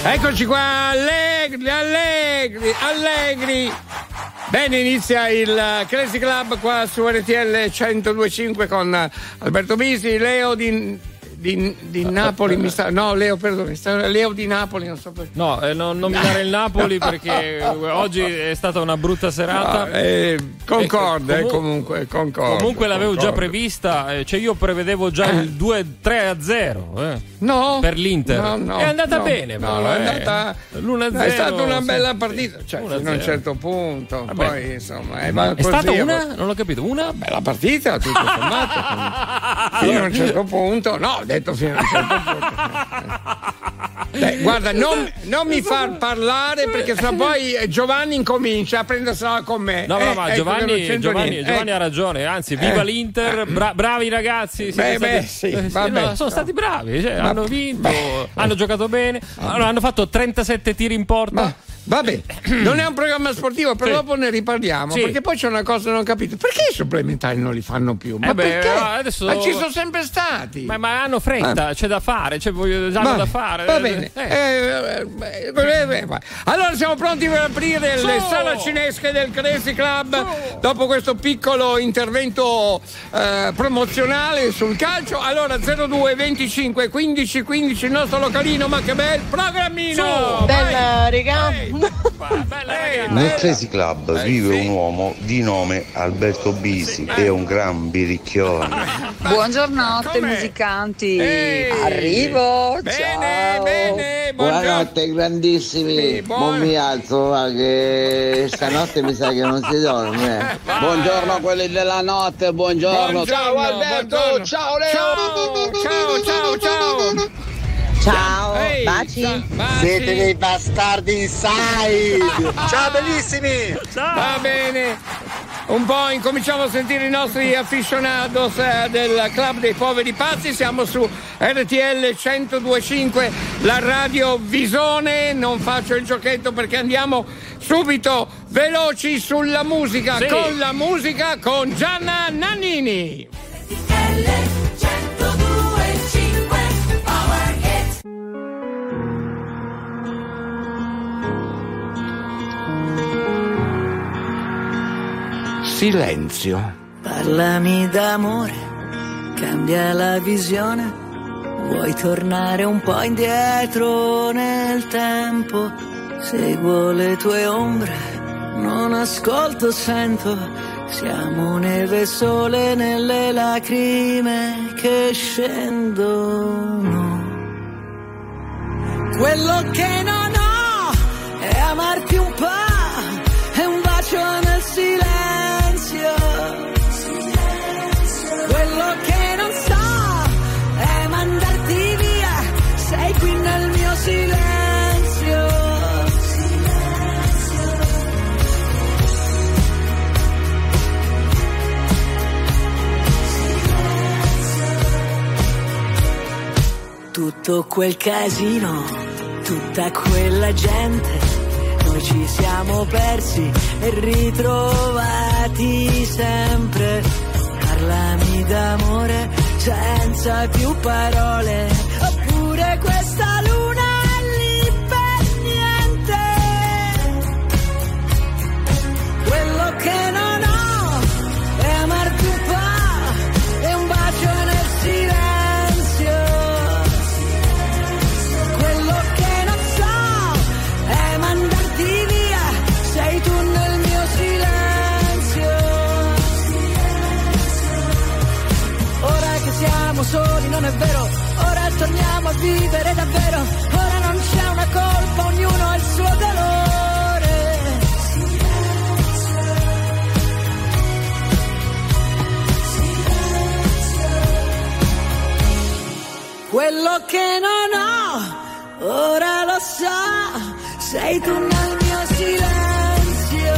Eccoci qua, allegri. Bene, inizia il Crazy Club qua su RTL 102.5 con Alberto Bisi, Leo di Napoli, Leo di Napoli, non so perché. No, non nominare il Napoli perché oggi è stata una brutta serata. Comunque l'avevo già prevista, cioè io prevedevo già il 2-3-0. No, per l'Inter. No, è andata bene, è andata l'1-0. È stata una bella partita, cioè fino a un certo punto. Vabbè. Poi insomma è stata una? Non l'ho capito, una bella partita, tutto sommato. Fino a un certo punto, no, ho detto fino a un certo punto. Guarda, non mi far parlare perché sennò poi Giovanni incomincia a prendersela con me. No, ma Giovanni ha ragione, anzi, viva l'Inter, bravi ragazzi. Sono stati bravi, cioè, hanno vinto, hanno giocato bene, hanno fatto 37 tiri in porta. Vabbè, non è un programma sportivo, però dopo ne riparliamo. Perché poi c'è una cosa che non ho capito: perché i supplementari non li fanno più? Ma perché? Adesso... Ma ci sono sempre stati. Ma hanno fretta, c'è da fare, hanno da fare. Va bene. Allora siamo pronti per aprire le sale cinesche del Crazy Club dopo questo piccolo intervento promozionale sul calcio. Allora 02 25 15 15 il nostro localino, ma che bel programmino! Bella regà. Nel Crazy Club vive un uomo di nome Alberto Bisi, è un gran biricchione. Buongiorno musicanti. Arrivo. Ciao. Bene. Buonanotte grandissimi. Non mi alzo, che stanotte mi sa che non si dorme. Buongiorno a quelli della notte, buongiorno. Ciao Alberto, ciao Leo. Ciao. Ciao, baci. Siete dei bastardi inside. Ciao bellissimi. Ciao. Va bene. Un po' incominciamo a sentire i nostri aficionados del Club dei Poveri Pazzi. Siamo su RTL 102.5, la radio Visone. Non faccio il giochetto perché andiamo subito veloci sulla musica. Con la musica con Gianna Nannini. Silenzio. Parlami d'amore, cambia la visione. Vuoi tornare un po' indietro nel tempo? Seguo le tue ombre, non ascolto, sento. Siamo neve e sole nelle lacrime che scendono. Quello che non ho è amarti un po', è un bacio nel silenzio. Quello che non so è mandarti via, sei qui nel mio silenzio. Tutto quel casino, tutta quella gente, noi ci siamo persi e ritrovati sempre. Parlami d'amore senza più parole, oppure questa luna è lì per niente. Quello che non ho è amarti un po', è un bacio nel silenzio. Quello che non so è mandarti via, sei tu nel mio silenzio. Ora che siamo soli non è vero, ora torniamo a vivere davvero. Ora non c'è una colpa, ognuno ha il suo dolore. Quello che non ho, ora lo so, sei tu nel mio silenzio.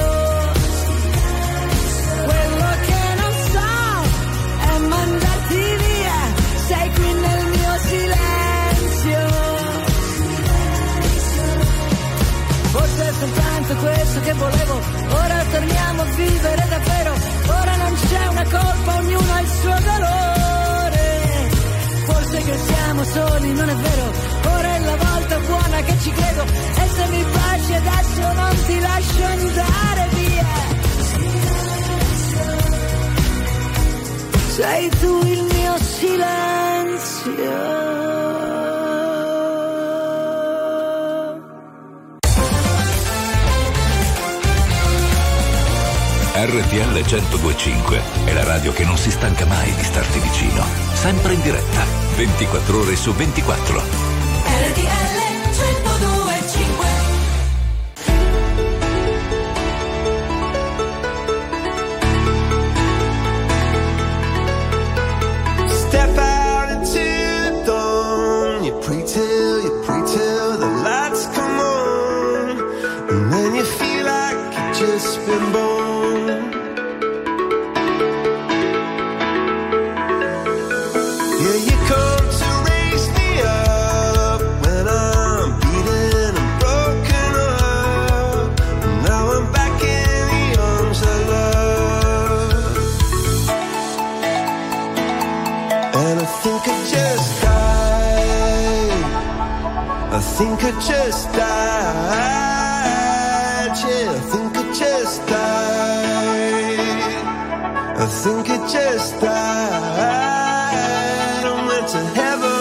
Quello che non so è mandarti via, sei qui nel mio silenzio. Forse è soltanto questo che volevo, ora torniamo a vivere davvero. Ora non c'è una colpa, ognuno ha il suo dolore. Forse che siamo soli, non è vero, ora è la volta buona che ci credo, e se mi baci adesso non ti lascio andare via. Sei tu il mio silenzio. RTL 102.5 è la radio che non si stanca mai di starti vicino, sempre in diretta, 24 ore su 24. RTL 102.5. Step out into the dawn, you pray till the lights come on, and then you feel like you've just been born. I think I just died, yeah, I think I just died, I think I just died, I went to heaven.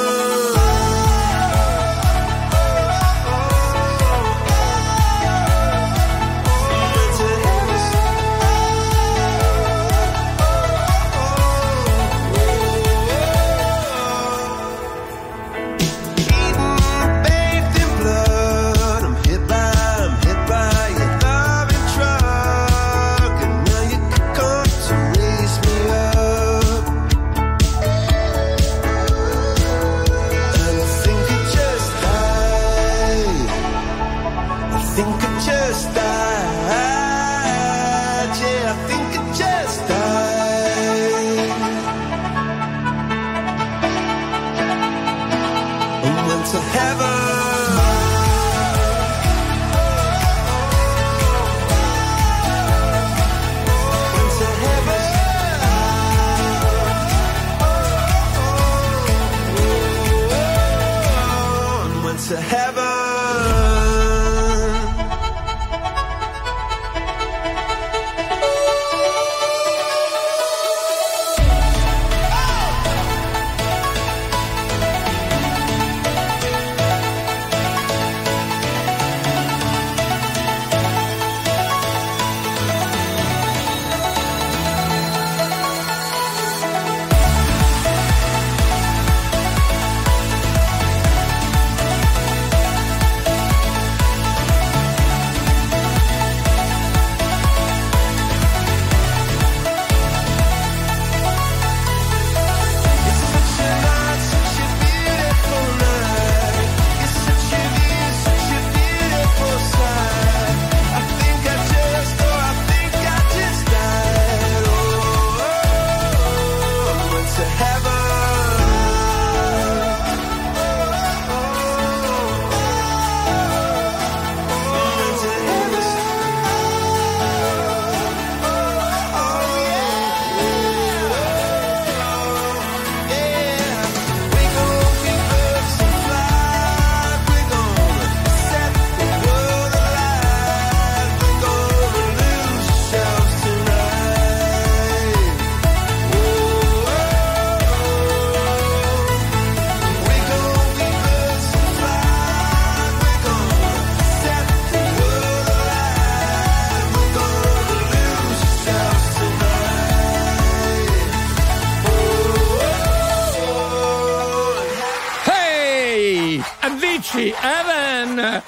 Evan!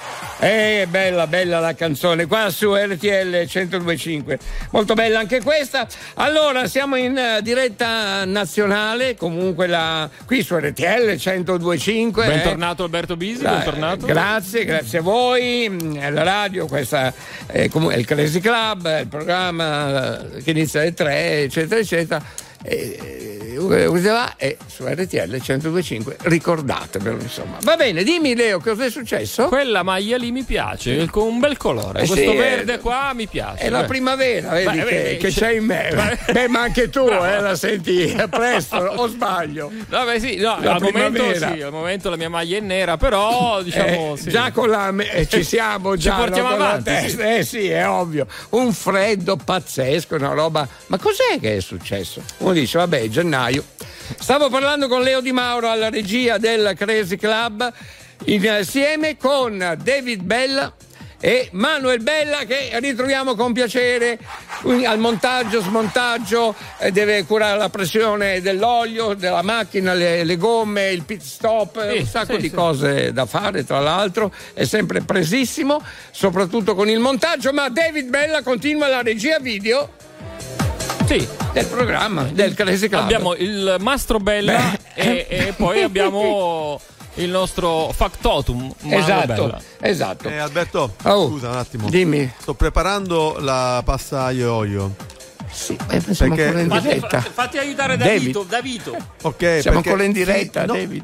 Bella la canzone qua su RTL 102.5, molto bella anche questa. Allora siamo in diretta nazionale, comunque qui su RTL 102.5. Bentornato Alberto Bisi, bentornato. Grazie a voi. La radio, questa è il Crazy Club, il programma che inizia alle 3, eccetera eccetera. e su RTL 102.5 ricordatevelo, insomma. Va bene, dimmi Leo, cosa è successo? Quella maglia lì mi piace, con un bel colore, questo verde qua mi piace. È la primavera, vedi che c'è in me. Beh, ma anche tu la senti presto, o sbaglio? Vabbè, sì, no, al momento la mia maglia è nera, però diciamo già con la ci siamo già, ci portiamo avanti. Sì, è ovvio. Un freddo pazzesco, una roba. Ma cos'è che è successo? Uno dice, vabbè, gennaio. Stavo parlando con Leo Di Mauro alla regia del Crazy Club, insieme con David Bella e Manuel Bella, che ritroviamo con piacere al montaggio, smontaggio, deve curare la pressione dell'olio, della macchina, le gomme, il pit stop, un sacco di cose da fare, tra l'altro è sempre presissimo, soprattutto con il montaggio, ma David Bella continua la regia video del programma del Crazy Club. Abbiamo il Mastro Bella e poi abbiamo il nostro factotum. Esatto. Alberto, scusa un attimo. Dimmi. Sto preparando la pasta aglio olio. Sì, siamo ancora in diretta. Fatti aiutare da Vito. Ok, siamo ancora in diretta, David.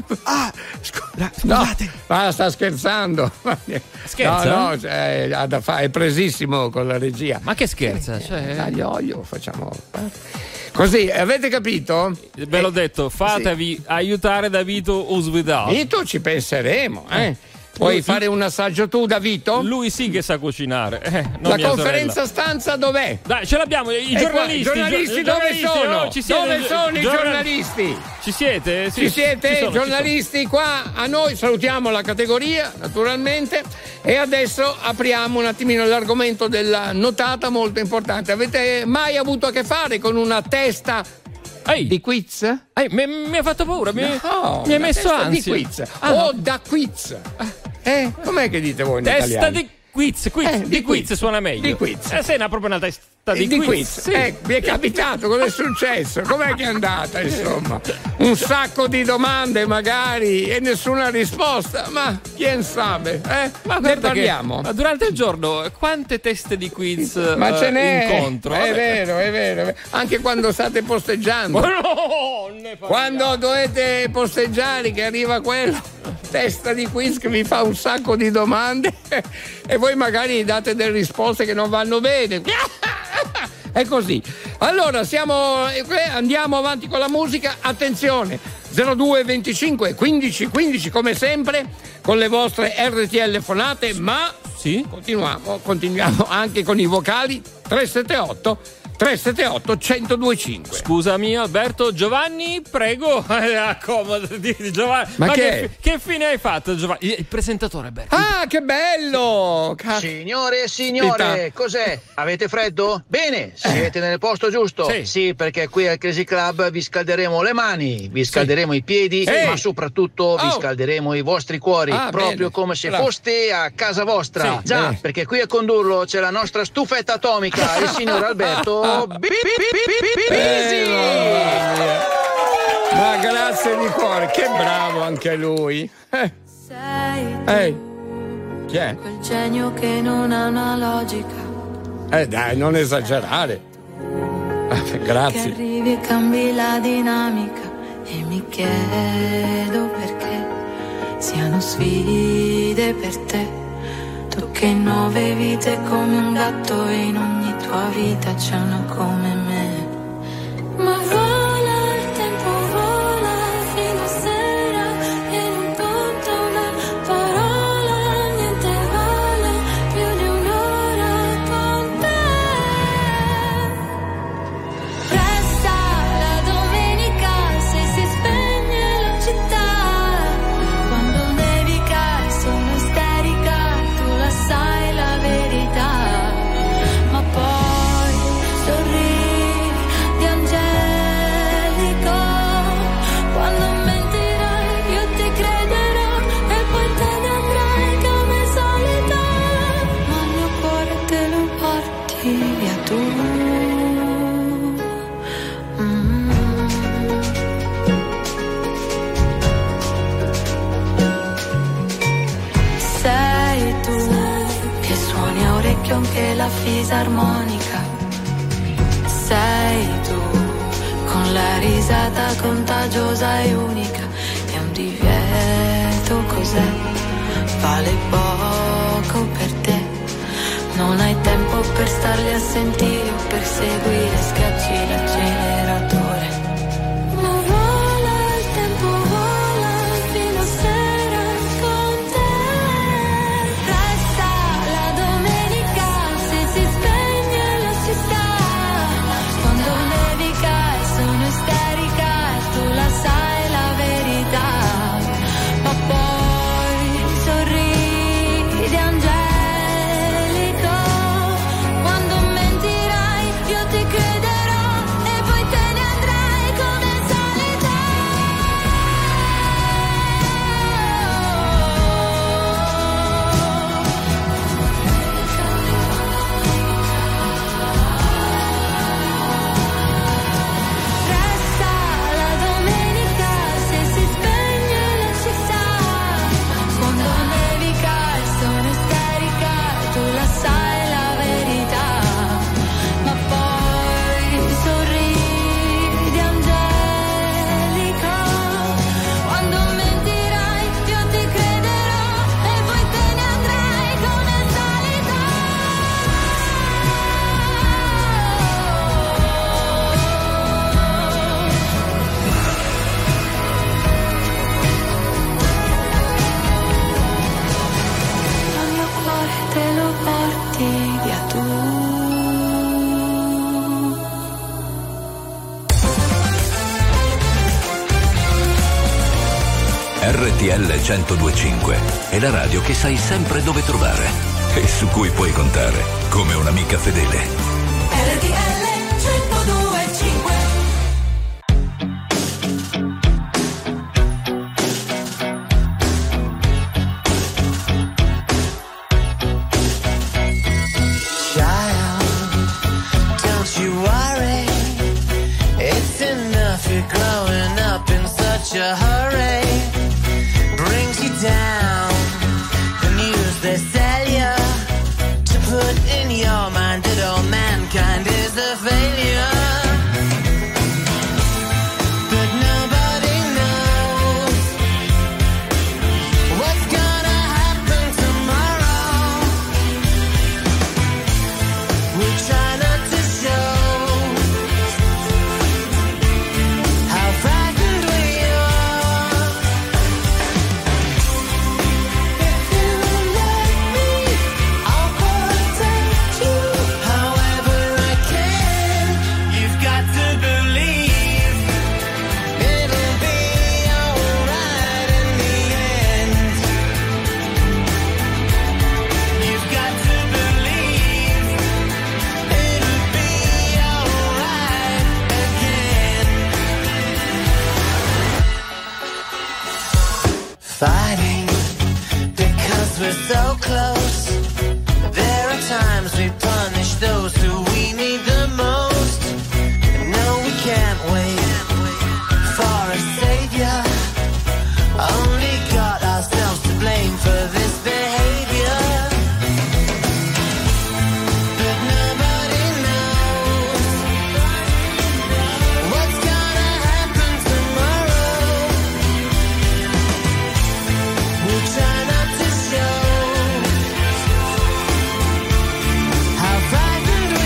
Scusate. No, sta scherzando. Scherza? No, ha da fare, è presissimo con la regia. Ma che scherza? Aglio olio facciamo. Così, avete capito? Ve l'ho detto, fatevi aiutare da Vito Usvidal. Vito ci penseremo, Puoi fare un assaggio tu, da Vito? Lui sì che sa cucinare. La conferenza stanza dov'è? Dai, ce l'abbiamo, i giornalisti. Giornalisti dove sono? Dove sono i giornalisti? Ci siete? Ci siete? Giornalisti qua a noi, salutiamo la categoria, naturalmente, e adesso apriamo un attimino l'argomento della notata molto importante. Avete mai avuto a che fare con una testa di quiz? Mi ha fatto paura, mi ha messo ansia. Di quiz o da quiz? Com'è che dite voi in testa italiano? Di quiz, di quiz suona meglio. Di quiz. Sei proprio una testa di quiz. Sì. Mi è capitato, cosa è successo? Com'è che è andata, insomma? Un sacco di domande magari e nessuna risposta, ma chi sa? Ma ne parliamo. Ma durante il giorno quante teste di quiz ma ce n'è, incontro? È vero. Anche quando state posteggiando. Quando dovete posteggiare, che arriva quello testa di quiz che vi fa un sacco di domande e voi magari date delle risposte che non vanno bene. È così. Allora andiamo avanti con la musica. Attenzione, 02 25 15 15 come sempre con le vostre RTL fonate, ma continuiamo anche con i vocali. 378 1025. Scusami Alberto, Giovanni, prego, accomodati. Giovanni. Ma che fine hai fatto, Giovanni? Il presentatore, Alberto. Ah, che bello! Signore e signore, cos'è? Avete freddo? Bene, siete nel posto giusto. Sì, perché qui al Crazy Club vi scalderemo le mani, vi scalderemo i piedi, ma soprattutto vi scalderemo i vostri cuori, proprio come se foste a casa vostra. Già, perché qui a condurlo c'è la nostra stufetta atomica, il signor Alberto Bisi. Ma grazie di cuore, che bravo anche lui. Sei chi è? Quel genio che non ha una logica. Dai, non esagerare. Grazie. Che arrivi e cambi la dinamica e mi chiedo perché siano sfide per te. Tu che 9 vite come un gatto e in ogni tua vita c'è una come me. Ma vola il tempo, vola fino a sera e non conta una parola, niente vale più di un'ora con te. Resta la domenica se si spegne la città, quando nevica e sono isterica, tu la sai la verità, ma poi sorridi di angelico, quando mentirai io ti crederò e poi te ne andrai come solito, ma il mio cuore te lo porti via tu. Sei tu che suoni a orecchio anche la fisarmonica. Sei tu con l'aria risata contagiosa e unica, è un divieto, cos'è? Vale poco per te, non hai tempo per starli a sentire o per seguire, schiacci l'acceleratore. Ma vola il tempo, vola fino a sera con te. Resta la domenica se si spegne la città, quando nevica e sono isterica e tu la sai la verità, ma poi sorridi angelico, quando mentirai io ti crederò e poi te ne andrai come al solito. Resta la domenica se si spegne la città, quando nevica e sono isterica e tu la sai la verità, ma poi sorridi angelico, quando mentirai io ti crederò e poi te ne andrai come al solito. Il mio cuore te lo porti via tu. RTL 102.5 è la radio che sai sempre dove trovare e su cui puoi contare come un'amica fedele. RTL 102.5. Child, don't you worry. It's enough you're growing up in such a hurry. Brings you down. The news they sell you to put in your mind that all mankind is a failure. But nobody knows what's gonna happen tomorrow. We try not to show how frightened we are. If you let me, I'll protect you however I can. You've got to believe it'll be alright in the end. You've got to believe it'll be alright again. Fighting because we're so close. There are times we punish those who we need the most. No, we can't wait for a savior. Only got ourselves to blame for this behavior. But nobody knows what's gonna happen tomorrow. We try not to show how frightened we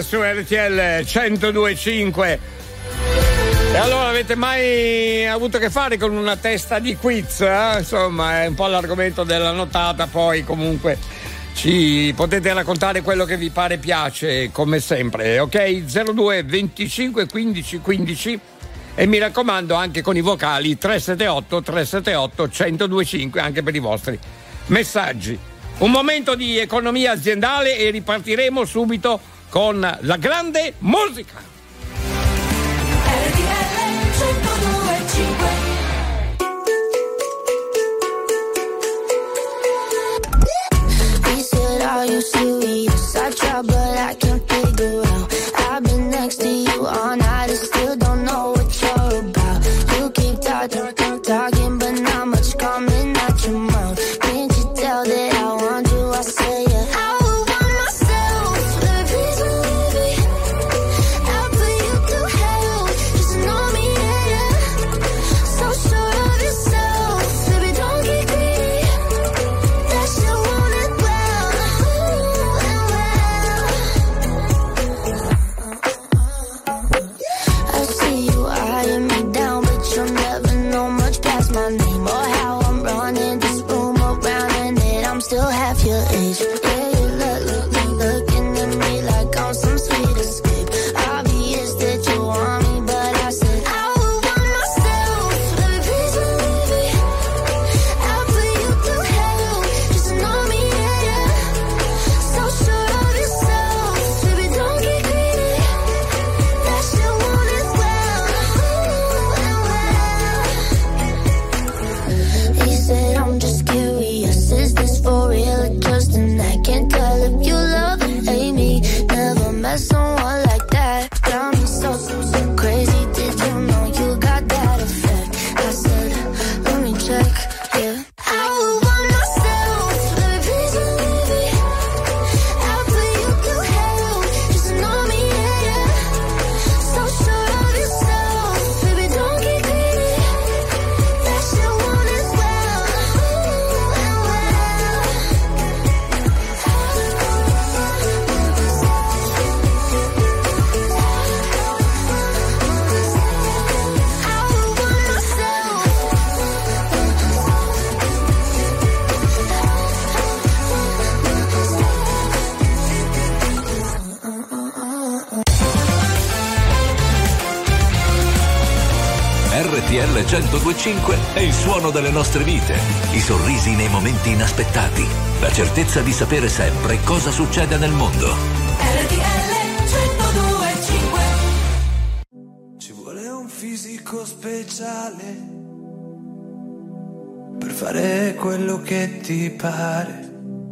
su RTL 102.5. E allora, avete mai avuto a che fare con una testa di quiz? Insomma, è un po' l'argomento della nottata, poi comunque ci potete raccontare quello che vi pare piace, come sempre, ok? 02 25 15 15 e mi raccomando anche con i vocali 378 378 1025 anche per i vostri messaggi. Un momento di economia aziendale e ripartiremo subito con la grande musica. Are you serious? I try but I can't figure out. I've been next to you all night and still don't know what you're about. You keep talking but not much coming out your mouth. Can't you tell that I want you? I say it. I would want myself, baby, please believe me. I'll put you through hell, just know me, yeah. So sure of yourself, baby, don't get greedy. That shit won't end well. I see you eyeing me down, but you'll never know much past my name or how I'm running this room around and that I'm still half your age. Yeah, you looking at me like I'm some sweet escape. Obvious that you want me, but I said I would want myself, baby, please believe me. I'll put you through hell, just know me, yeah. So sure of yourself, baby, don't get greedy. That shit won't end well. He said I'm just curious, is this for real or just an act? Can't tell if you love or hate me. Never met someone like that. Got me so crazy. Did you know you got that effect? I said, let me check, yeah. I would want myself, baby, please believe me. I'll put you through hell, just know me, yeah. So sure of yourself, baby, don't get greedy. That shit won't end well. RTL 102.5 è il suono delle nostre vite, i sorrisi nei momenti inaspettati, la certezza di sapere sempre cosa succede nel mondo. RTL 102.5. Ci vuole un fisico speciale per fare quello che ti pare,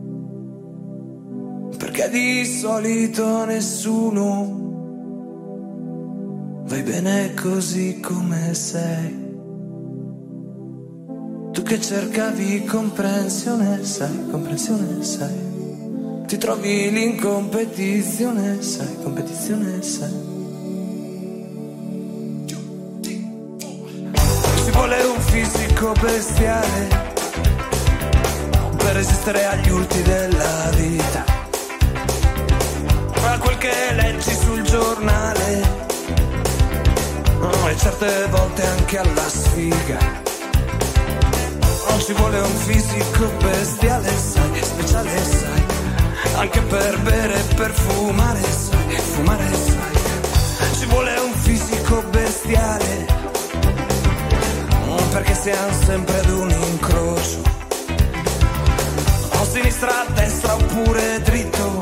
perché di solito nessuno vai bene così come sei. Tu che cercavi comprensione, sai, ti trovi lì in competizione, sai. Ci vuole un fisico bestiale per resistere agli urti della vita, a quel che leggi sul giornale, e certe volte anche alla sfiga. Non ci vuole un fisico bestiale, sai, speciale, sai, anche per bere e per fumare, sai, ci vuole un fisico bestiale, perché siamo sempre ad un incrocio, o sinistra, destra oppure dritto.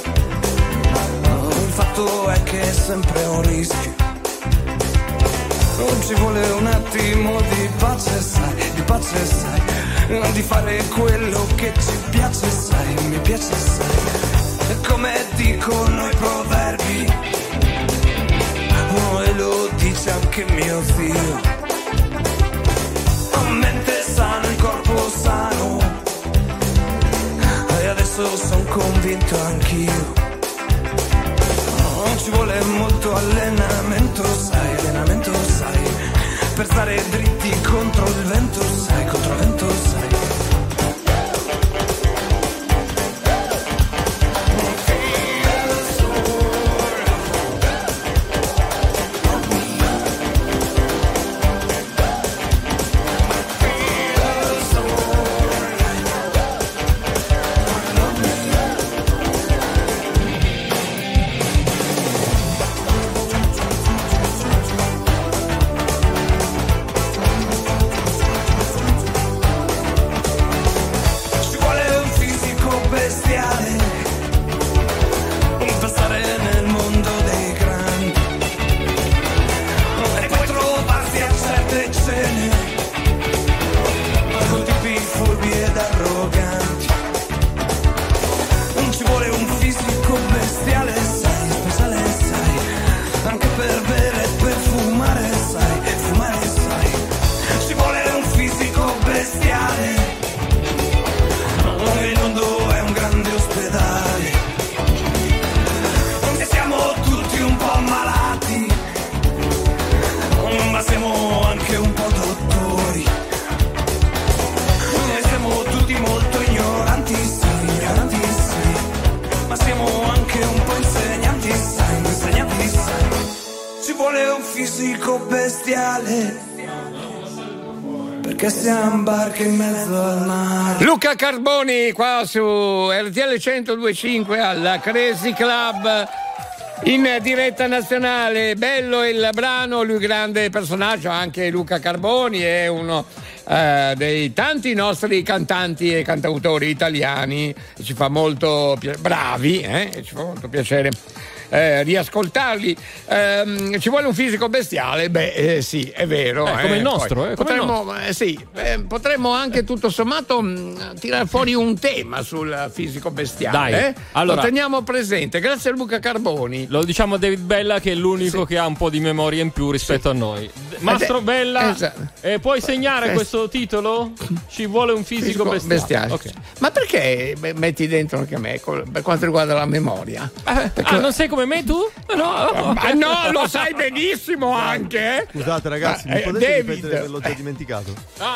Il fatto è che è sempre un rischio. Non ci vuole un attimo di pace, sai, di fare quello che ci piace, sai, mi piace, sai, come dicono i proverbi, e lo dice anche mio zio, mente sana, il corpo sano, e adesso son convinto anch'io. Non ci vuole molto allenamento, sai, per stare dritti contro il vento, sai, vuole un fisico bestiale, perché siamo barche in mezzo al mare. Luca Carboni qua su RTL 102.5 alla Crazy Club in diretta nazionale. Bello il brano, lui grande personaggio, anche Luca Carboni è uno dei tanti nostri cantanti e cantautori italiani, ci fa molto bravi, ci fa molto piacere riascoltarli. Ci vuole un fisico bestiale, sì, è vero, come il nostro, potremmo anche tutto sommato tirare fuori un tema sul fisico bestiale. Dai, allora, lo teniamo presente grazie a Luca Carboni. Lo diciamo a David Bella, che è l'unico che ha un po' di memoria in più rispetto a noi. Mastro Bella, puoi segnare questo titolo? Ci vuole un fisico bestiale. Okay. Ma perché metti dentro anche me per quanto riguarda la memoria? Non sei come me tu? No, lo sai benissimo anche. Scusate ragazzi, mi potete ripetere che l'ho già dimenticato?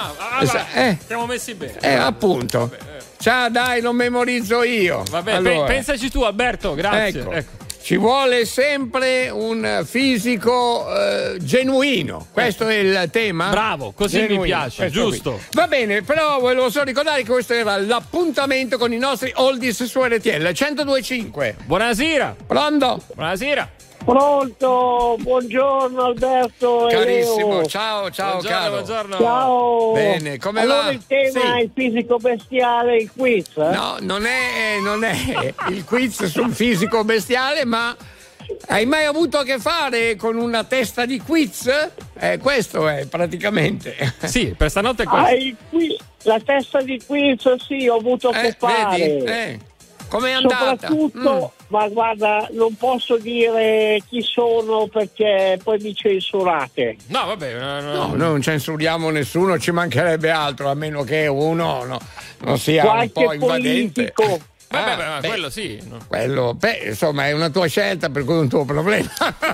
Siamo messi bene. Appunto. Ciao, dai, lo memorizzo io. Vabbè, allora. Pensaci tu, Alberto, grazie. Ecco. Ci vuole sempre un fisico genuino. Questo è il tema. Bravo, così genuino. Mi piace, giusto. Qui. Va bene, però volevo solo ricordare che questo era l'appuntamento con i nostri oldies su RTL 102.5. Buonasera. Pronto? Buonasera. Pronto, buongiorno Alberto. Carissimo, ciao caro. Buongiorno. Ciao. Bene, come allora va? Il tema è il fisico bestiale, il quiz. No, non è il quiz sul fisico bestiale, ma hai mai avuto a che fare con una testa di quiz? Questo è praticamente. Sì, per stanotte è questo. La testa di quiz, sì, ho avuto a che fare. Com'è andata? Soprattutto, ma guarda, non posso dire chi sono perché poi mi censurate. No, vabbè. No, non censuriamo nessuno, ci mancherebbe altro, a meno che uno non sia qualche un po' invadente. Politico. Ma quello sì. No? Quello, insomma, è una tua scelta, per cui è un tuo problema.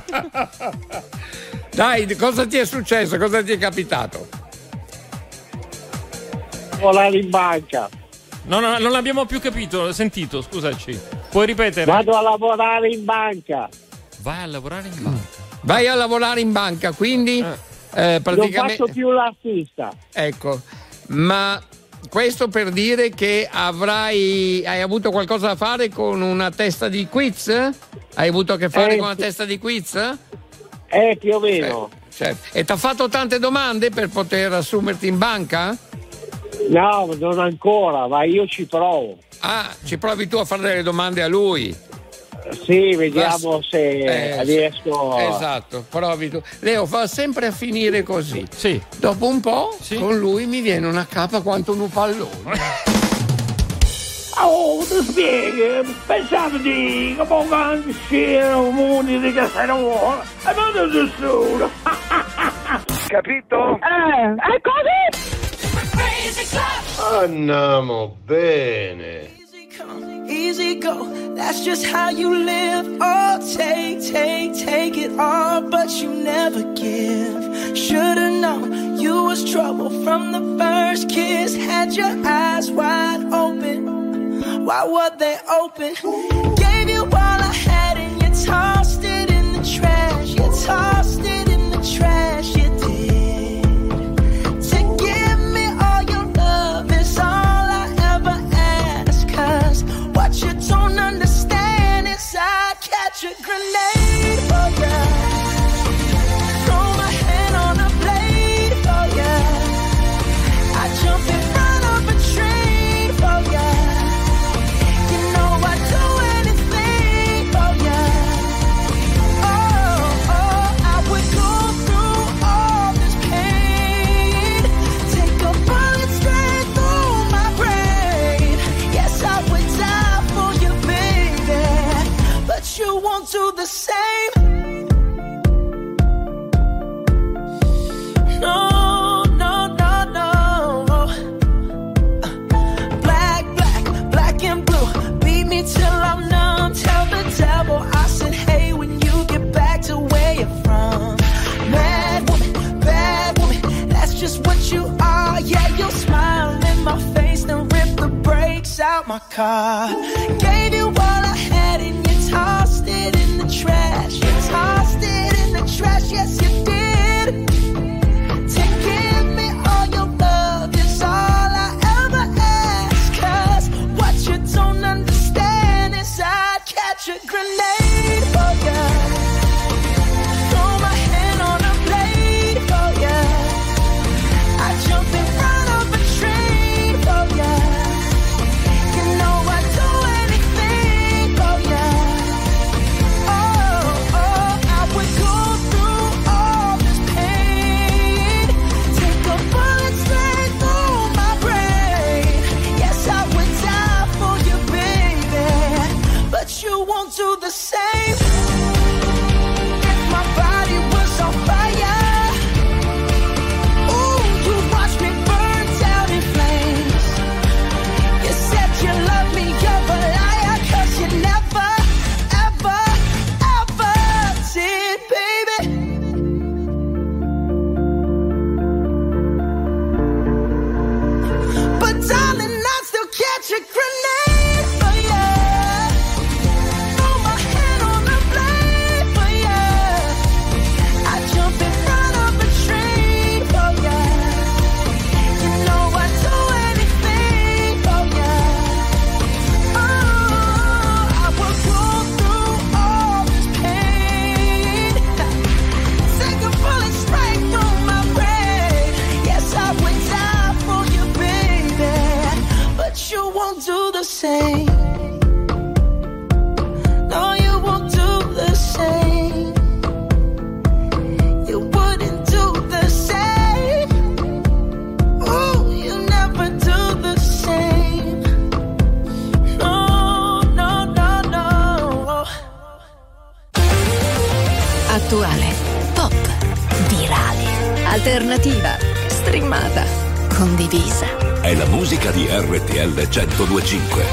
Dai, cosa ti è successo? Cosa ti è capitato? Volare in banca. No, non l'abbiamo più capito, sentito, scusaci. Puoi ripetere? Vado a lavorare in banca. Vai a lavorare in banca? Vai a lavorare in banca, quindi praticamente... Non faccio più l'artista. Ecco, ma questo per dire che hai avuto qualcosa da fare con una testa di quiz? Hai avuto a che fare con una testa di quiz? Più o meno. Certo. E ti ha fatto tante domande per poter assumerti in banca? No, non ancora, ma io ci provo. Ci provi tu a fare delle domande a lui? Sì, vediamo se riesco. Esatto, provi tu. Leo, fa sempre a finire così. Sì. Dopo un po', con lui mi viene una capa quanto un pallone. ti spieghi? Pensavo di come uscire un mondo di castello e non nessuno. Capito? È così? Andiamo bene. Easy go, that's just how you live. Oh, take it all, but you never give. Should've known you was trouble from the first kiss. Had your eyes wide open, why were they open? Gave you all I had and you tossed it in the trash. You tossed it in the trash, you did. To give me all your love is all I ever ask. Cause what you don't understand is I catch a grenade for ya. Throw my hand on a blade for ya. I jump in front of a train for ya. You know I'd do anything for ya. Oh, I would go through all this pain. Take a bullet straight through my brain. Yes, I would die for you, baby, but you won't do the same. No, no, no, no. Black and blue. Beat me till I'm numb. Tell the devil I said, hey, when you get back to where you're from. Bad woman, that's just what you are. Yeah, you'll smile in my face, then rip the brakes out my car. Gave you all I had and you tossed it in the trash. You tossed it in the trash. attuale, pop, virale, alternativa, streamata, condivisa. È la musica di RTL 102.5.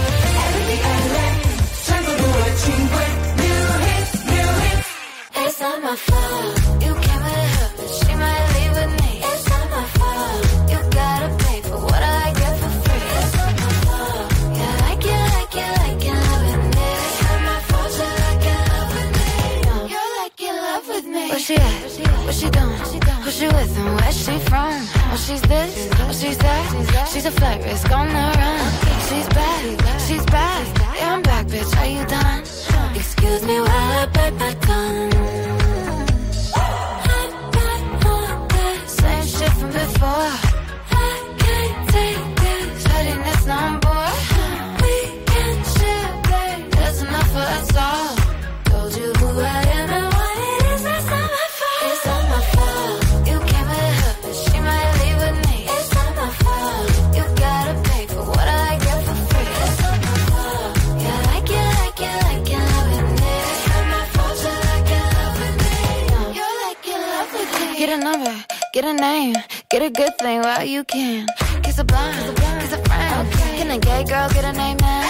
It's not my fault. You came with her, but she might leave with me. It's not my fault. You gotta pay for what I get for free. It's not my fault. Yeah, like you love with me. It's not my fault. You like you love with me. You're like you love with me. Where she at? What she doing? Who she with and where she from? Oh, she's this, oh, she's that. She's a flight risk on the run. She's back. Yeah, I'm back, bitch. Are you done? Excuse me while I bite my tongue. Same shit from before. I can't take this. Hurting this number. We can share, babe. There's enough for us all. Told you who I am and what it is. That's not my fault. It's not my fault. You came with her, but she might leave with me. It's not my fault. You gotta pay for what I get for free. It's not my fault. Yeah, like you love with me. It's not my fault. You like you love with me. You're like you love with me. Get a number, get a name, get a good thing while you can. Kiss a blind, kiss a friend. Can a gay girl get a name now?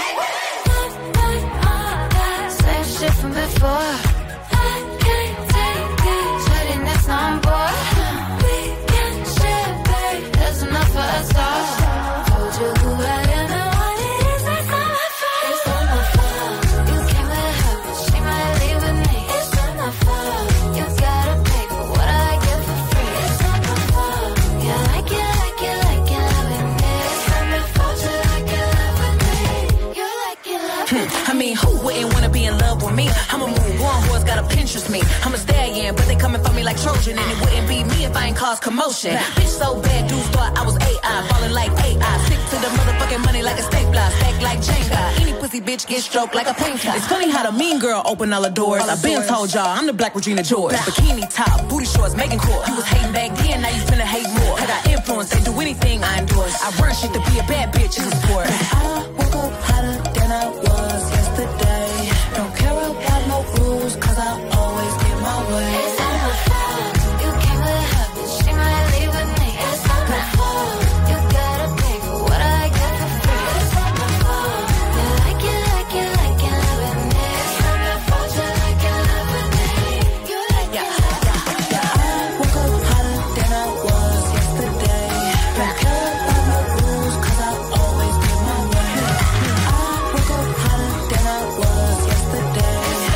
Same shit from before. I can't take this. Shutting this on board. We can share, babe. There's enough for us all. Told you who I am and what it is. That's not my fault. It's not my fault. You came with her, but she might leave with me. It's not my fault. You gotta pay for what I get for free. It's not my fault. Yeah, like you love with me. It's not my fault. You like you love with me. You like you love with me. I mean, who wouldn't wanna be in love with me? I'ma move on, boys gotta Pinterest me. I'm a stallion, but they coming for me like Trojan. And it wouldn't be me if I ain't cause commotion. Bitch so bad, dudes thought I was AI. Falling like AI. Stick to the motherfucking money like a stapler. Stack like Jenga. Any pussy bitch get stroked like a painter. It's funny how the mean girl open all the doors. I been told y'all, I'm the black Regina George. Bikini top, booty shorts, making court. You was hating back then, now you finna hate more. I got influence, they do anything I endorse. I run shit to be a bad bitch in the sport. I woke up hotter than I was yesterday. Don't care about no rules, cause I always get my way. It's not my fault. You came with her, but she might leave with me. It's not my fault. You gotta pay for what I get for free. It's not my fault. Yeah, like you love with me. It's not my fault. You like you love with me. You like you love with me. I woke up hotter than I was yesterday. Don't care about no rules, cause I always get my way. I woke up hotter than I was yesterday.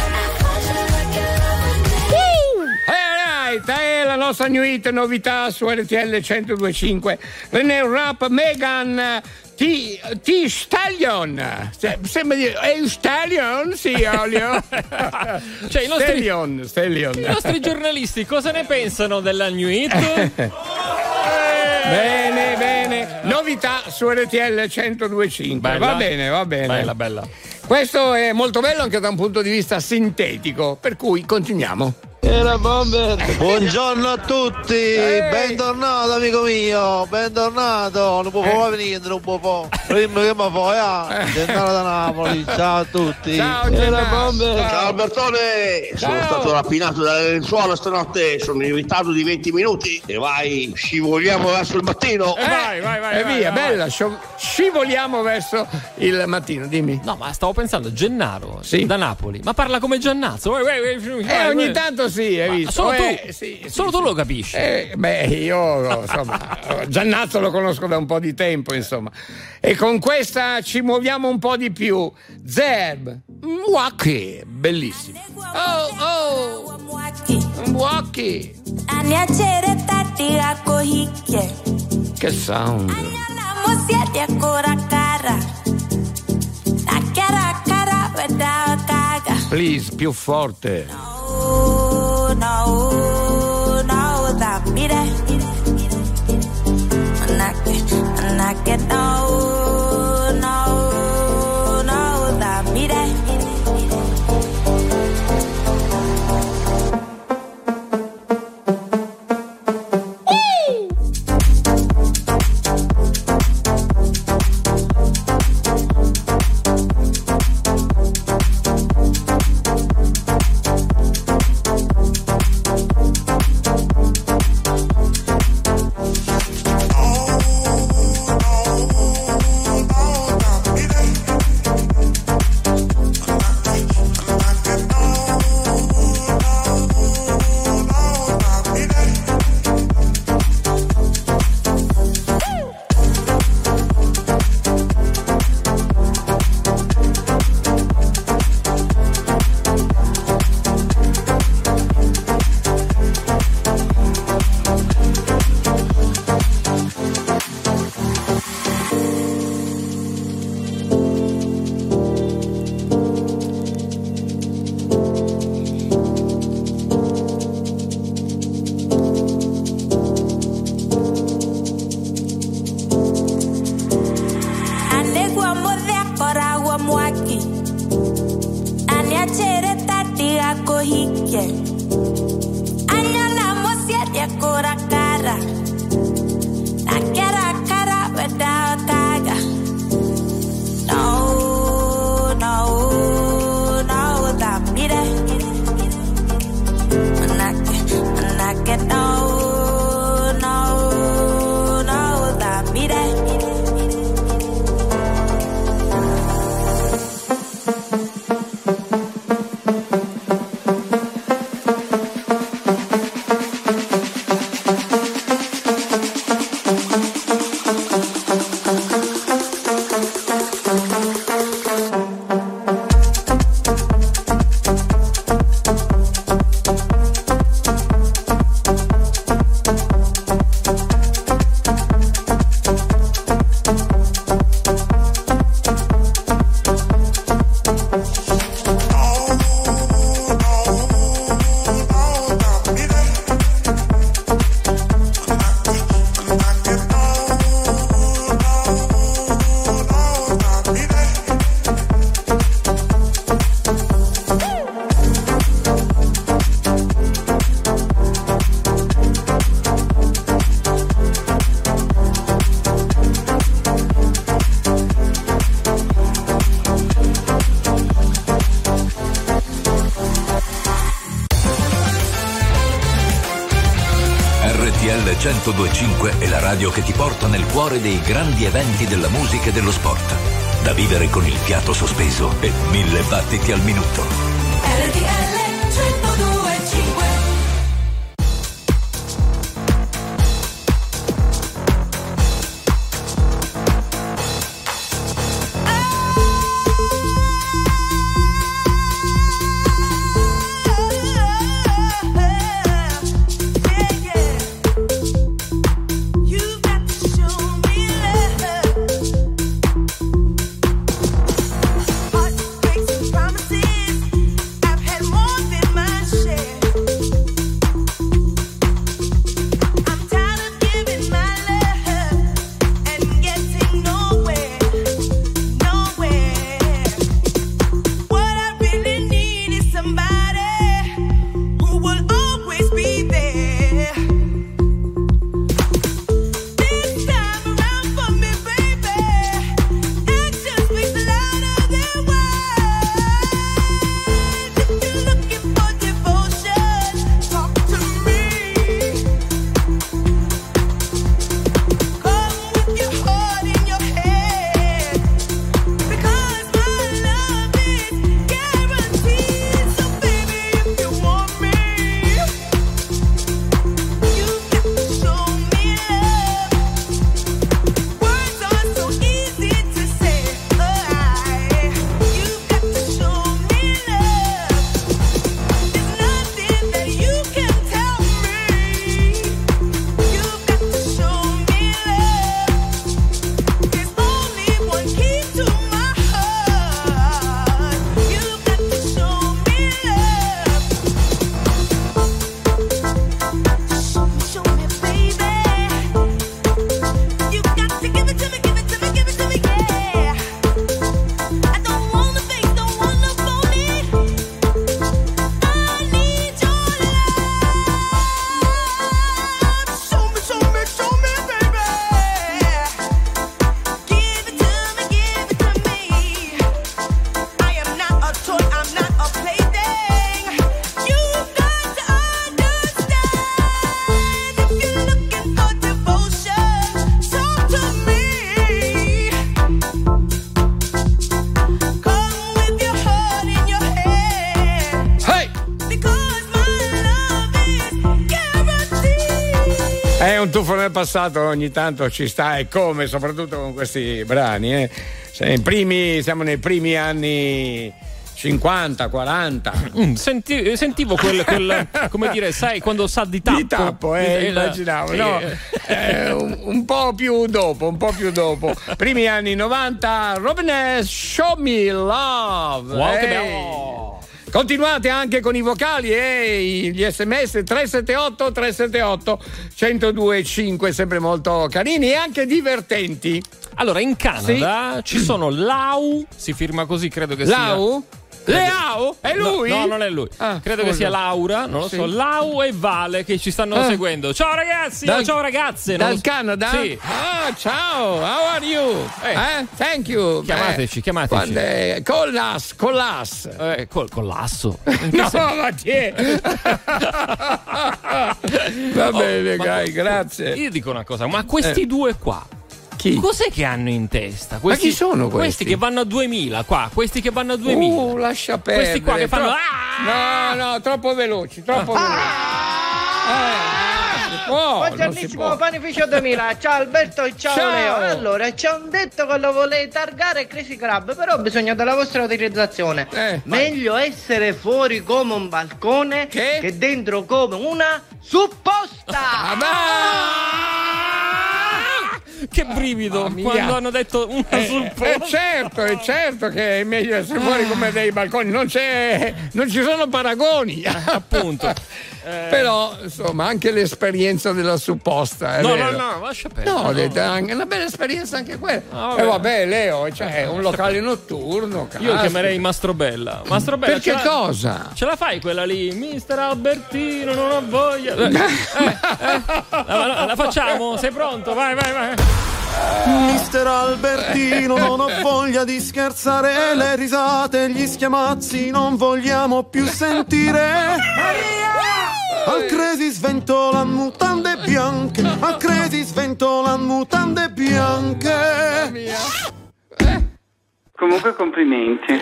È la nostra new hit novità su RTL 102.5. René Rapp, Megan Thee Stallion. Sembra dire è Stallion? Sì, Olio. Cioè, Stallion. I nostri giornalisti cosa ne pensano della new hit? Bene. Novità su RTL 102.5. Bella. Va bene. Bella. Questo è molto bello anche da un punto di vista sintetico, per cui continuiamo. Era bomber. Buongiorno a tutti, bentornato amico mio, bentornato. Non può venire, non può. Prima che mi fai, Gennaro da Napoli, ciao a tutti. Ciao Gennaro. Ciao Albertone, sono stato rapinato dalle lenzuola stanotte, sono in ritardo di 20 minuti e scivoliamo verso il mattino. Vai. Via, bella, scivoliamo verso il mattino, dimmi. No, ma stavo pensando, Gennaro da Napoli, ma parla come Giannazzo. Ogni tanto sì, hai visto? Solo tu lo capisci. Io insomma, Giannazzo lo conosco da un po' di tempo, insomma. E con questa ci muoviamo un po' di più. Zerb, Mwaki, bellissimo. Mwaki. Che sound. Please, più forte. No, mire. RTL 102.5 è la radio che ti porta nel cuore dei grandi eventi della musica e dello sport. Da vivere con il fiato sospeso e 1000 battiti al minuto. RTL 102.5. Un tuffo nel passato ogni tanto ci sta, e come, soprattutto con questi brani. Siamo nei primi anni 50, 40. Sentivo quel come dire, sai, quando sa di tappo. Di tappo, immaginavo. Sì. No, un po' più dopo. Primi anni 90, Robin S, Show Me Love. Wow, che bello. Continuate anche con i vocali e gli sms 378 1025, sempre molto carini e anche divertenti. Allora, in Canada ci sono Lau, si firma così, credo che sia. Lau? Leao? È lui? No, non è lui. Credo che sia Laura, non lo so. Lau e Vale che ci stanno seguendo. Ciao ragazzi, ciao ragazze. Dal Canada? Sì. Ciao, how are you? Thank you. Chiamateci. Con l'asso. Con l'asso. No, ma ti è. Va bene, grazie. Io dico una cosa, ma questi due qua, chi? Cos'è che hanno in testa? Ma chi sono questi? Questi che vanno a 2000 qua, questi che vanno a 2000. Lascia perdere. Questi qua che fanno No, troppo veloci. Buongiornissimo Panificio 2000. Ciao Alberto e ciao Leo. Allora, c'è un detto che lo volete targare Crazy Club, però bisogna della vostra autorizzazione. Meglio essere fuori come un balcone che dentro come una supposta. Che brivido quando hanno detto una supposta. È certo che è meglio essere fuori come dei balconi, non ci sono paragoni. Appunto. Però insomma anche l'esperienza della supposta no, lascia perdere. No, ho detto, anche una bella esperienza anche quella. Vabbè Leo, cioè un locale notturno, io chiamerei Mastrobella. Perché cosa? Ce la fai quella lì? Mister Albertino non ho voglia. La facciamo? Sei pronto? Vai. Mister Albertino non ho voglia di scherzare, le risate e gli schiamazzi non vogliamo più sentire. Al Crazy sventola mutande bianche anche a Crazy sventolan mutande bianche. Comunque complimenti.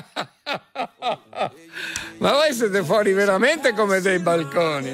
Ma voi siete fuori veramente come dei balconi.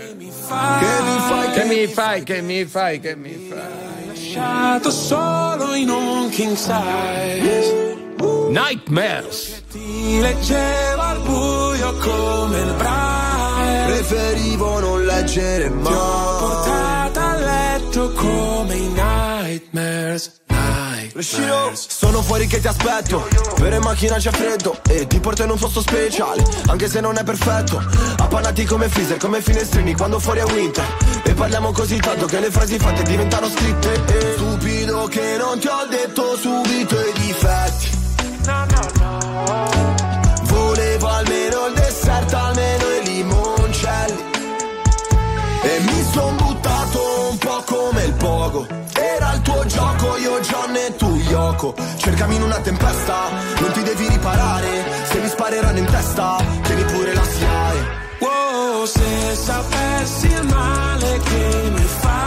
Che mi fai? Lasciato solo in un king size. Nightmares. Ti leggevo al buio come il Braille. Preferivo non leggere mai. Ti ho portata a letto come i Nightmares. Sono fuori che ti aspetto, per in macchina c'è freddo e ti porto in un posto speciale, anche se non è perfetto. Appannati come freezer, come finestrini quando fuori è winter. E parliamo così tanto che le frasi fatte diventano scritte. Stupido che non ti ho detto subito i difetti. No. Volevo almeno il dessert, almeno i limoncelli. E mi son buttato un po' come il pogo. Era il tuo gioco, io John e tu Yoko. Cercami in una tempesta, non ti devi riparare. Se mi spareranno in testa, tieni pure la SIAE. Wow, se sapessi il male che mi fai.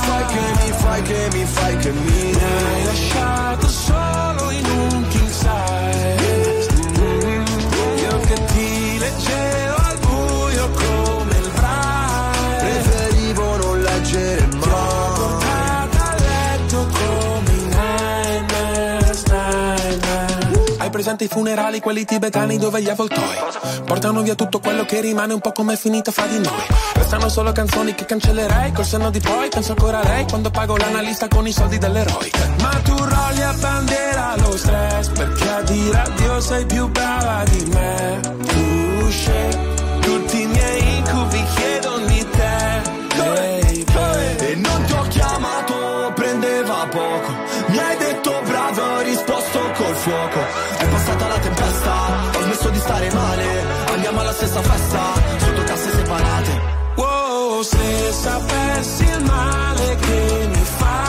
Che mi hai lasciato solo in un king size. Io che ti leggevo al buio come il Braille. Preferivo non leggere mai. Hai presente i funerali, quelli tibetani dove gli avvoltoi portano via tutto quello che rimane, un po' come è finita fra di noi. Restano solo canzoni che cancellerei, col senno di poi penso ancora a lei quando pago l'analista con i soldi dell'eroe. Ma tu rolli a bandiera lo stress, perché a dire addio sei più brava di me. Tu scegli tutti i miei incubi, chiedono di te, baby. E non ti ho chiamato, prendeva poco. Mi hai detto bravo, ho risposto col fuoco. È passata la tempesta, ho smesso di stare male. Andiamo alla stessa festa, sotto casse separate. Wow, se sapessi il male che mi fai.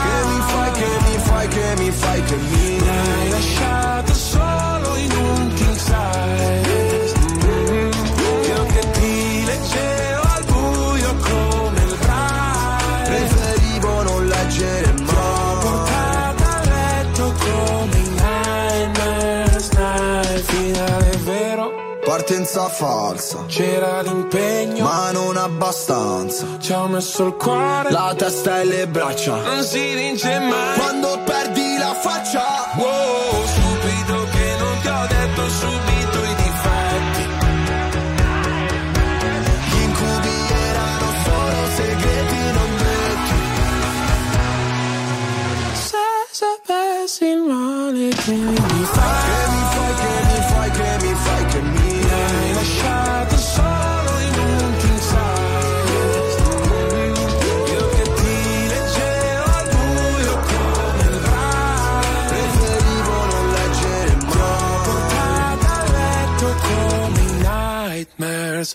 Che mi hai lasciato solo in un king size. Io che ti leggevo al buio come il Braille. Preferivo non leggere mai. Portata a letto come i Nightmares. Finale vero, partenza falsa. C'era l'impegno, ma non abbastanza. Ci ho messo il cuore, la testa e le braccia. Non si vince mai quando perdi la faccia. Wow, stupido che non ti ho detto subito i difetti. Gli incubi erano solo segreti non detti. Se sapessi il male che mi fai. Che mi hai lasciato solo in un king size. Io che ti leggevo al buio come il Braille. Preferivo non leggere mai. Portata a letto come i Nightmares.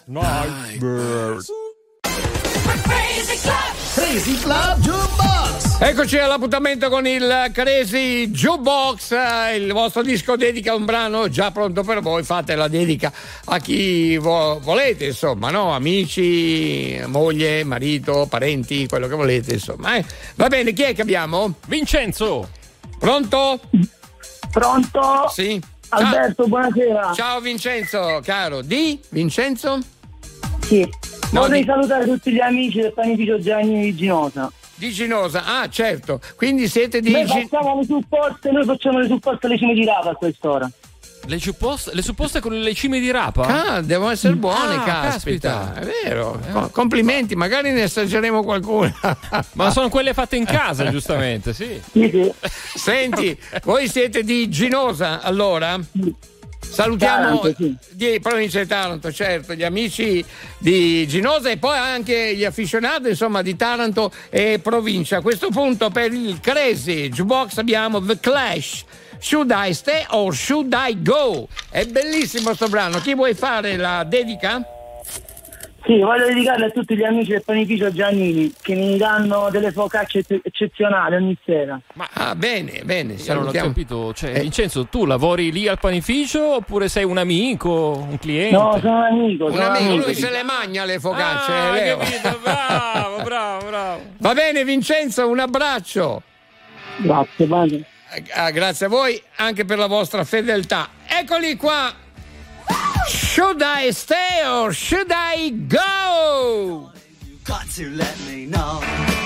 Crazy Club Jukebox. Eccoci all'appuntamento con il Crazy Jukebox, il vostro disco dedica un brano già pronto per voi, fate la dedica a chi volete, insomma, no? Amici, moglie, marito, parenti, quello che volete, insomma. Va bene, chi è che abbiamo? Vincenzo. Pronto? Pronto? Sì. Alberto, buonasera. Ciao Vincenzo, caro. Di Vincenzo? Sì. Vorrei salutare tutti gli amici del panificio Gianni di Ginosa. Di Ginosa, ah certo, quindi siete di... Noi facciamo le supposte alle cime di rapa a quest'ora. Le supposte con le cime di rapa? Ah, devono essere buone, caspita. È vero, complimenti, magari ne assaggeremo qualcuna. Ma sono quelle fatte in casa, giustamente, sì. Senti, voi siete di Ginosa, allora? Salutiamo Taranto, sì. Di provincia di Taranto, certo, gli amici di Ginosa e poi anche gli afficionati, insomma, di Taranto e provincia. A questo punto per il Crazy Jukebox abbiamo The Clash, Should I Stay or Should I Go? È bellissimo sto brano. Chi vuoi fare la dedica? Sì, voglio dedicarle a tutti gli amici del panificio Giannini che mi danno delle focacce eccezionali ogni sera. Ma bene, io non ho capito, cioè, Vincenzo, tu lavori lì al panificio oppure sei un amico, un cliente? No, sono un amico. Lui se le magna le focacce. Hai capito? Bravo. Va bene, Vincenzo, un abbraccio. Grazie, padre. Grazie a voi anche per la vostra fedeltà. Eccoli qua. Should I stay or should I go? You got to let me know.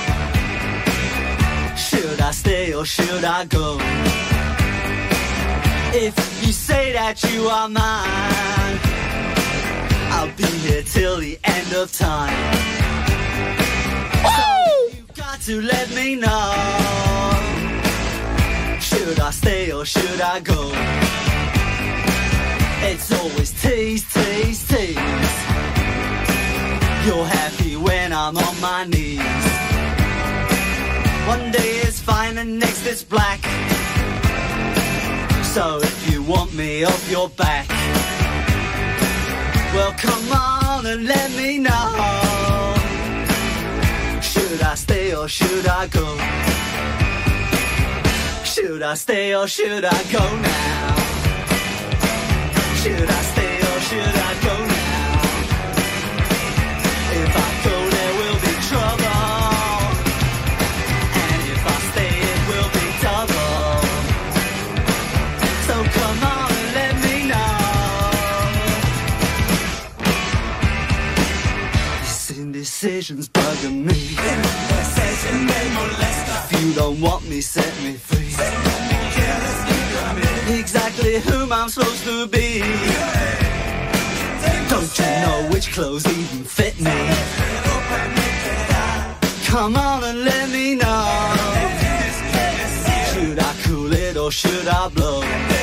Should I stay or should I go? If you say that you are mine, I'll be here till the end of time. So you got to let me know. Should I stay or should I go? It's always tease. You're happy when I'm on my knees. One day is fine and next it's black. So if you want me off your back, well come on and let me know. Should I stay or should I go? Should I stay or should I go now? Should I stay or should I go now? If I go there will be trouble, and if I stay it will be double. So come on and let me know. This indecision's bugging me. If you don't want me, set me free. Exactly whom I'm supposed to be. Don't you know which clothes even fit me? Come on and let me know. Should I cool it or should I blow?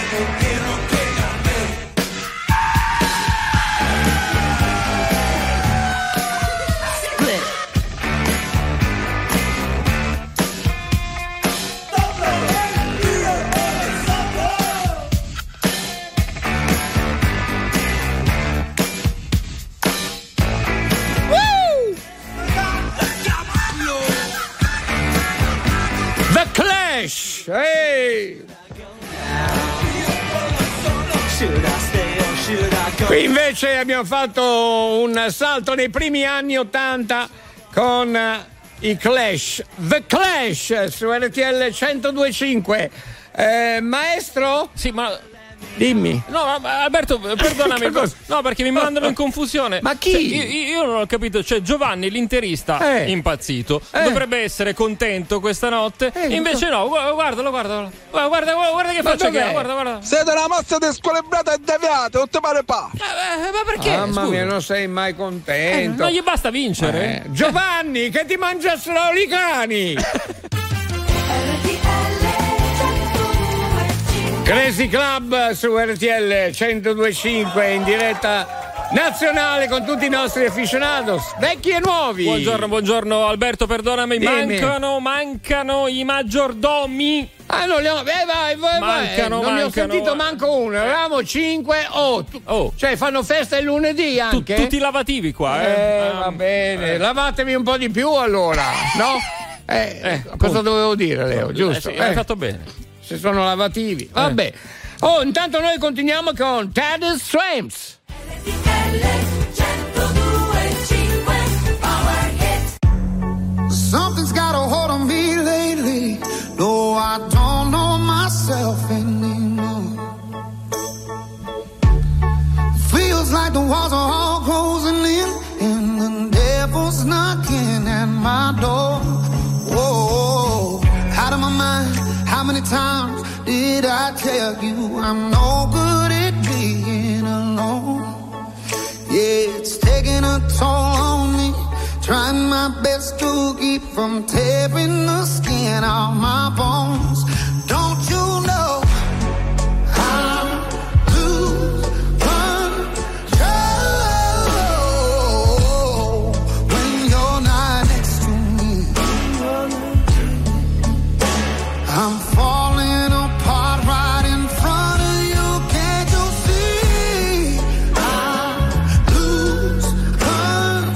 Hey! Qui invece abbiamo fatto un salto nei primi anni '80 con i Clash, The Clash su RTL 102.5. Maestro? Sì, ma dimmi. No, Alberto, perdonami. No, perché mi mandano in confusione. Ma chi? Io non ho capito. Cioè, Giovanni, l'interista, impazzito, dovrebbe essere contento questa notte. Invece no, guardalo. Guarda che faccia che ha. Guarda. Siete una massa di squilibrata e deviate, non ti pare pa. Ma perché? Mamma mia, non sei mai contento. Non gli basta vincere. Giovanni, che ti mangiassero i cani. Crazy Club su RTL 102.5 in diretta nazionale con tutti i nostri aficionados, vecchi e nuovi. Buongiorno Alberto, perdonami, mancano i maggiordomi. Non li ho, vai. Non ne ho sentito manco uno. Eravamo 5. Cioè fanno festa il lunedì anche. Tutti lavativi qua, va bene. Lavatevi un po' di più allora, no? Cosa dovevo dire, Leo? Giusto? Hai fatto bene. Se sono lavativi, vabbè. Intanto noi continuiamo con Teddy Swims. Something's got a hold on me lately. No, I don't know myself anymore. Feels like the walls are all closing in, and the devil's knocking at my door. Whoa, out of my mind. How many times did I tell you I'm no good at being alone? Yeah, it's taking a toll on me. Trying my best to keep from tearing the skin off my bones. Don't you know I'm lose control when you're not next to me? I'm falling apart right in front of you. Can't you see? I lose control.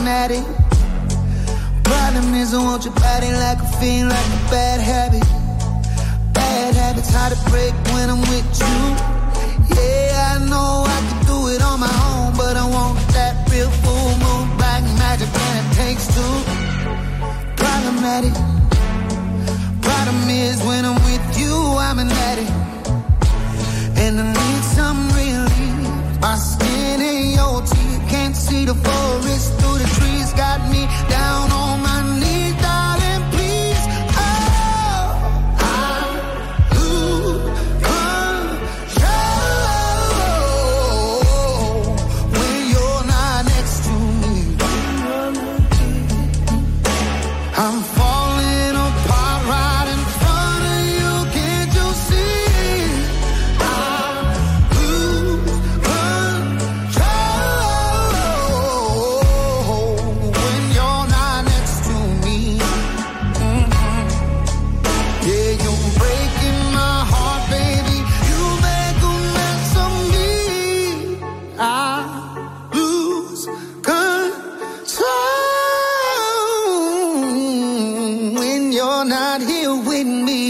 at it. Problem is I want your body like a fiend, like a bad habit. Bad habits hard to break when I'm with you. Yeah, I know I can do it on my own, but I want that real full moon black magic and it takes two. Problematic. Problem is when I'm with you, I'm an addict. And I need some relief. My skin in your teeth, can't see the forest through the trees. Got me down on my knees, darling, please. Oh, I lose control when you're not next to me. I'm falling apart right in front of you, can't you see? I lose control when you're not next to me. Yeah, you're breaking my heart, baby. You make a mess of me. I lose control when you're not here with me.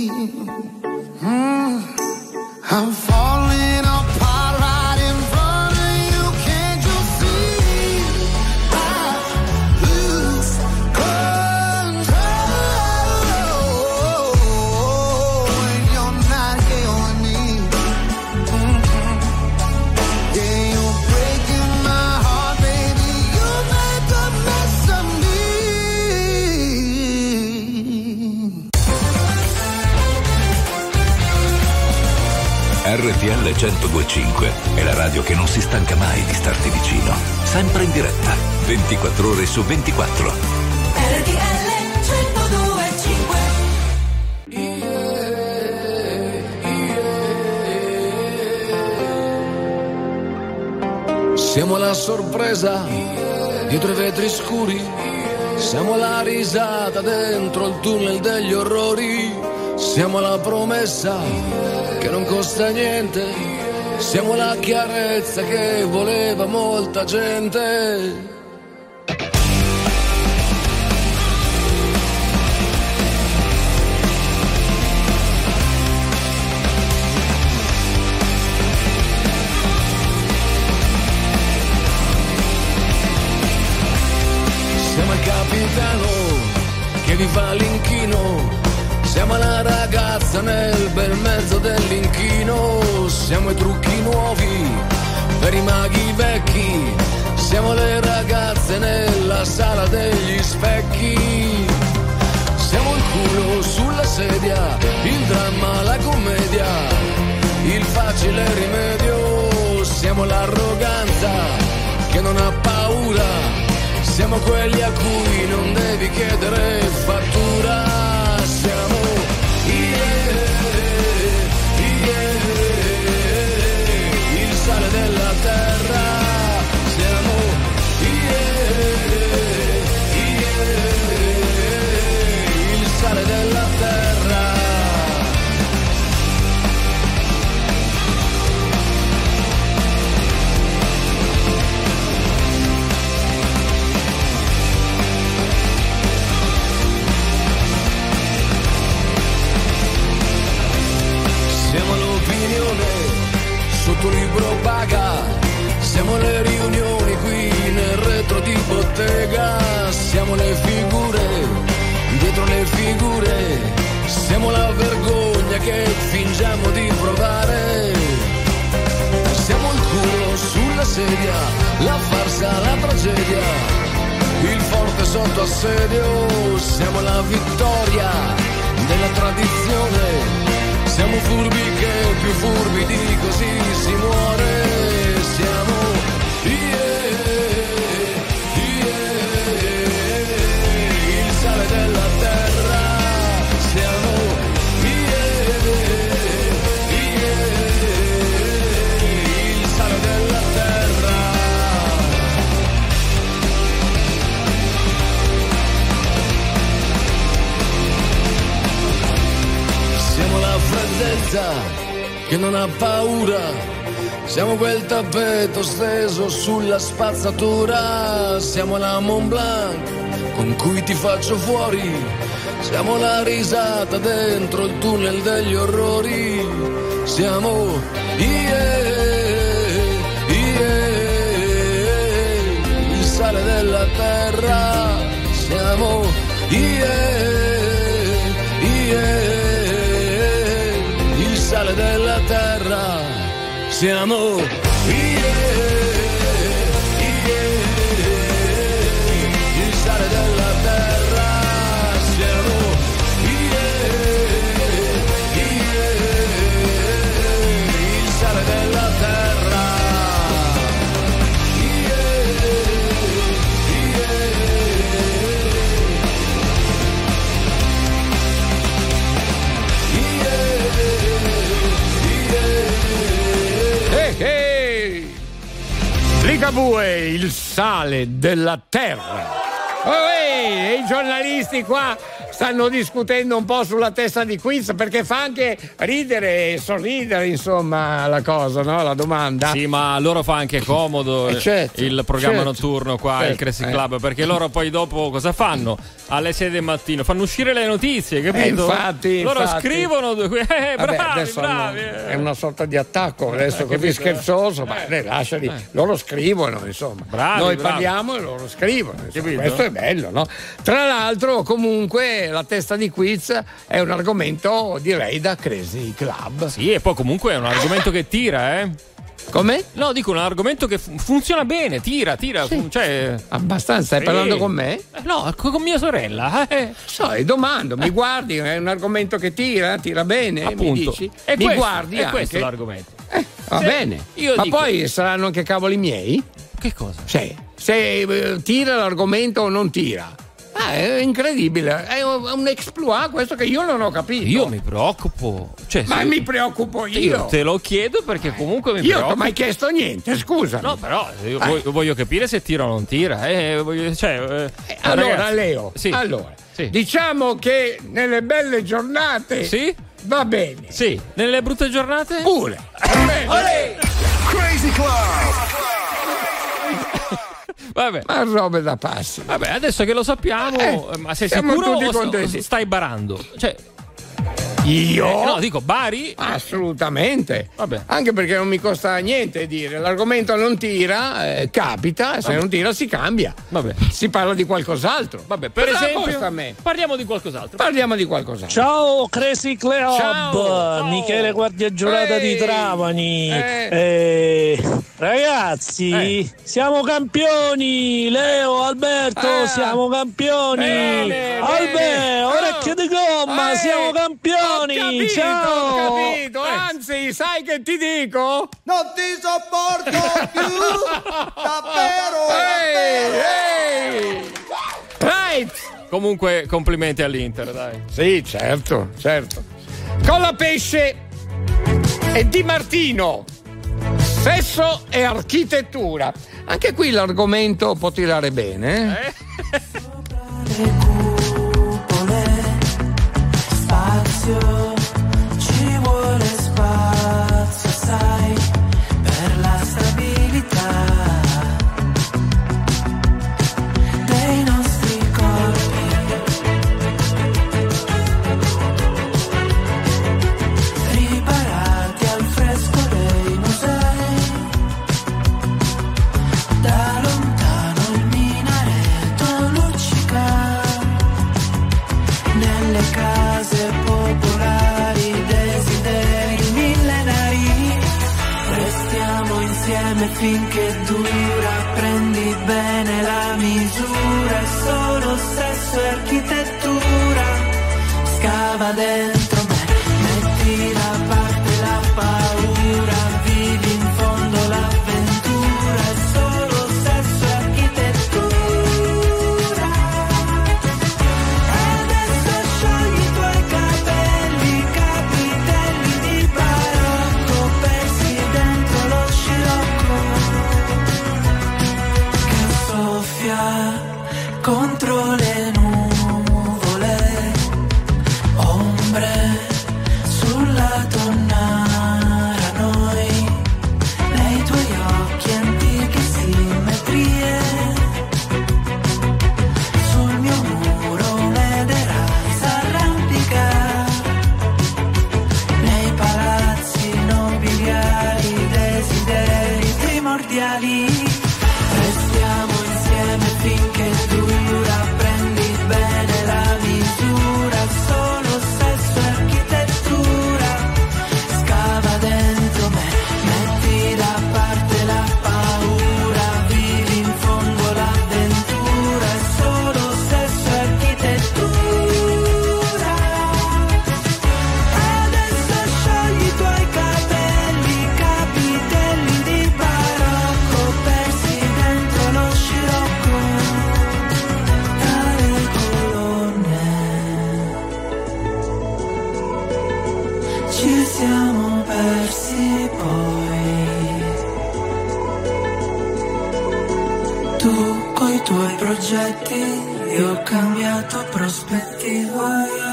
I'm falling apart right in front of you, can't you see? I lose control when you're not here with me. Yeah, you're breaking my heart, baby. You make a mess of me. RTL 102.5 è la radio che non si stanca mai di starti vicino. Sempre in diretta, 24 ore su 24. RTL 102.5. Siamo la sorpresa dietro i vetri scuri, siamo la risata dentro il tunnel degli orrori, siamo la promessa che non costa niente, siamo la chiarezza che voleva molta gente. Siamo il capitano che vi fa l'inchino, siamo la ragazza nel bel mezzo dell'inchino, siamo i trucchi nuovi per i maghi vecchi, siamo le ragazze nella sala degli specchi, siamo il culo sulla sedia, il dramma, la commedia, il facile rimedio, siamo l'arroganza che non ha paura, siamo quelli a cui non devi chiedere fattura. Siamo il sale della terra, siamo il sale della terra. Siamo l'opinione sotto libro paga, siamo le riunioni qui nel retro di bottega, siamo le figure dietro le figure, siamo la vergogna che fingiamo di provare, siamo il culo sulla sedia, la farsa, la tragedia, il forte sotto assedio, siamo la vittoria della tradizione. Siamo furbi che più furbi di così si muore. Siamo il sale della terra. Siamo il sale della terra. Siamo la freddezza che non ha paura, Siamo quel tappeto steso sulla spazzatura, siamo la Mont Blanc con cui ti faccio fuori, siamo la risata dentro il tunnel degli orrori, siamo il sale della terra, siamo il sale della terra, siamo il sale della terra, siamo il sale della terra. Ligabue, il sale della terra. E i giornalisti qua stanno discutendo un po' sulla testa di quiz, perché fa anche ridere e sorridere, insomma, la cosa, no? La domanda. Sì, ma a loro fa anche comodo certo, il programma certo, notturno qua, certo, il Crazy Club, perché loro poi dopo cosa fanno? Alle 6 del mattino fanno uscire le notizie, capito? Infatti, loro scrivono, bravi. È una sorta di attacco adesso così scherzoso, ma lasciali, loro scrivono, insomma. Noi parliamo e loro scrivono, questo è bello, no? Tra l'altro, comunque, la testa di quiz è un argomento, direi, da Crazy Club. Sì, e poi comunque è un argomento che tira, Come? No, dico un argomento che funziona bene, tira, sì. Cioè abbastanza. Stai parlando con me? No, con mia sorella. Domando, mi guardi, è un argomento che tira bene, appunto. Mi dici? Mi guardi è anche. Questo l'argomento. Va bene. Ma dico, poi saranno anche cavoli miei? Che cosa? Se tira l'argomento o non tira. È incredibile, è un exploit questo che io non ho capito. Io mi preoccupo. Mi preoccupo io. Io te lo chiedo perché comunque mi preoccupo. Io non ho mai chiesto niente, scusa. No, però voglio capire se tira o non tira. Allora, ragazzi, Leo, sì. Diciamo che nelle belle giornate va bene. Sì, nelle brutte giornate? Pure. Crazy Club. Vabbè. Ma robe da passi. Vabbè, adesso che lo sappiamo, ma sei sicuro o stai barando? Io? No, dico bari? Assolutamente. Vabbè. Anche perché non mi costa niente dire. L'argomento non tira, capita, se non tira si cambia. Vabbè. Si parla di qualcos'altro. Vabbè, per esempio, parliamo di qualcos'altro. Ciao Crazy Club. Ciao. Michele Guardia Giurata di Trapani. Ragazzi, siamo campioni. Leo, Alberto, siamo campioni. Bene, orecchie di gomma, siamo campioni. Ho capito. Anzi, sai che ti dico? Non ti sopporto più, davvero. Right. Comunque, complimenti all'Inter, dai. Sì, certo. Colapesce e Di Martino. Sesso e architettura. Anche qui l'argomento può tirare bene. Ci vuole spazio, sai, per la stabilità dei nostri corpi. Riparati al fresco dei musei, da lontano il minareto luccica nelle case popolari, desideri millenari. Restiamo insieme finché dura, prendi bene la misura, è solo sesso e architettura. Scava dentro me, metti da parte la paura, vivi in fondo l'avventura, è solo sesso e architettura. Sciogli i tuoi capelli, capitelli di barocco, persi dentro lo scirocco che soffia contro le nuvole, ombre sul lato nara, noi oggetti, io ho cambiato prospettiva.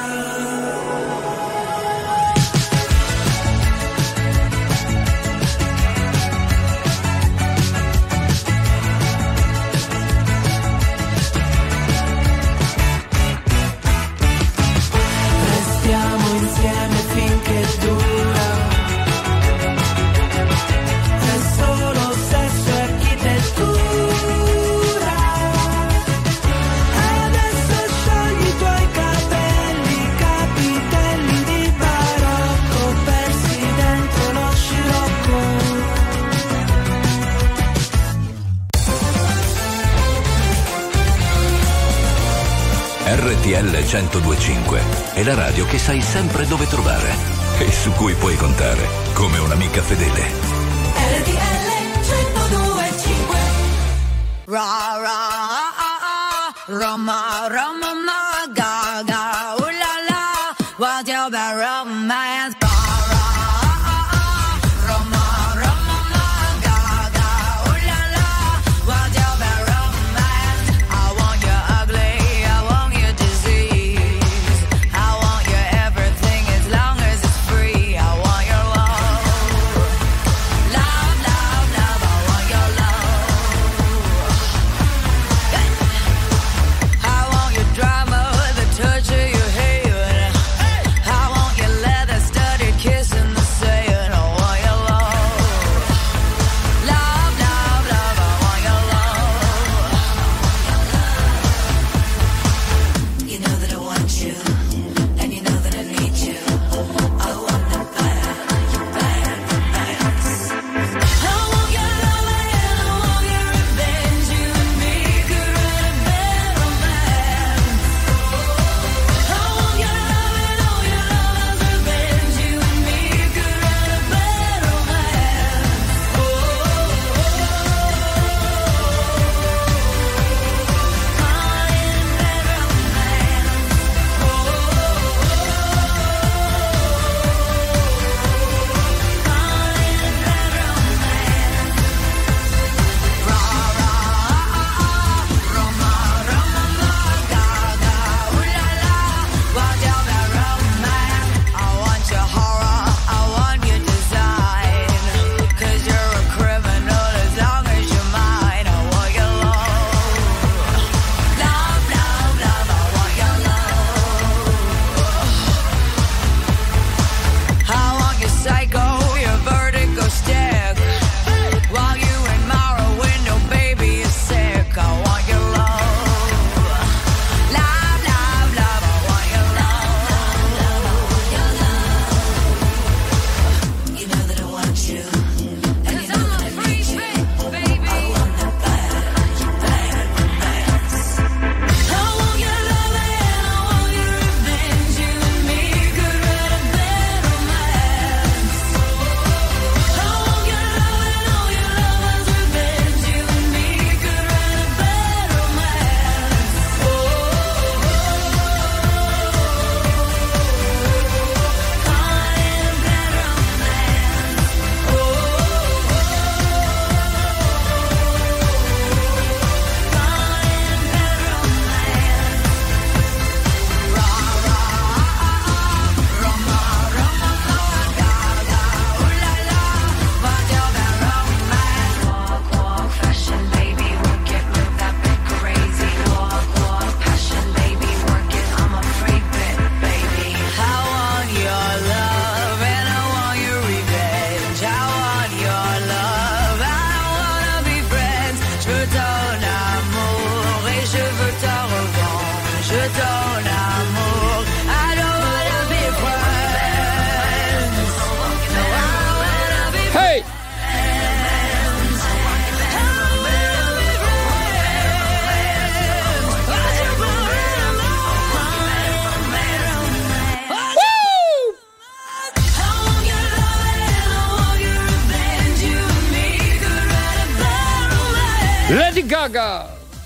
Restiamo insieme finché dura. È solo sesso e architettura. Adesso sciogli i tuoi capelli, capitelli di barocco, persi dentro lo scirocco. RTL 102.5 è la radio che sai sempre dove trovare e su cui puoi contare come un'amica fedele. RTL 102.5. Ra ra Roma Roma ma ga ga ooh la la, what's your bad romance? Lady Gaga.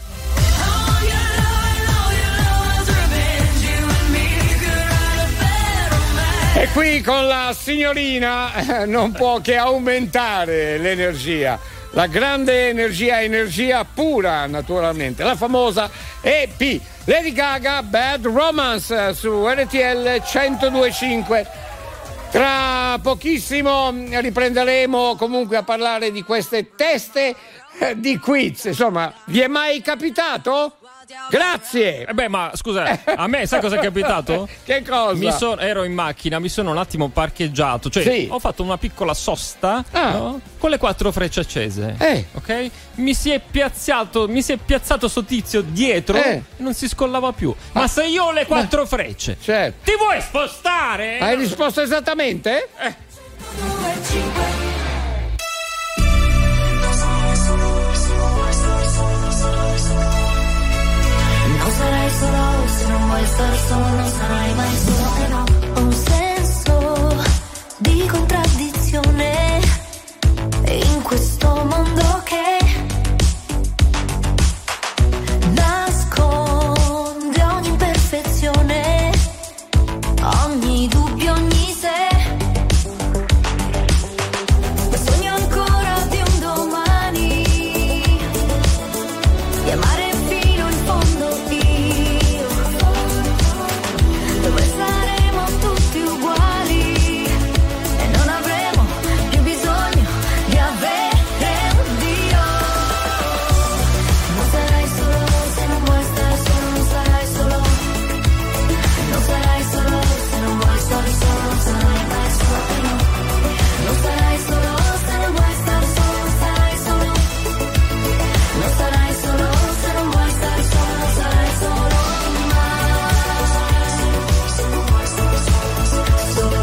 E qui con la signorina non può che aumentare l'energia. la grande energia pura, naturalmente, la famosa EP. Lady Gaga, Bad Romance su RTL 102.5. Tra pochissimo riprenderemo comunque a parlare di queste teste di quiz. Insomma, vi è mai capitato? Grazie. Ma scusa, a me sai cosa è capitato? Che cosa? Ero in macchina, mi sono un attimo parcheggiato, cioè sì. Ho fatto una piccola sosta, no? Con le 4 frecce accese. Ok? Mi si è piazzato sto tizio dietro e non si scollava più. Ma se io ho le 4 frecce, certo. Ti vuoi spostare? Hai risposto esattamente? Non sarai solo se non vuoi stare solo, non sarai mai solo e no. Ho un senso di contraddizione in questo mondo che nasconde ogni imperfezione, ogni dubbio, ogni se. Sogno ancora di un domani, di amare fino in fondo io, dove saremo tutti uguali e non avremo più bisogno di avere un Dio. Non sarai solo se non vuoi stare solo, non sarai solo. Non sarai solo se non vuoi stare solo, non sarai mai solo. Non sarai solo se non vuoi stare solo, non sarai solo. Non sarai solo se non vuoi stare solo, non sarai solo mai. Solo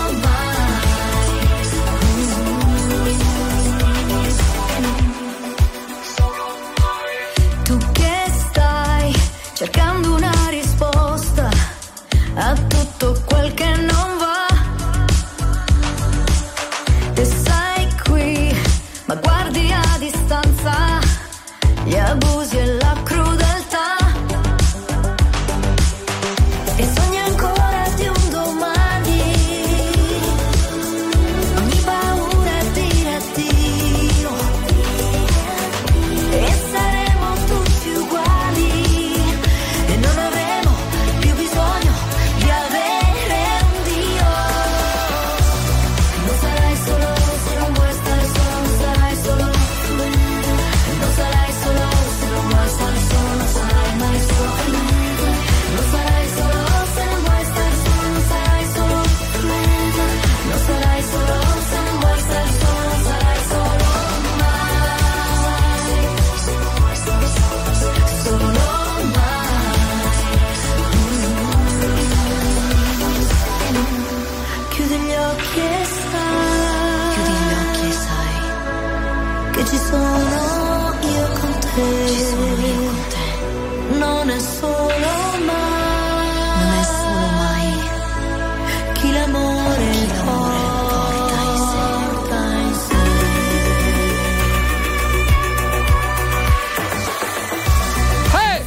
mai. Tu che stai cercando una risposta a tutto quel che non va, e sei qui, ma guardi a distanza gli abusi e la crudeltà, e sogni ancora di un domani, ogni paura è dire addio, e saremo tutti uguali e non avremo più bisogno di avere un Dio. Non sarai solo se non vuoi stare solo, non sarai solo. Non sarai solo se non vuoi stare solo, non sarai mai solo. Non sarai solo se non vuoi stare solo, non sarai solo. Non sarai solo se non vuoi stare solo, non sarai solo mai. Solo mai. Chiudi gli occhi e sai. Chiudi gli occhi e sai che ci sono io con te. Ci sono io con te. Non è solo mai. Non è solo mai. Chi l'amore porta in sé. Hey!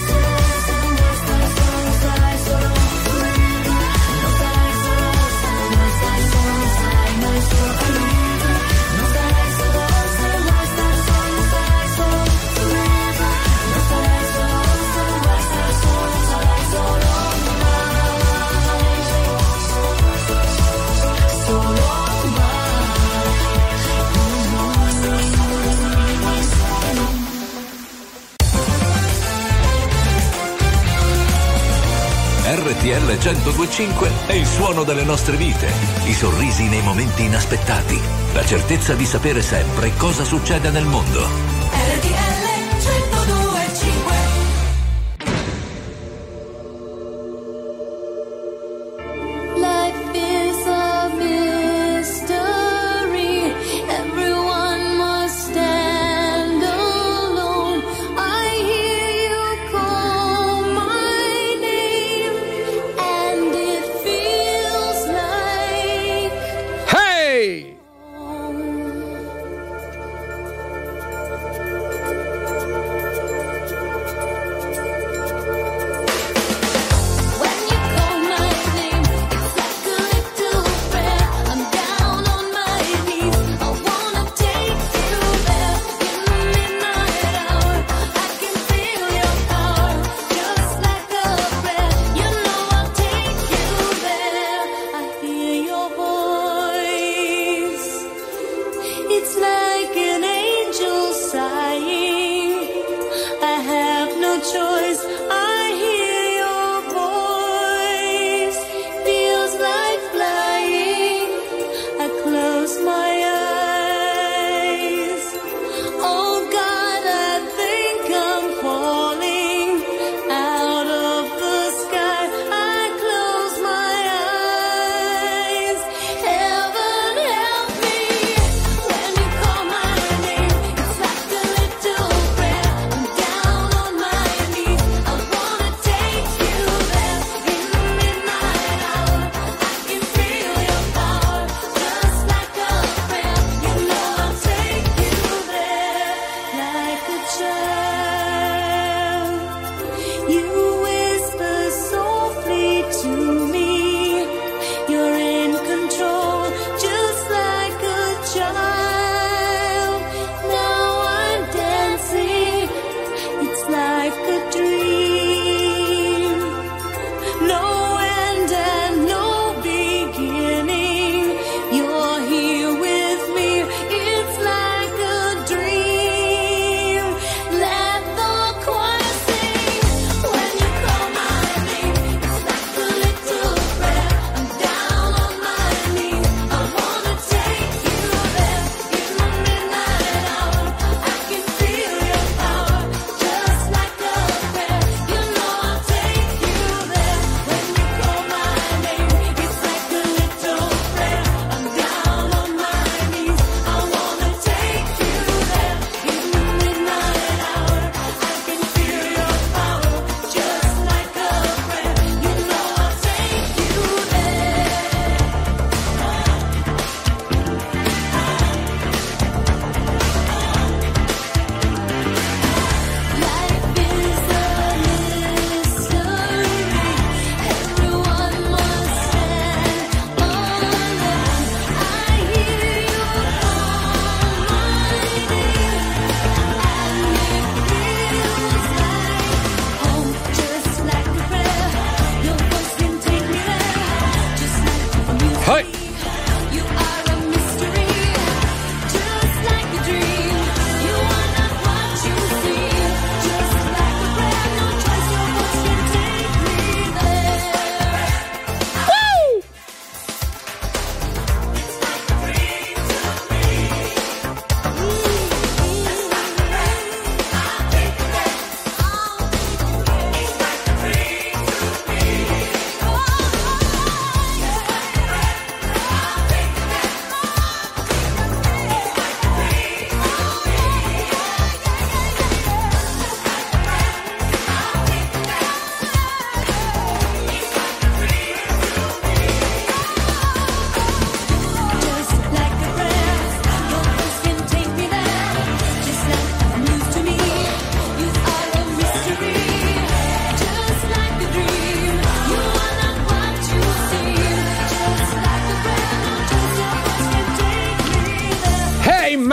RTL 102.5 è il suono delle nostre vite, i sorrisi nei momenti inaspettati, la certezza di sapere sempre cosa succede nel mondo. RTL 102.5. Life is a mystery. Everyone must stand alone. I hear you call my name, and it feels like Hey!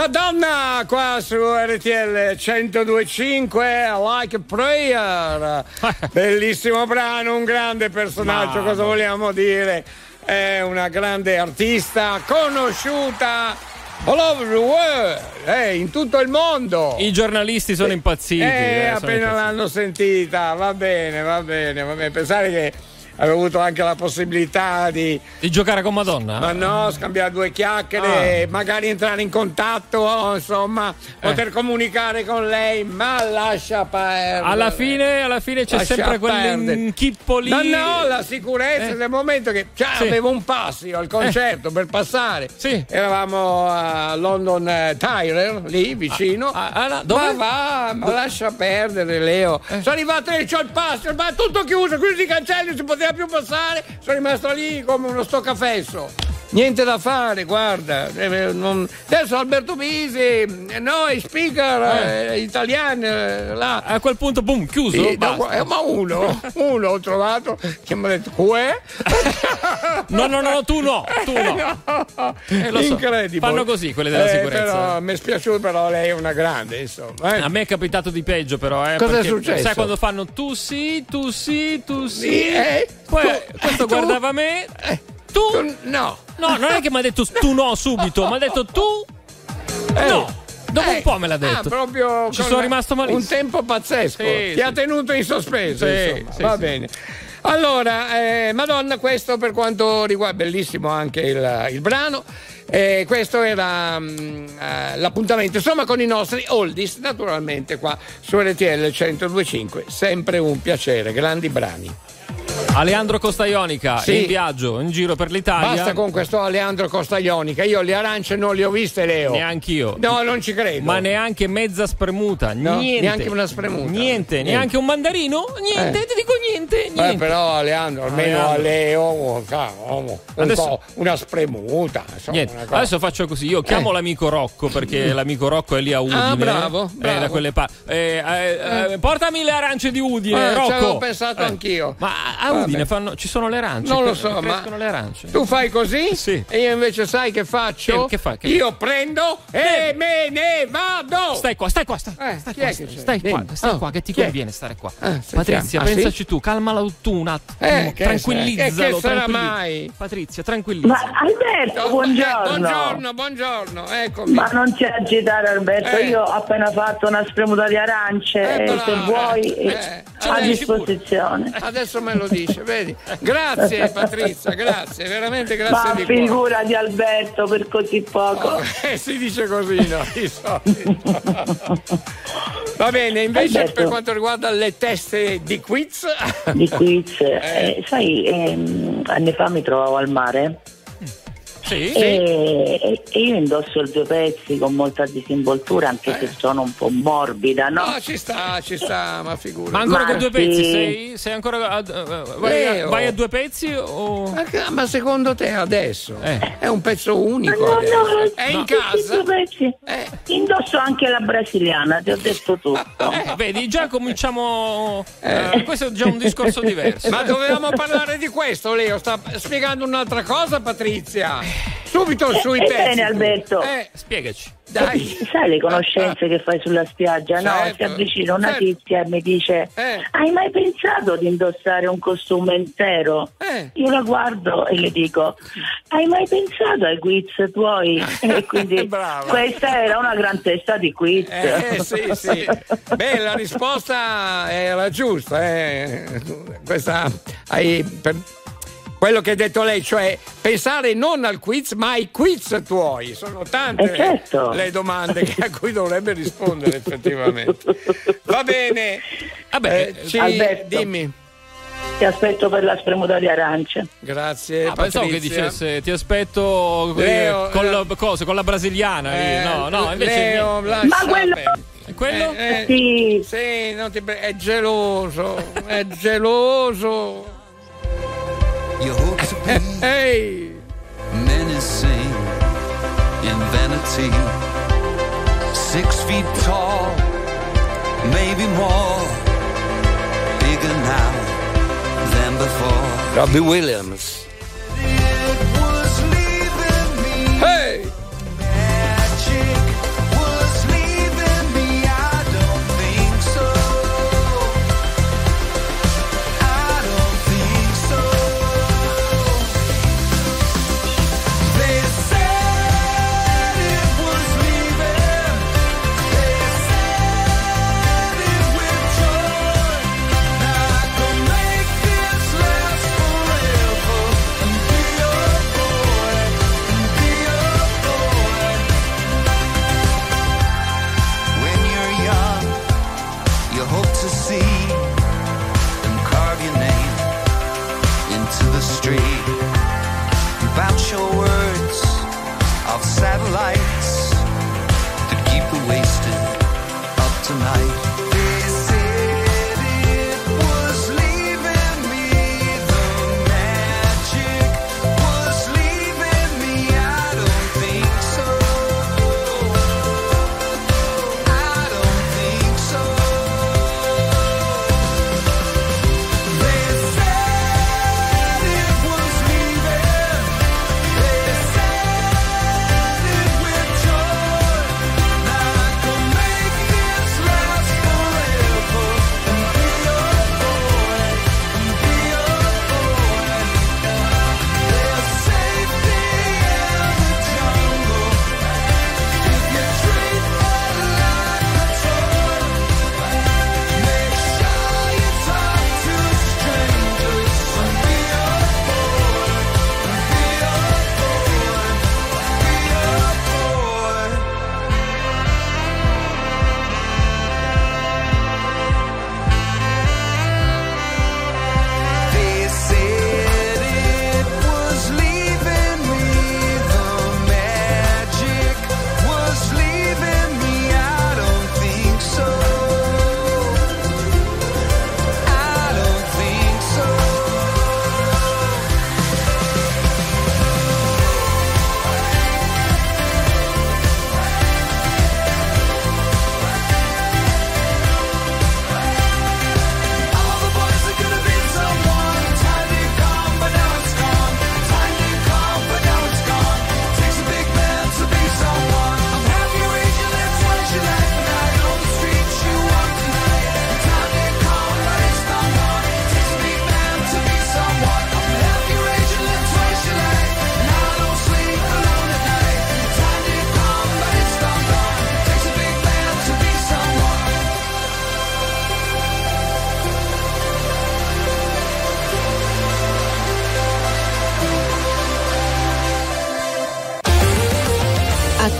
Madonna qua su RTL 102.5, Like a Prayer. Bellissimo brano, un grande personaggio, cosa vogliamo dire? È una grande artista conosciuta all over the world, in tutto il mondo. I giornalisti sono impazziti. Appena l'hanno sentita, va bene. Pensare che avevo avuto anche la possibilità di giocare con Madonna? Ma no, scambiare due chiacchiere, magari entrare in contatto, insomma, poter comunicare con lei, ma lascia perdere. Alla fine c'è sempre quell'inchippo lì. No, la sicurezza del momento che avevo un passo al concerto per passare. Sì. Eravamo a London Tyler, lì vicino. Dove? Ma lascia perdere, Leo. Sono arrivato e c'ho il passo, ma è tutto chiuso, chiusi i cancelli, non si poteva più passare, sono rimasto lì come uno stoccafesso. Niente da fare, guarda. Adesso Alberto Bisi, noi speaker italiani là. A quel punto, boom, chiuso. Ma uno ho trovato che mi ha detto Uè? No, tu no. Lo so. Incredibile. Fanno così quelle della sicurezza. Però mi è spiaciuto, però lei è una grande, insomma. A me è capitato di peggio, però. Cosa è successo? Sai quando fanno tu sì. Poi questo guardava me. Tu? No, non è che mi ha detto tu no subito, mi ha detto tu no. Dopo un po' me l'ha detto. Proprio ci sono rimasto malissimo. Un tempo pazzesco. Ti ha tenuto in sospeso. Va bene. Allora, Madonna, questo per quanto riguarda, bellissimo anche il brano. Questo era l'appuntamento, insomma, con i nostri oldies, naturalmente qua su RTL 102.5. Sempre un piacere, grandi brani. Aleandro Costa Ionica in viaggio, in giro per l'Italia. Basta con questo Aleandro Costa Ionica. Io le arance non le ho viste, Leo. Neanch'io. No, non ci credo. Ma neanche mezza spremuta. No, niente. Neanche una spremuta. Niente. Neanche un mandarino. Niente, ti dico niente. Però Aleandro, almeno a Leo, adesso una spremuta. Insomma, niente. Adesso faccio così. Io chiamo l'amico Rocco, perché l'amico Rocco è lì a Udine. Ah, bravo. Da quelle portami le arance di Udine, Rocco. Ci avevo pensato anch'io. Ma a Udine ci sono le arance. Non lo so, ma le arance. Tu fai così? Sì. E io invece sai che faccio? Che fai? Io prendo e me ne vado. Stai qua. Stai qua, che ti conviene stare qua. Patrizia, pensaci tu, calmala tu un attimo. Tranquillizzalo. Che sarà mai? Patrizia, tranquillizza. Ma Alberto, buongiorno, eccomi. Ma non ti agitare, Alberto. Io ho appena fatto una spremuta di arance, se vuoi a disposizione. Adesso me lo dice, vedi? Grazie Patrizia, grazie, veramente grazie. Ma di figura di Alberto per così poco. Si dice così, no? Di solito. Va bene, invece Alberto, per quanto riguarda le teste di quiz. Sai, anni fa mi trovavo al mare. E io indosso il 2 pezzi con molta disinvoltura, anche se sono un po' morbida, no? No, ci sta, ma figura. Ma ancora con 2 pezzi? Sei ancora vai a 2 pezzi o? Ma secondo te adesso è un pezzo unico? No, è in casa? 2 pezzi. Indosso anche la brasiliana, ti ho detto tutto. Vedi, già cominciamo. Questo è già un discorso diverso. Ma dovevamo parlare di questo, Leo. Sta spiegando un'altra cosa, Patrizia. Subito sui pezzi. Bene, Alberto. Spiegaci. Dai. Sai le conoscenze che fai sulla spiaggia, certo, no? Si avvicina una tizia e mi dice hai mai pensato di indossare un costume intero? Io la guardo e le dico hai mai pensato ai quiz tuoi? E quindi questa era una gran testa di quiz. Sì. Beh, la risposta era giusta. Questa quello che ha detto lei, cioè pensare non al quiz ma ai quiz tuoi. Sono tante le domande a cui dovrebbe rispondere effettivamente. Va bene. Vabbè, Alberto, dimmi. Ti aspetto per la spremuta di arance. Grazie. Pensavo che dicesse ti aspetto Leo, con la brasiliana. No, invece Leo, ma quello quello? Sì, non è geloso. È geloso. You hope to be menacing in vanity, 6 feet tall, maybe more, bigger now than before. Robbie Williams. It was leaving me magic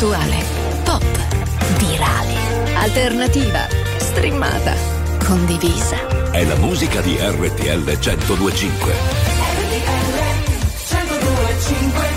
attuale, pop, virale, alternativa, streamata, condivisa. È la musica di RTL 102.5. RTL 102.5.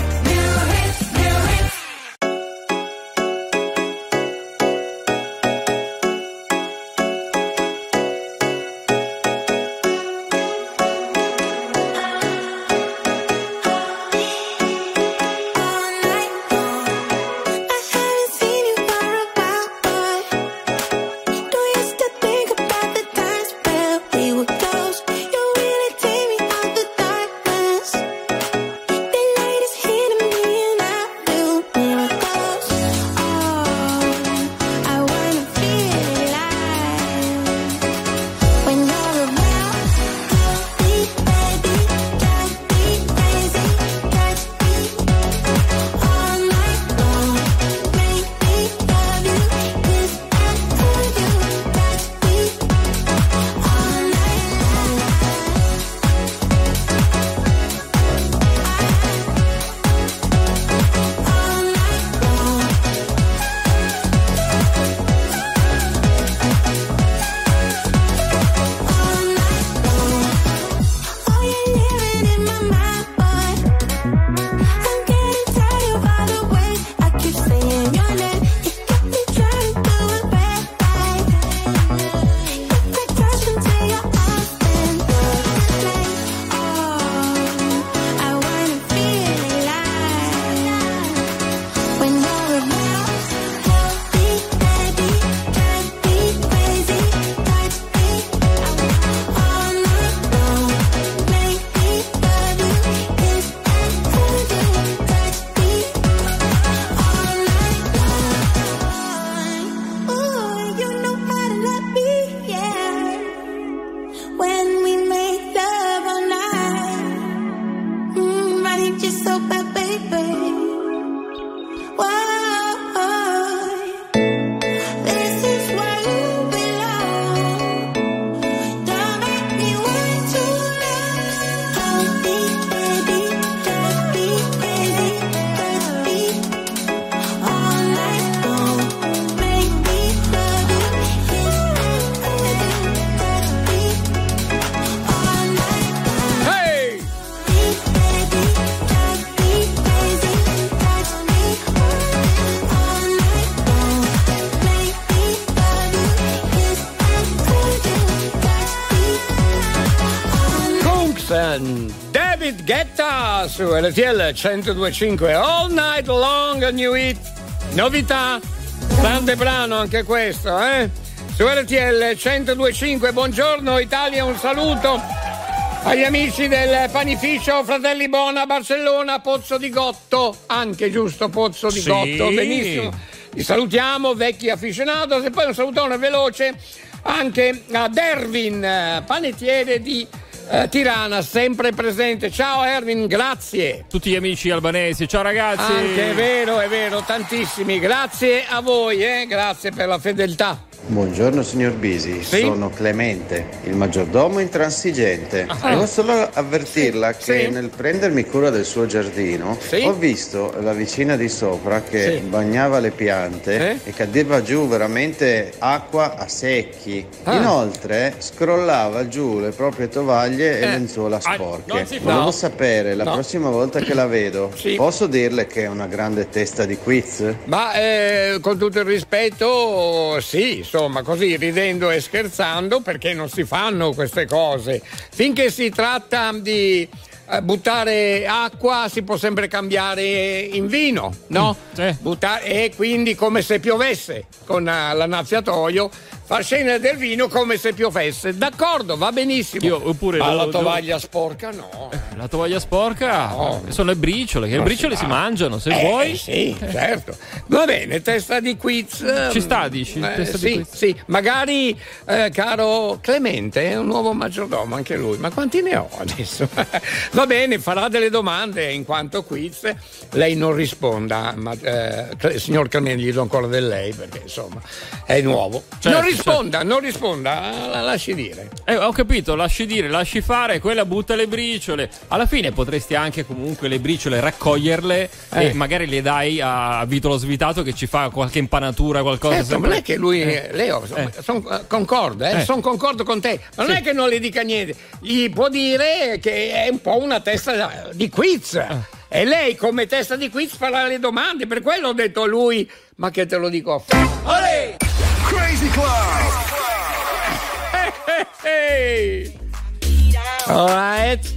David Guetta su RTL 102.5 All Night Long, a new hit, novità, grande brano anche questo, su RTL 102.5. Buongiorno Italia, un saluto agli amici del panificio Fratelli Bona Barcellona, Pozzo di Gotto, anche giusto Pozzo di Gotto, benissimo, li salutiamo, vecchi afficionados, e poi un salutone veloce anche ad Erwin, panettiere di Tirana, sempre presente. Ciao Erwin, grazie. Tutti gli amici albanesi, ciao ragazzi. Anche è vero, tantissimi. Grazie a voi, grazie per la fedeltà. Buongiorno signor Bisi, sono Clemente, il maggiordomo intransigente. Devo solo avvertirla che nel prendermi cura del suo giardino ho visto la vicina di sopra che bagnava le piante e cadeva giù veramente acqua a secchi. Inoltre scrollava giù le proprie tovaglie e lenzuola sporche. Volevo sapere, la prossima volta che la vedo, posso dirle che è una grande testa di quiz? Ma con tutto il rispetto, sì, insomma, così ridendo e scherzando, perché non si fanno queste cose. Finché si tratta di buttare acqua si può sempre cambiare in vino, no? E quindi come se piovesse con l'annaffiatoio, far scendere del vino come se piovesse. D'accordo, va benissimo. Ma la tovaglia sporca no. La tovaglia sporca sono le briciole, che le briciole si mangiano, se vuoi. Sì, certo. Va bene, testa di quiz. Ci sta, dici? Testa di quiz. Sì, magari caro Clemente, è un nuovo maggiordomo anche lui. Ma quanti ne ho adesso? Va bene, farà delle domande in quanto quiz. Lei non risponda, ma signor Clemente, gli do ancora del lei perché insomma è nuovo. Certo. Non risponda, non risponda, la lasci dire. Ho capito, lasci dire, lasci fare, quella butta le briciole. Alla fine potresti anche comunque le briciole raccoglierle e magari le dai a Vito lo Svitato che ci fa qualche impanatura, qualcosa. Certo, non è che lui, Leo, sono concordo con te, ma non è che non le dica niente, gli può dire che è un po' una testa di quiz. E lei come testa di quiz farà le domande, per quello ho detto a lui, ma che te lo dico. Olè! Crazy Club! Hey! All right.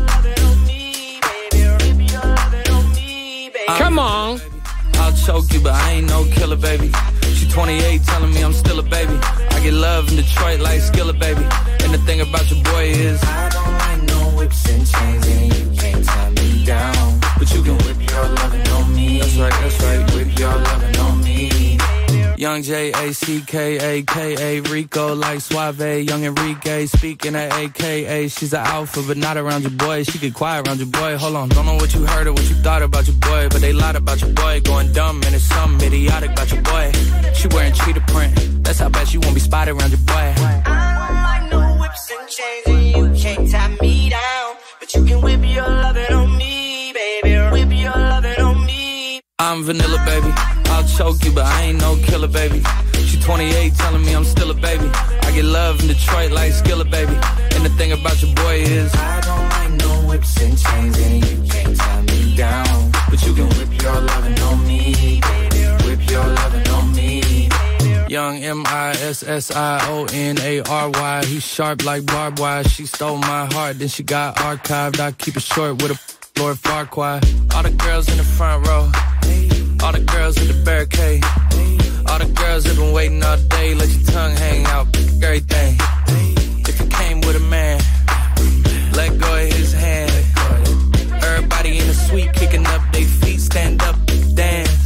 Come on. I'll choke you, but I ain't no killer, baby. She 28, telling me I'm still a baby. I get love in Detroit like Skillet, baby. And the thing about your boy is I don't like no whips and chains, and you can't tie me down. But you can whip your lovin' on me. That's right, whip your lovin' on me. Young J-A-C-K-A-K-A, Rico like Suave, Young Enrique, speaking at AKA. She's an alpha, but not around your boy. She get quiet around your boy. Hold on, don't know what you heard or what you thought about your boy, but they lied about your boy. Going dumb, and it's something idiotic about your boy. She wearing cheetah print, that's how bad she won't be spotted around your boy. I don't like no whips and chains, and you can't tie me down. But you can whip your lovin' on me, baby. Whip your lovin' on me. I'm vanilla, baby. I'll choke you, but I ain't no killer, baby. She 28, telling me I'm still a baby. I get love in Detroit like Skillet, baby. And the thing about your boy is I don't like no whips and chains, and you can't tie me down. But you can whip your lovin' on me, baby. Whip your lovin' on me. Young M-I-S-S-I-O-N-A-R-Y. He's sharp like barbed wire. She stole my heart, then she got archived. I keep it short with a Lord Farquaad. All the girls in the front row, all the girls in the barricade, all the girls have been waiting all day. Let your tongue hang out, everything. If you came with a man, let go of his hand. Everybody in the suite kicking up their feet, stand up, dance.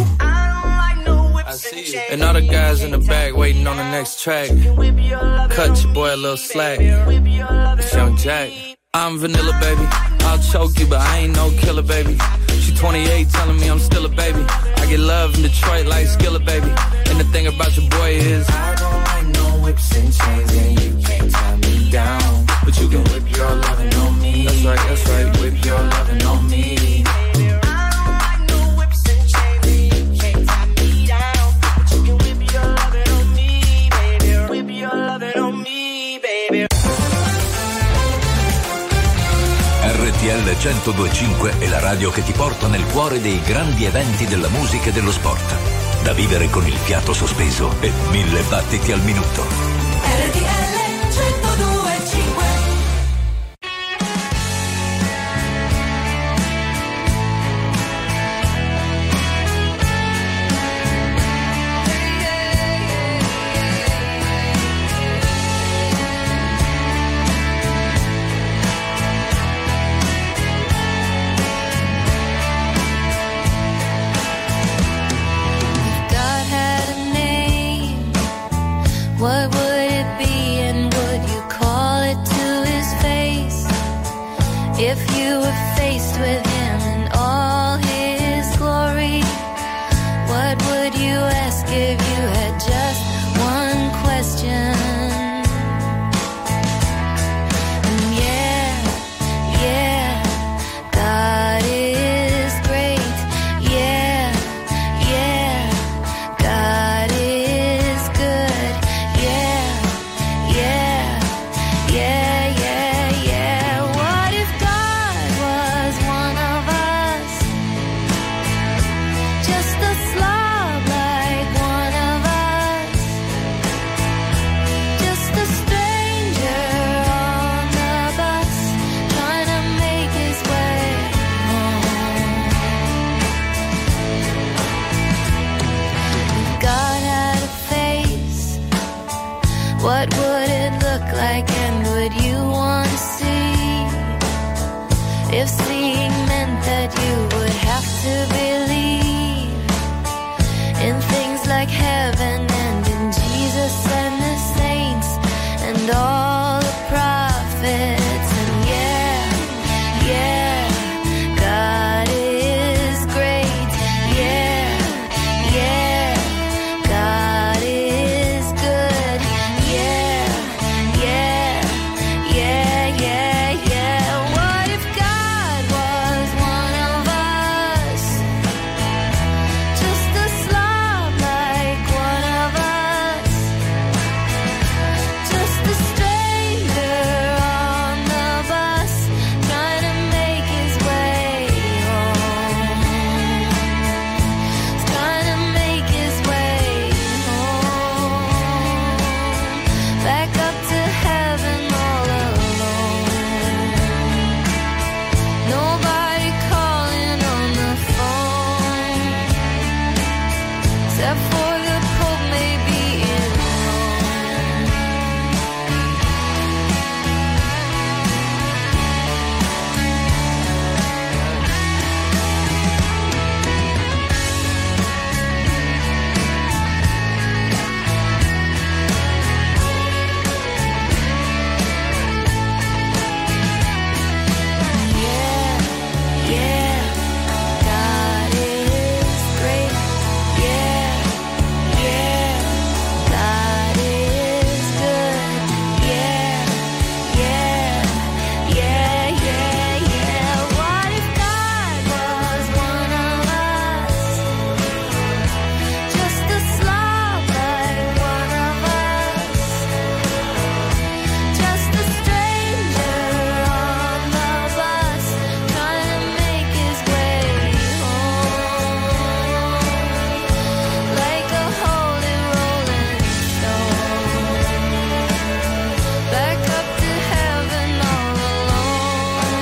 I see you. And all the guys in the back waiting on the next track. Cut your boy a little slack. It's Young Jack. I'm vanilla, baby. I'll choke you, but I ain't no killer, baby. She 28, telling me I'm still a baby. I get love in Detroit like Skillet, baby. And the thing about your boy is I don't like no whips and chains, and you can't tie me down. But you can whip your lovin' on me. That's right, whip your lovin' on me. RTL 102.5 è la radio che ti porta nel cuore dei grandi eventi della musica e dello sport. Da vivere con il fiato sospeso e 1000 battiti al minuto. RTL 102.5. What would it be, and would you call it to his face? If you were faced with him in all his glory, what would you ask if you had just one question? And yeah, God is great. Yeah, God is good. Yeah. What if God was one of us? Just a slob like one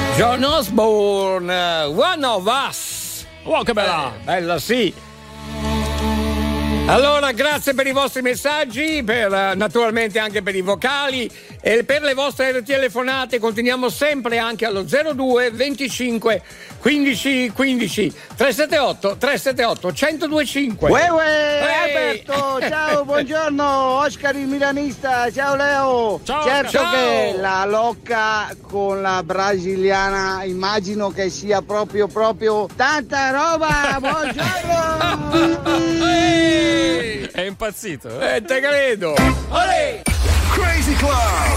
John Osborne, One of Us. Oh, che bella! Bella, sì. Allora, grazie per i vostri messaggi, naturalmente anche per i vocali e per le vostre telefonate. Continuiamo sempre anche allo 02 25 15 15 378 1025. Alberto, ciao, buongiorno, Oscar il milanista, ciao Leo. Ciao, certo ciao. Che la locca con la brasiliana immagino che sia proprio tanta roba, buongiorno. È impazzito. Te credo. Olè! Crazy Club.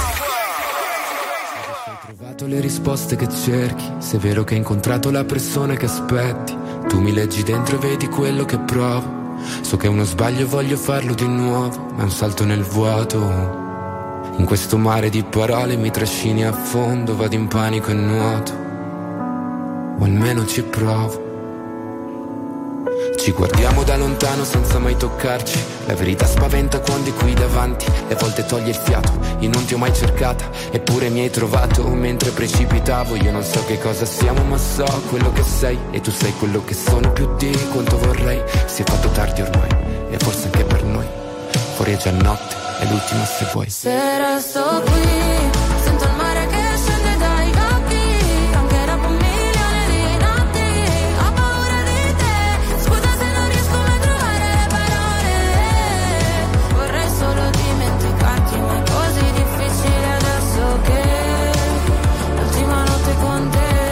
Hai trovato le risposte che cerchi, se è vero che hai incontrato la persona che aspetti, tu mi leggi dentro e vedi quello che provo. So che è uno sbaglio e voglio farlo di nuovo, ma è un salto nel vuoto. In questo mare di parole mi trascini a fondo, vado in panico e nuoto, o almeno ci provo. Ci guardiamo da lontano senza mai toccarci, la verità spaventa quando è qui davanti, e a volte toglie il fiato, io non ti ho mai cercata, eppure mi hai trovato mentre precipitavo. Io non so che cosa siamo ma so quello che sei, e tu sei quello che sono più di quanto vorrei. Si è fatto tardi ormai, e forse anche per noi, fuori è già notte, è l'ultima se vuoi. Se resto qui, sento il mare che scende dai occhi, anche dopo un milione di notti, ho paura di te, scusa se non riesco mai a trovare le parole, vorrei solo dimenticarti, ma è così difficile adesso che l'ultima notte con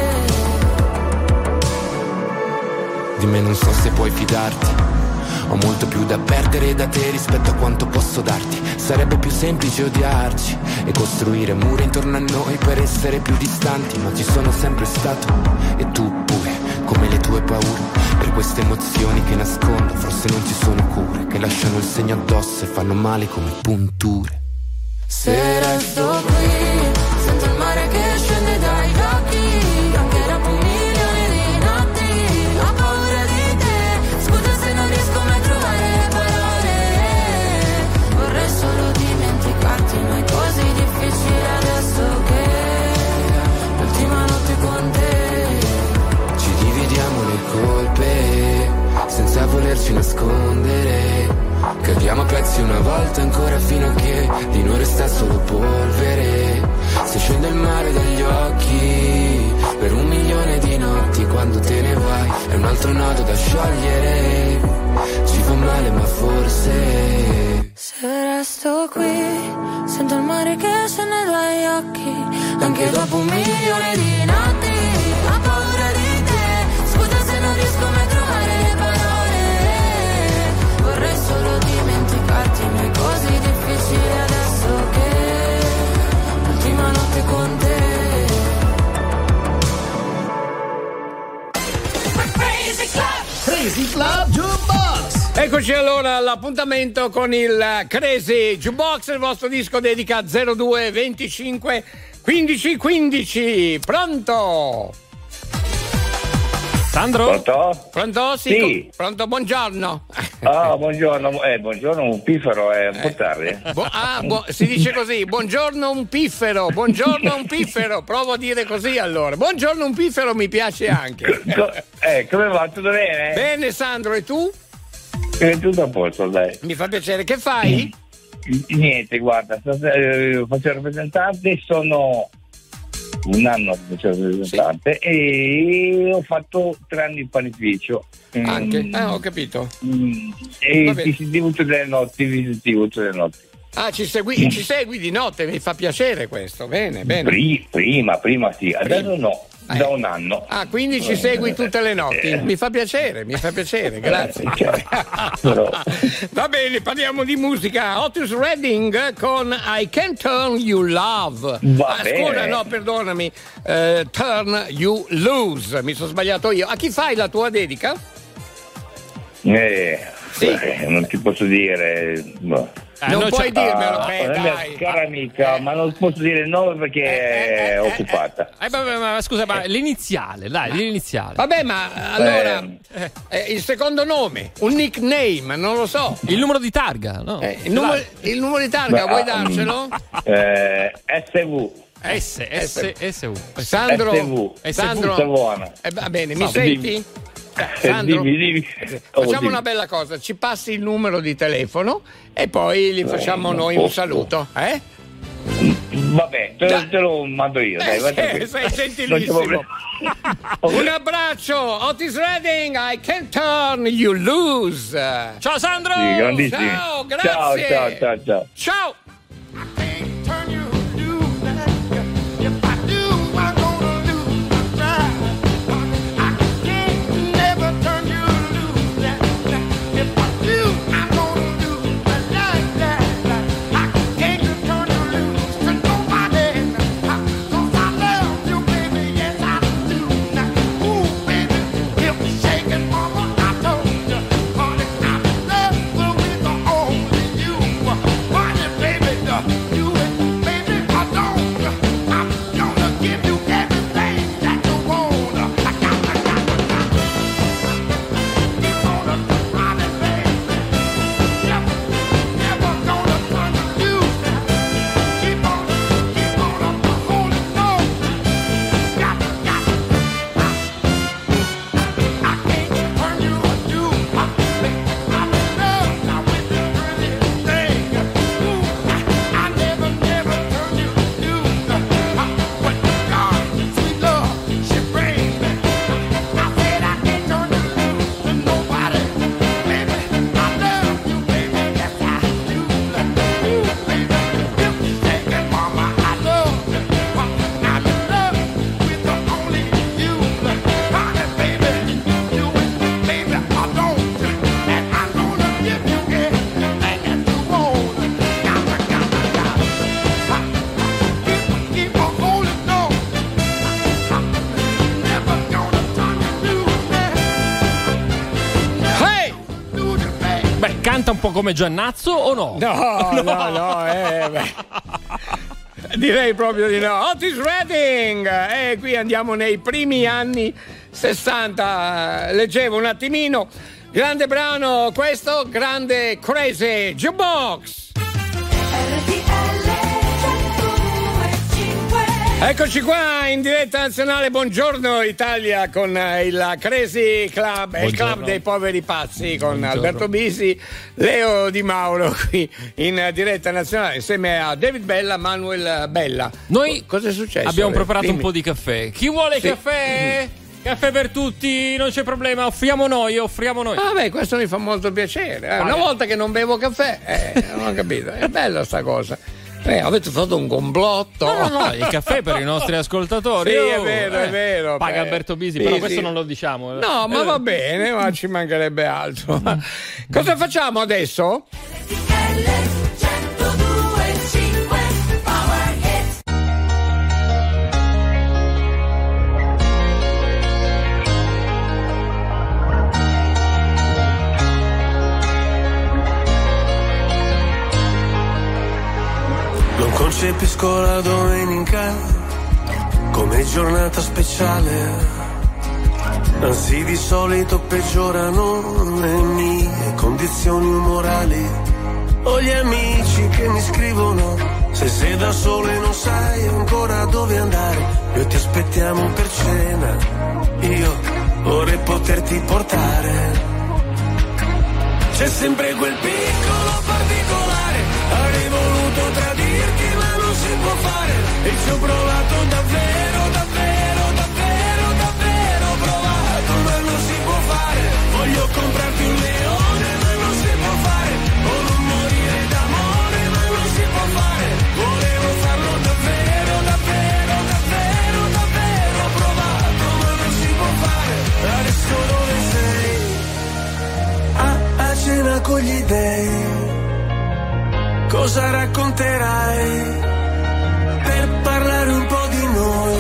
te. Di me non so se puoi fidarti, ho molto più da perdere da te rispetto a quanto posso darti. Sarebbe più semplice odiarci e costruire mura intorno a noi per essere più distanti, ma ci sono sempre stato, e tu pure, come le tue paure, per queste emozioni che nascondo. Forse non ci sono cure, che lasciano il segno addosso e fanno male come punture. Se resto qui, sento il mare che scende dai occhi, anche dopo un milione di notti, ho paura di te, scusa se non riesco mai a trovare le parole, vorrei solo dimenticarti, ma è così difficile adesso che l'ultima notte con te. Ci dividiamo le colpe senza volerci nascondere, cadiamo a pezzi una volta ancora fino a che di noi resta solo polvere. Se scende il mare dagli occhi per un milione di notti, quando te ne vai è un altro nodo da sciogliere. Ci fa male ma forse se resto qui, sento il mare che scende dagli occhi, anche dopo un milione di notti, ho paura di te, scusa se non riesco mai a trovare le parole, vorrei solo dimenticarti, ma è così difficile adesso che l'ultima notte con te. Crazy Club Jukebox. Eccoci allora all'appuntamento con il Crazy Jukebox, il vostro disco dedica 02 25 15 15. Pronto? Sandro? Pronto? Pronto? Sì. Pronto, buongiorno. Ah, buongiorno, buongiorno, un piffero è un po' tardi. Si dice così, buongiorno un piffero, provo a dire così allora. Buongiorno un piffero mi piace anche. Come va? Tutto bene? Bene Sandro, e tu? Tutto a posto, dai. Mi fa piacere, che fai? Niente, guarda, faccio il rappresentante, sono un anno che faccio il rappresentante, sì. E ho fatto 3 anni in panificio. Anche? Ho capito. E distributo delle notti. Ah, ci segui di notte, mi fa piacere questo, bene. Prima sì, adesso no, da un anno. Ah, quindi ci segui tutte le notti, mi fa piacere, grazie. Va bene, parliamo di musica. Otis Redding con I Can't Turn You Love. Scusa, no, perdonami, Turn You Lose, mi sono sbagliato io. A chi fai la tua dedica? Sì. Non ti posso dire. Non puoi dirmelo, dai. Cara amica, ma non posso dire il nome perché è occupata. Ma scusa, ma l'iniziale, dai, l'iniziale. Vabbè, ma allora il secondo nome, un nickname, non lo so. Il numero di targa, no? Il numero di targa, vuoi darcelo? SV. SU. Sandro, buona. Va bene, mi senti? Sandro, dimmi. Facciamo una bella cosa, ci passi il numero di telefono e poi gli facciamo noi un saluto, Vabbè, te lo mando io, dai, sei gentilissimo. Un abbraccio, Otis Redding, I can't turn you loose. Ciao Sandro. Sì, grandissimo. Ciao, grazie. Ciao. Ciao. Canta un po' come Giannazzo o no? No, direi proprio di no. Otis Redding, qui andiamo nei primi anni 60. Leggevo un attimino. Grande brano questo, grande Crazy Jukebox. Eccoci qua in diretta nazionale, buongiorno Italia con il Crazy Club, il club dei poveri pazzi con Alberto Bisi, Leo Di Mauro qui in diretta nazionale insieme a David Bella, Manuel Bella. Noi cosa è successo? Abbiamo preparato un po' di caffè. Chi vuole caffè? Caffè per tutti, non c'è problema, offriamo noi. Ah beh, questo mi fa molto piacere. Una volta che non bevo caffè, non ho capito, è bella sta cosa. Avete fatto un complotto? No, il caffè per i nostri ascoltatori. Sì, è vero. Paga Alberto Bisi, però questo non lo diciamo. No, ma va bene, ma ci mancherebbe altro. Cosa facciamo adesso? Concepisco la domenica come giornata speciale, anzi di solito peggiorano le mie condizioni umorali. Ho gli amici che mi scrivono: se sei da solo e non sai ancora dove andare, noi ti aspettiamo per cena, io vorrei poterti portare. C'è sempre quel piccolo particolare, avrei voluto tradirti ma non si può fare, e ci ho provato davvero provato, ma non si può fare. Voglio comprarti un leone ma non si può fare, o non morire d'amore ma non si può fare. Volevo farlo davvero provato, ma non si può fare. Adesso dove sei? A cena con gli dèi, cosa racconterai per parlare un po' di noi?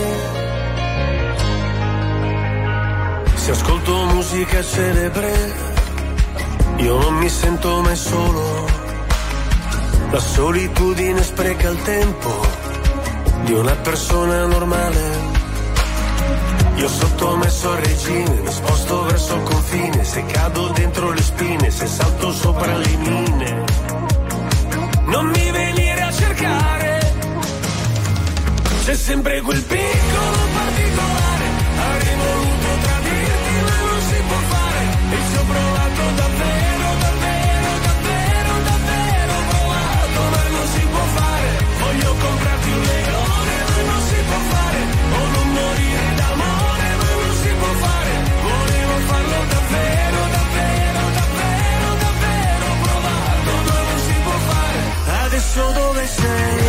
Se ascolto musica celebre, io non mi sento mai solo. La solitudine spreca il tempo di una persona normale. Io sottomesso al regime, mi sposto verso il confine, se cado dentro le spine, se salto sopra le mine. Non mi venire a cercare, C'è sempre quel piccolo particolare, avrei voluto tradirti ma non si può fare, e ci ho provato davvero, davvero, davvero, davvero provato, ma non si può fare, voglio comprarti un leone ma non si può fare, o non morire d'amore ma non si può fare, volevo farlo davvero, davvero, davvero, davvero provato, ma non si può fare, adesso dove sei?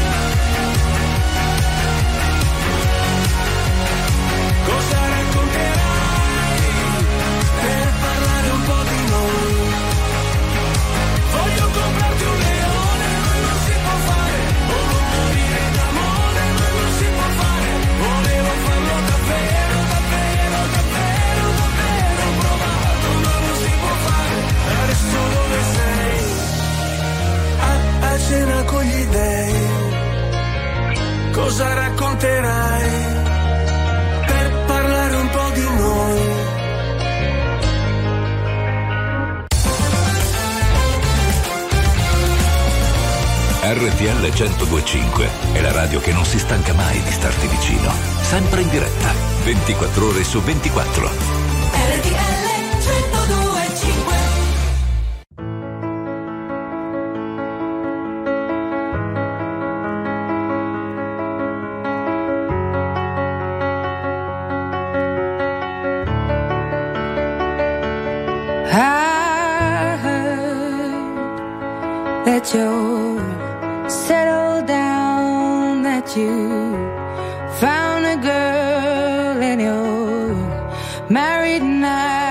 Cosa racconterai per parlare un po' di noi? Voglio comprarti un leone ma non si può fare, o non morire d'amore ma non si può fare, volevo farlo davvero, davvero, davvero, davvero provato, ma non si può fare, adesso dove sei? A cena con gli dèi, cosa racconterai? Un po' di noi. RTL 102.5 è la radio che non si stanca mai di starti vicino, sempre in diretta, 24 ore su 24. RTL 102.5. That you're settled down, that you found a girl and you're married now.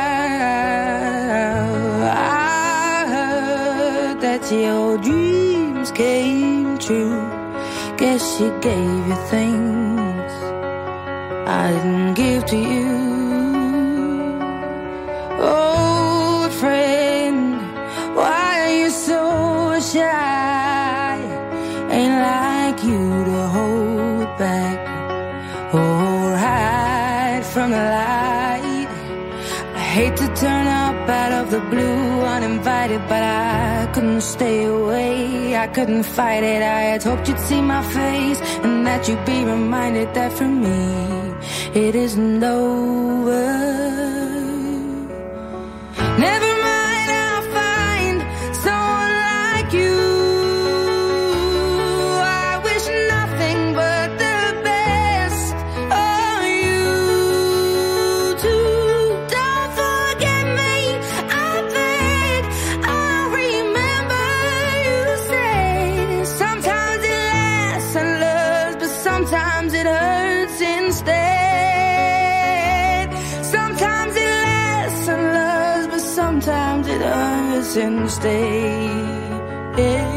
I heard that your dreams came true. Guess she gave you things I didn't give to you. Old friend, why are you so shy? Ain't like you to hold back or hide from the light. I hate to turn up out of the blue uninvited, but I couldn't stay away, I couldn't fight it. I had hoped you'd see my face and that you'd be reminded that for me it isn't over. Never mind, I'll find someone like you. I wish nothing but the best of you too. Don't forget me, I beg. I remember you say sometimes it lasts and loves, but sometimes it hurts instead. Sometimes it lasts and loves, but sometimes it hurts instead.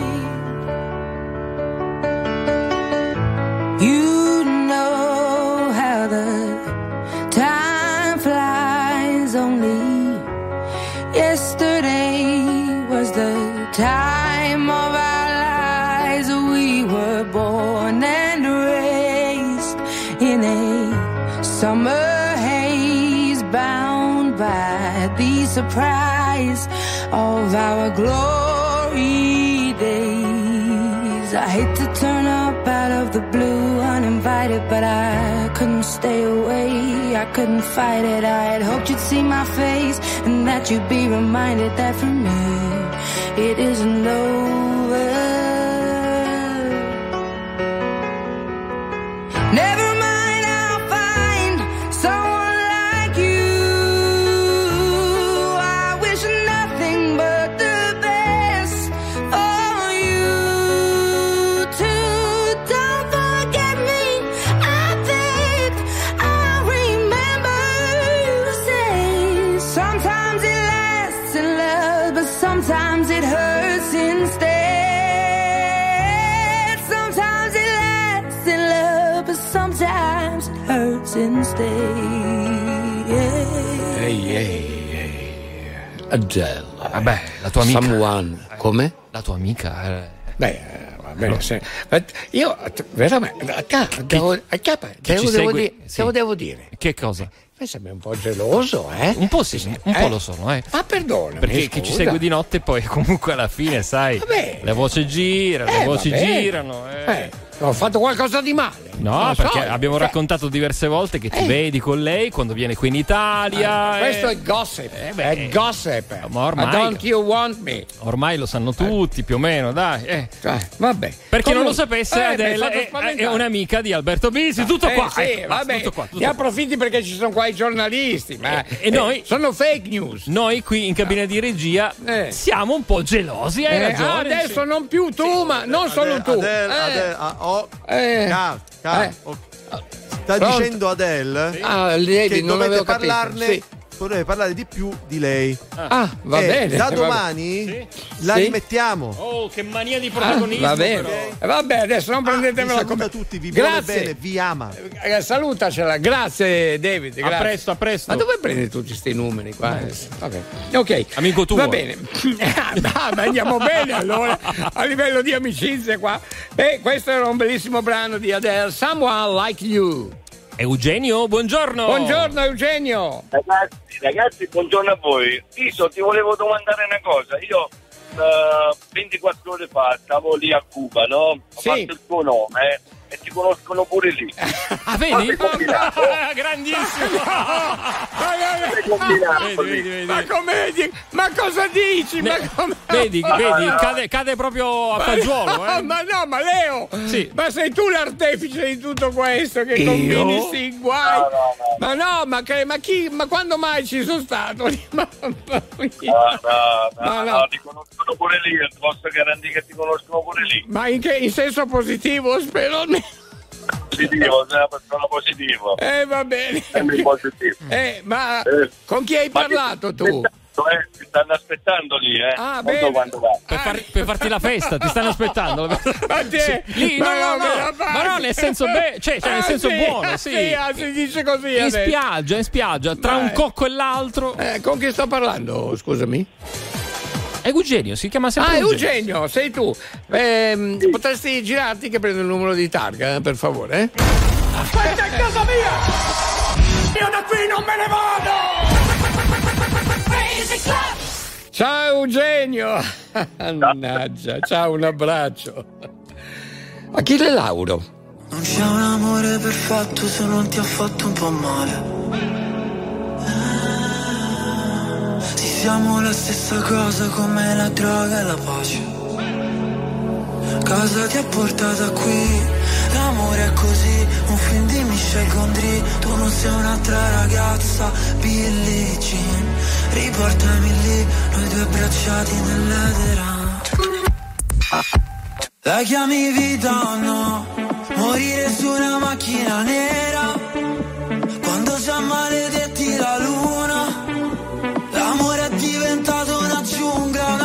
You know how the time flies. Only yesterday was the time of our lives. We were born and raised in a summer haze, bound by the surprise of our glory days. I hate to turn up out of the blue uninvited, but I couldn't stay away, I couldn't fight it. I had hoped you'd see my face and that you'd be reminded that for me it isn't over. Never mind, I'll find someone like you. I wish nothing but the best for you too. Don't forget me, I beg. I remember you say sometimes it lasts in love, but sometimes it hurts instead. Sometimes it lasts in love, but sometimes it hurts instead. Ehi. Adele. Vabbè, la tua amica. Someone. Come? La tua amica. Beh, va bene. Sì. Io veramente devo dire. Che cosa? Mi sembra un po' geloso, eh? Un po' sì, un po' lo sono, eh. Ma perdona. Perché chi ci segue di notte poi comunque alla fine, sai, le voci girano, le voci girano. Ho fatto qualcosa di male. No, perché abbiamo raccontato diverse volte che ti vedi con lei quando viene qui in Italia. Questo è gossip. È gossip. Ma ormai, don't you want me? Ormai lo sanno tutti, più o meno, dai. Vabbè. Per chi non lo sapesse, Adele è un'amica di Alberto Bisi. Tutto qua. Vabbè. Tutto qua. Ne approfitti perché ci sono qua i giornalisti. E noi sono fake news. Noi qui in cabina di regia siamo un po' gelosi. Hai ragione. Adesso non più tu, ma non solo tu. Sta dicendo Adele che non dovete parlarne. Vorrei parlare di più di lei. Va bene. Da domani la rimettiamo. Oh, che mania di protagonismo. Va bene. Vabbè, adesso non prendetevela come tutti, vi vuole bene, vi ama. Salutacela. Grazie David. Grazie. A presto. Ma dove prendi tutti questi numeri qua? Vabbè. Ok. Amico tuo. Va bene. Andiamo bene allora a livello di amicizie qua. Questo era un bellissimo brano di Adele, Someone Like You. Eugenio, buongiorno. Buongiorno Eugenio. Ragazzi, buongiorno a voi. Iso, ti volevo domandare una cosa. Io 24 ore fa stavo lì a Cuba, no? Ho fatto il tuo nome e ti conoscono pure lì. Vedi? Grandissimo. Ma cosa dici? Vedi, cade proprio a fagiolo. Ma no, ma Leo, ma sei tu l'artefice di tutto questo che combini sti guai? No. Ma quando mai ci sono stato? No, ti conoscono pure lì, posso garantire che ti conoscono pure lì. Ma in senso positivo, spero. Positivo, sei una persona positiva. Va bene. Sembri positivo. Ma con chi hai parlato tu? Ti stanno aspettando lì, bene. Quando va. Per farti la festa, ti stanno aspettando. Ma te, lì, no, nel senso nel senso buono, sì. Si dice così. In spiaggia, tra un cocco e l'altro. Con chi sto parlando, scusami? Eugenio, si chiama sempre Eugenio, sei tu. Potresti girarti che prendo il numero di targa, per favore? Questa è casa mia! Io da qui non me ne vado! Ciao Eugenio! Mannaggia, ciao, un abbraccio. Achille Lauro. Non c'è un amore perfetto se non ti ha fatto un po' male. Siamo la stessa cosa come la droga e la pace. Cosa ti ha portata qui? L'amore è così, un film di Michel Gondry. Tu non sei un'altra ragazza, Billie Jean. Riportami lì, noi due abbracciati nell'edera. La chiami vita o no? Morire su una macchina nera. Quando già maledetti la luna. L'amore è diventato una giungla,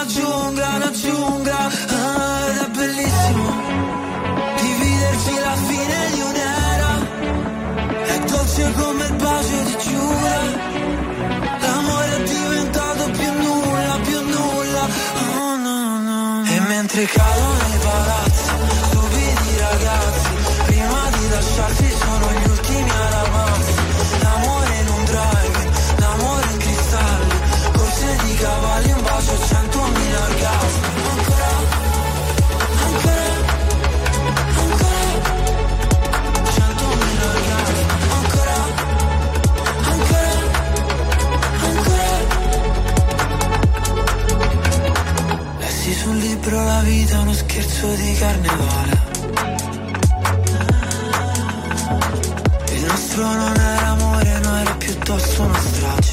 ed è bellissimo dividerci la fine di un'era. È dolce come il bacio di Giura. L'amore è diventato più nulla, oh no. E mentre cadono i palazzi, stupidi ragazzi, prima di lasciarsi sono gli ultimi ad amarsi. L'amore in un drive, l'amore in cristalli, di cavalli, un bacio, 100.000 orgasmi. Ancora 100.000 orgasmi. Ancora lessi sul libro la vita è uno scherzo di carnevale. Il nostro non era amore, no, era piuttosto una strage.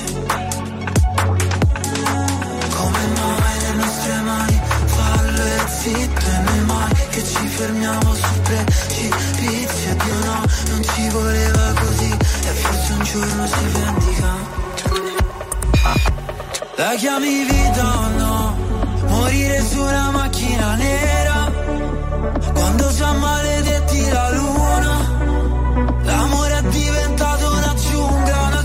Zitto e noi mai che ci fermiamo sul precipizio. Dio no, non ci voleva così e forse un giorno si vendica. La chiami vita o no? Morire su una macchina nera. Quando già maledetti la luna. L'amore è diventato una giungla,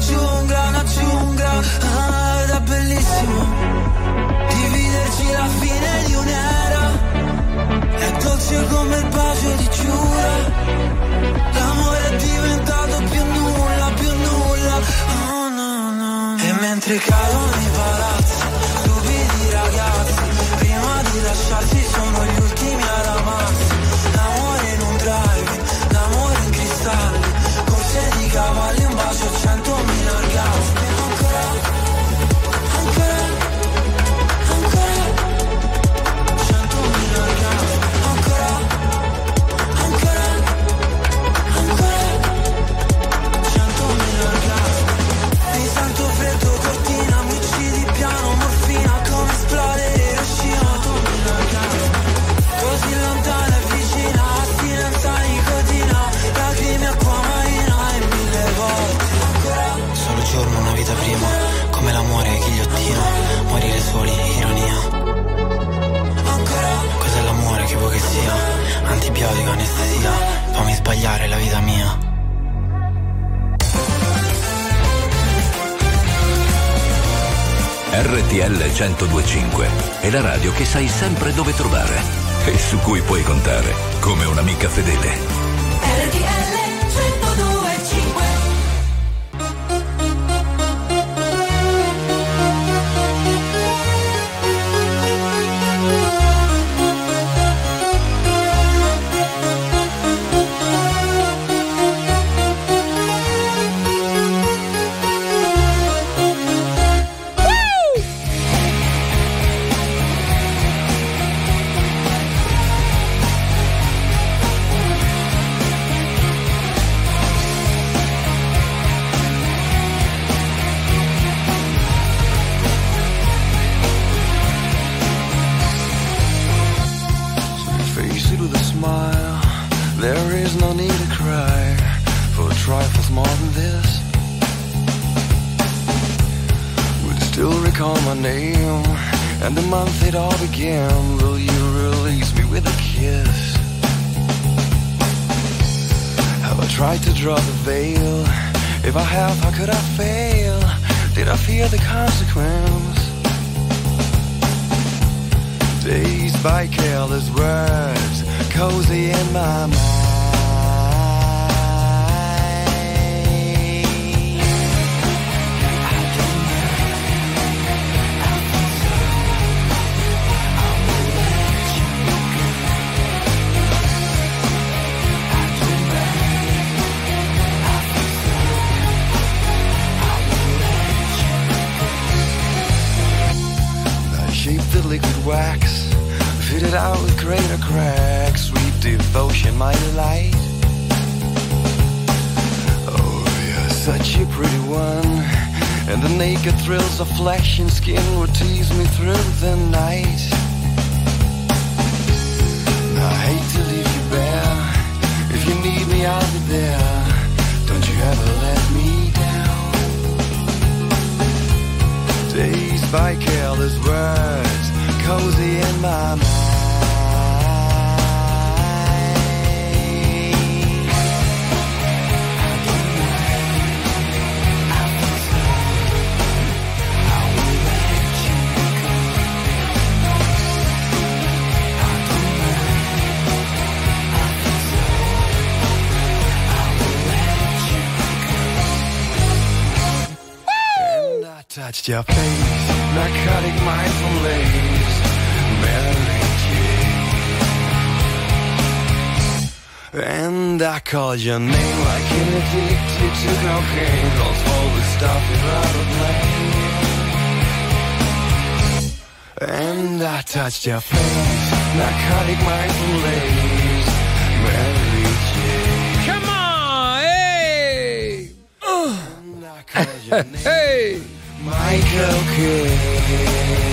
ed è bellissimo dividerci la fine di un'era. È dolce come il bacio di Giura. L'amore è diventato più nulla, oh no. E mentre cadono i palazzi, stupidi ragazzi, prima di lasciarsi sono gli ultimi ad amarsi. L'amore in un drive, l'amore in cristallo. RTL 102.5 è la radio che sai sempre dove trovare e su cui puoi contare come un'amica fedele. RTL 102.5. There is no need to cry for trifles more than this. Would you still recall my name and the month it all began? Will you release me with a kiss? Have I tried to draw the veil? If I have, how could I fail? Did I fear the consequence? Dazed by careless words, cozy in my mind. I shaped the liquid wax, fitted out with greater cracks, sweet devotion, my delight. Oh, you're such a pretty one, and the naked thrills of flesh and skin would tease me through the night. I hate to leave you bare, if you need me I'll be there, don't you ever let me down. Dazed by careless words, cozy in my mind. Touched your face, narcotic mindful lace, Mary Jane. And I called your name like an addicted to cocaine, calls for the stuff without a plane. And I touched your face, narcotic mindful lace, Mary Jane. Come on, hey! And I called your name. Hey! Michael Kidd.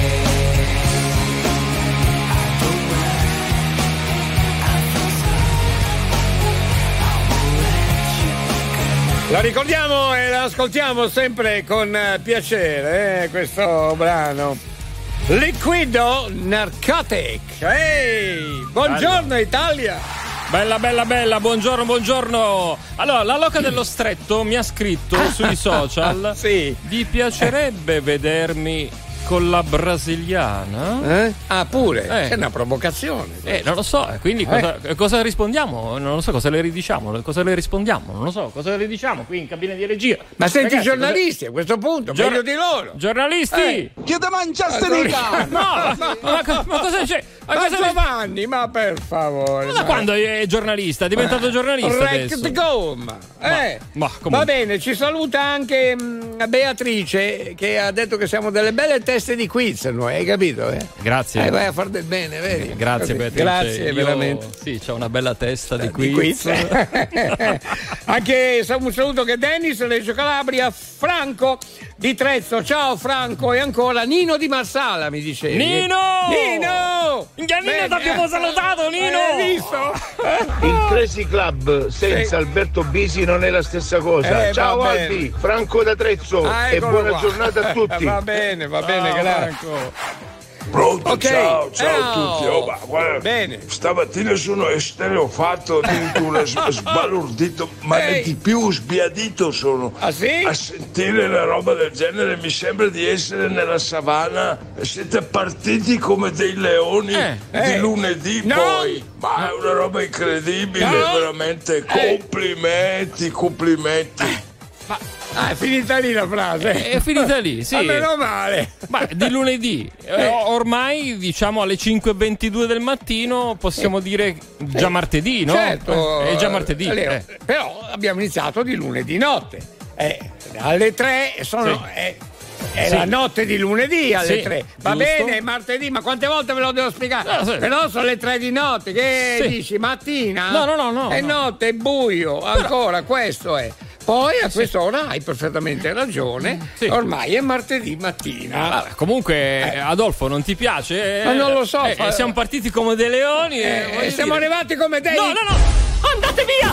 La ricordiamo e la ascoltiamo sempre con piacere, questo brano. Liquido Narcotic. Ehi! Buongiorno Italia! Bella, bella, bella, buongiorno, buongiorno. Allora, la Loca dello Stretto mi ha scritto sui social. Sì. Vi piacerebbe vedermi con la brasiliana? Ah, pure? È una provocazione. Non lo so, quindi cosa rispondiamo? Non lo so, cosa le ridiciamo? Cosa le rispondiamo? Non lo so, cosa le diciamo qui in cabina di regia? Ma senti, ragazzi, i giornalisti a questo punto, meglio di loro. Giornalisti! Che te mangiaste di cane? No, ma cosa c'è? Ma Giovanni, ma per favore. Ma da quando è giornalista? È diventato giornalista adesso. Gomma. Ma va bene, ci saluta anche Beatrice, che ha detto che siamo delle belle teste di quiz, noi, hai capito? Grazie. Vai a far del bene, vedi? Grazie Beatrice. Grazie, veramente. Sì, c'ho una bella testa di quiz. Anche un saluto che Dennis, Reggio Calabria, Franco di Trezzo, ciao Franco, e ancora Nino di Marsala, mi dicevi. Nino! Nino, t'abbiamo salutato, Nino! Hai visto? Il Crazy Club senza Alberto Bisi non è la stessa cosa. Ciao Albi, Franco da Trezzo, e buona giornata a tutti. Va bene, grazie. Franco. Pronto, Ok. ciao a tutti. Oh, ma guarda, Bene. stamattina sono estereofatto, addirittura sbalordito, ma di più sbiadito sono. Ah, sì? A sentire la roba del genere mi sembra di essere nella savana. Siete partiti come dei leoni di lunedì poi. Ma è una roba incredibile, veramente. Complimenti. È finita lì la frase. È finita lì, sì. Ma meno male. Ma di lunedì, ormai diciamo alle 5:22 del mattino possiamo dire già martedì, no? Certo. È già martedì. Leo, però abbiamo iniziato di lunedì notte. Alle 3 sono... È la notte di lunedì alle 3. Va giusto. bene, martedì, ma quante volte ve lo devo spiegare? No, sì. Però sono le 3 di notte, che dici? Mattina? No. È notte, è buio, ancora questo è. Poi a quest'ora hai perfettamente ragione, ormai è martedì mattina. Vabbè, comunque, Adolfo, non ti piace? Ma non lo so. Siamo partiti come dei leoni. Siamo arrivati come dei... No! Andate via!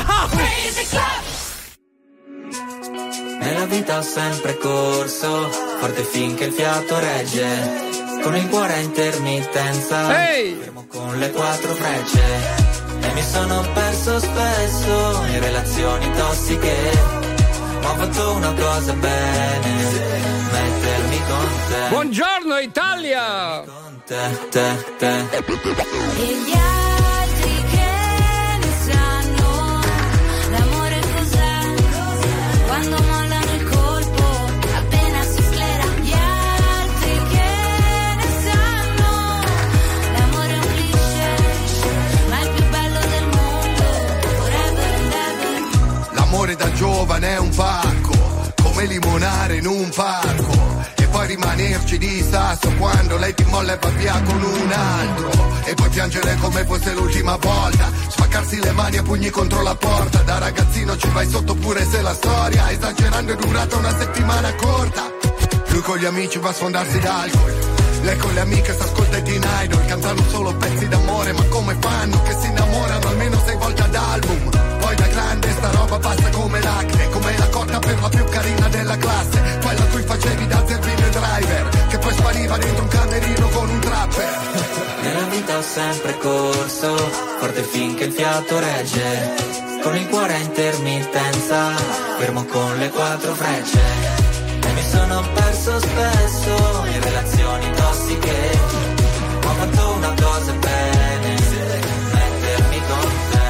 Nella vita ho sempre corso, forte finché il fiato regge, con il cuore a intermittenza, fermo con le 4 frecce. E mi sono perso spesso in relazioni tossiche, ma ho fatto una cosa bene, mettermi con te. Buongiorno Italia! Con te. E gli altri che ne sanno, l'amore cos'è? Quando mollano il colpo, appena si sclera. Gli altri che ne sanno, l'amore è un cliché, ma il più bello del mondo, forever and ever. L'amore da giovane è un pacco, come limonare in un parco, e poi rimanerci di sasso quando lei ti molla e va via con un altro, e poi piangere come fosse l'ultima volta, spaccarsi le mani a pugni contro la porta. Da ragazzino ci vai sotto pure se la storia, esagerando, è durata una settimana corta. Lui con gli amici va a sfondarsi d'alcol, lei con le amiche s'ascolta i Teen Idol, cantano solo pezzi d'amore, ma come fanno che si innamorano almeno 6 volte ad album? Poi da grande sta roba passa come l'acne, come la cotta per la più carina della classe, quella a cui facevi da zerbino e driver, che poi spariva dentro un camerino con un trapper. Nella vita ho sempre corso, forte finché il fiato regge, con il cuore a intermittenza, fermo con le 4 frecce. E mi sono perso spesso in relazioni tossiche, ma ho fatto una cosa bene, mettermi con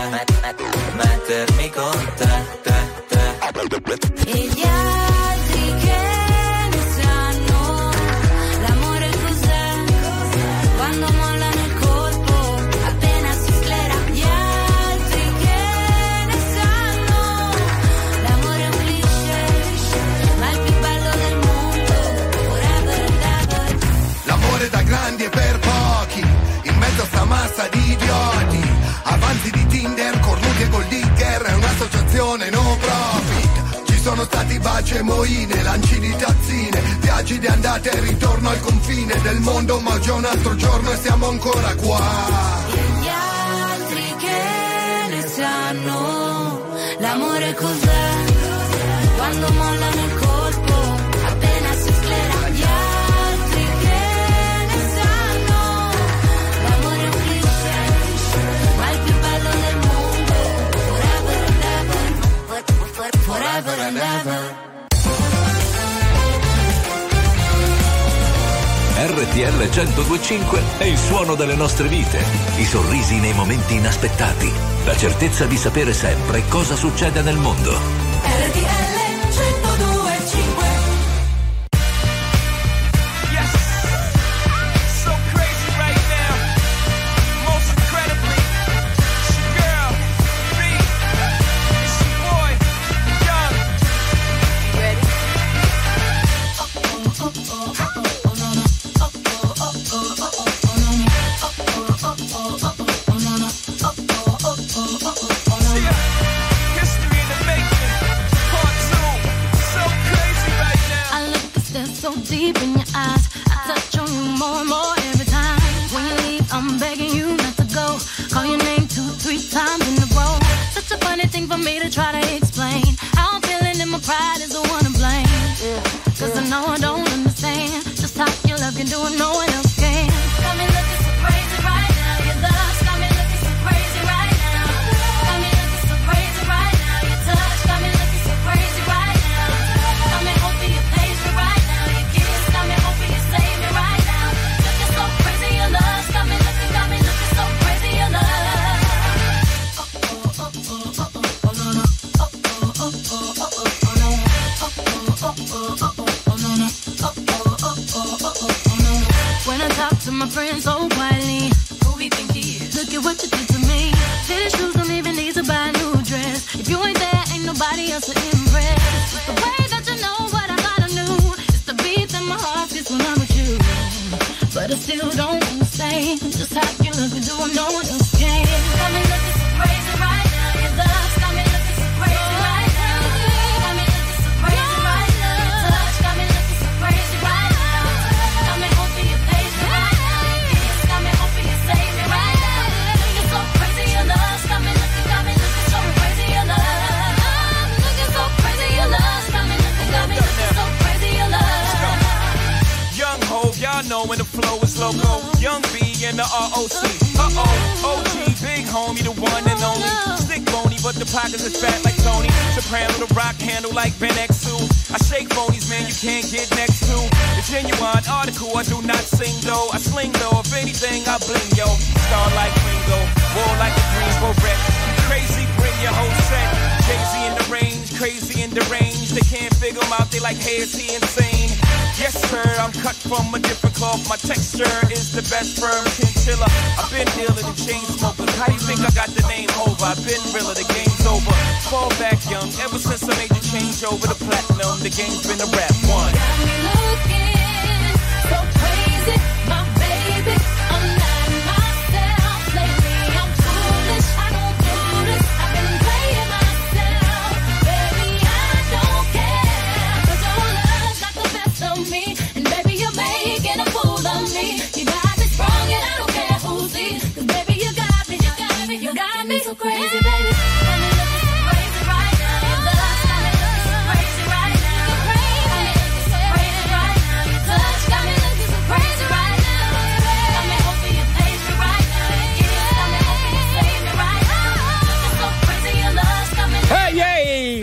te. E gli altri che ne sanno, l'amore cos'è? Quando mollano il colpo, appena si sclera. Gli altri che ne sanno, l'amore è un cliché, ma il più bello del mondo, forever and ever. L'amore da grandi e per pochi, in mezzo a sta massa di idioti, avanti di Tinder, cornuti e gold digger, è un'associazione no profit. Ci sono stati baci e moine, lanci di tazzine, viaggi di andata e ritorno al confine del mondo, ma oggi è un altro giorno e siamo ancora qua. E gli altri che ne sanno, l'amore cos'è? Quando mollano il colpo, appena si sclera. Gli altri che ne sanno, l'amore è un cliché, ma il più bello del mondo, forever and ever, forever and ever. RTL 102.5 è il suono delle nostre vite, i sorrisi nei momenti inaspettati, la certezza di sapere sempre cosa succede nel mondo. RTL 102.5. So deep in your eyes, I touch on you more and more every time. When you leave, I'm begging you not to go. Call your name 2-3 times in a row. Such a funny thing for me to try to explain. How I'm feeling and my pride is the one to blame. Cause I know I don't understand just how your love can do it, no one else can. low and the flow is loco. Young B and the ROC. OG, big homie, the one and only. Stick bony, but the pockets is fat like Tony. Soprano, the rock handle like Ben X2. I shake phonies, man, you can't get next to. The genuine article, I do not sing though. I sling though, if anything, I bling yo. Star like Ringo, war like a green beret. Crazy, bring your whole set. Jay-Z in the range, crazy in the range. They can't figure him out, they like, hey, is he insane? Yes, sir, I'm cut from a different cloth. My texture is the best firm chinchilla. I've been dealing with chain smokers. How you think I got the name over? I've been realer, the game's over. Fall back young, ever since I made the change over to platinum, the game's been a rap one. Got me looking so crazy, my baby. I'm not myself lately. I'm foolish, I don't do this. I've been playing myself, baby. I don't care, 'cause your love's got the best of me, and baby you're making a fool of me. You got me strong and I don't care who sees, 'cause baby you got me, you got me, you got me so crazy, baby. Got me looking so crazy right now. Your love's got me looking so crazy right now. Crazy, crazy right now. Your touch got me looking so crazy right now. Got me hoping you please me right now. Got me hoping you save me right now. Looking so crazy, your love's got me. Hey, hey,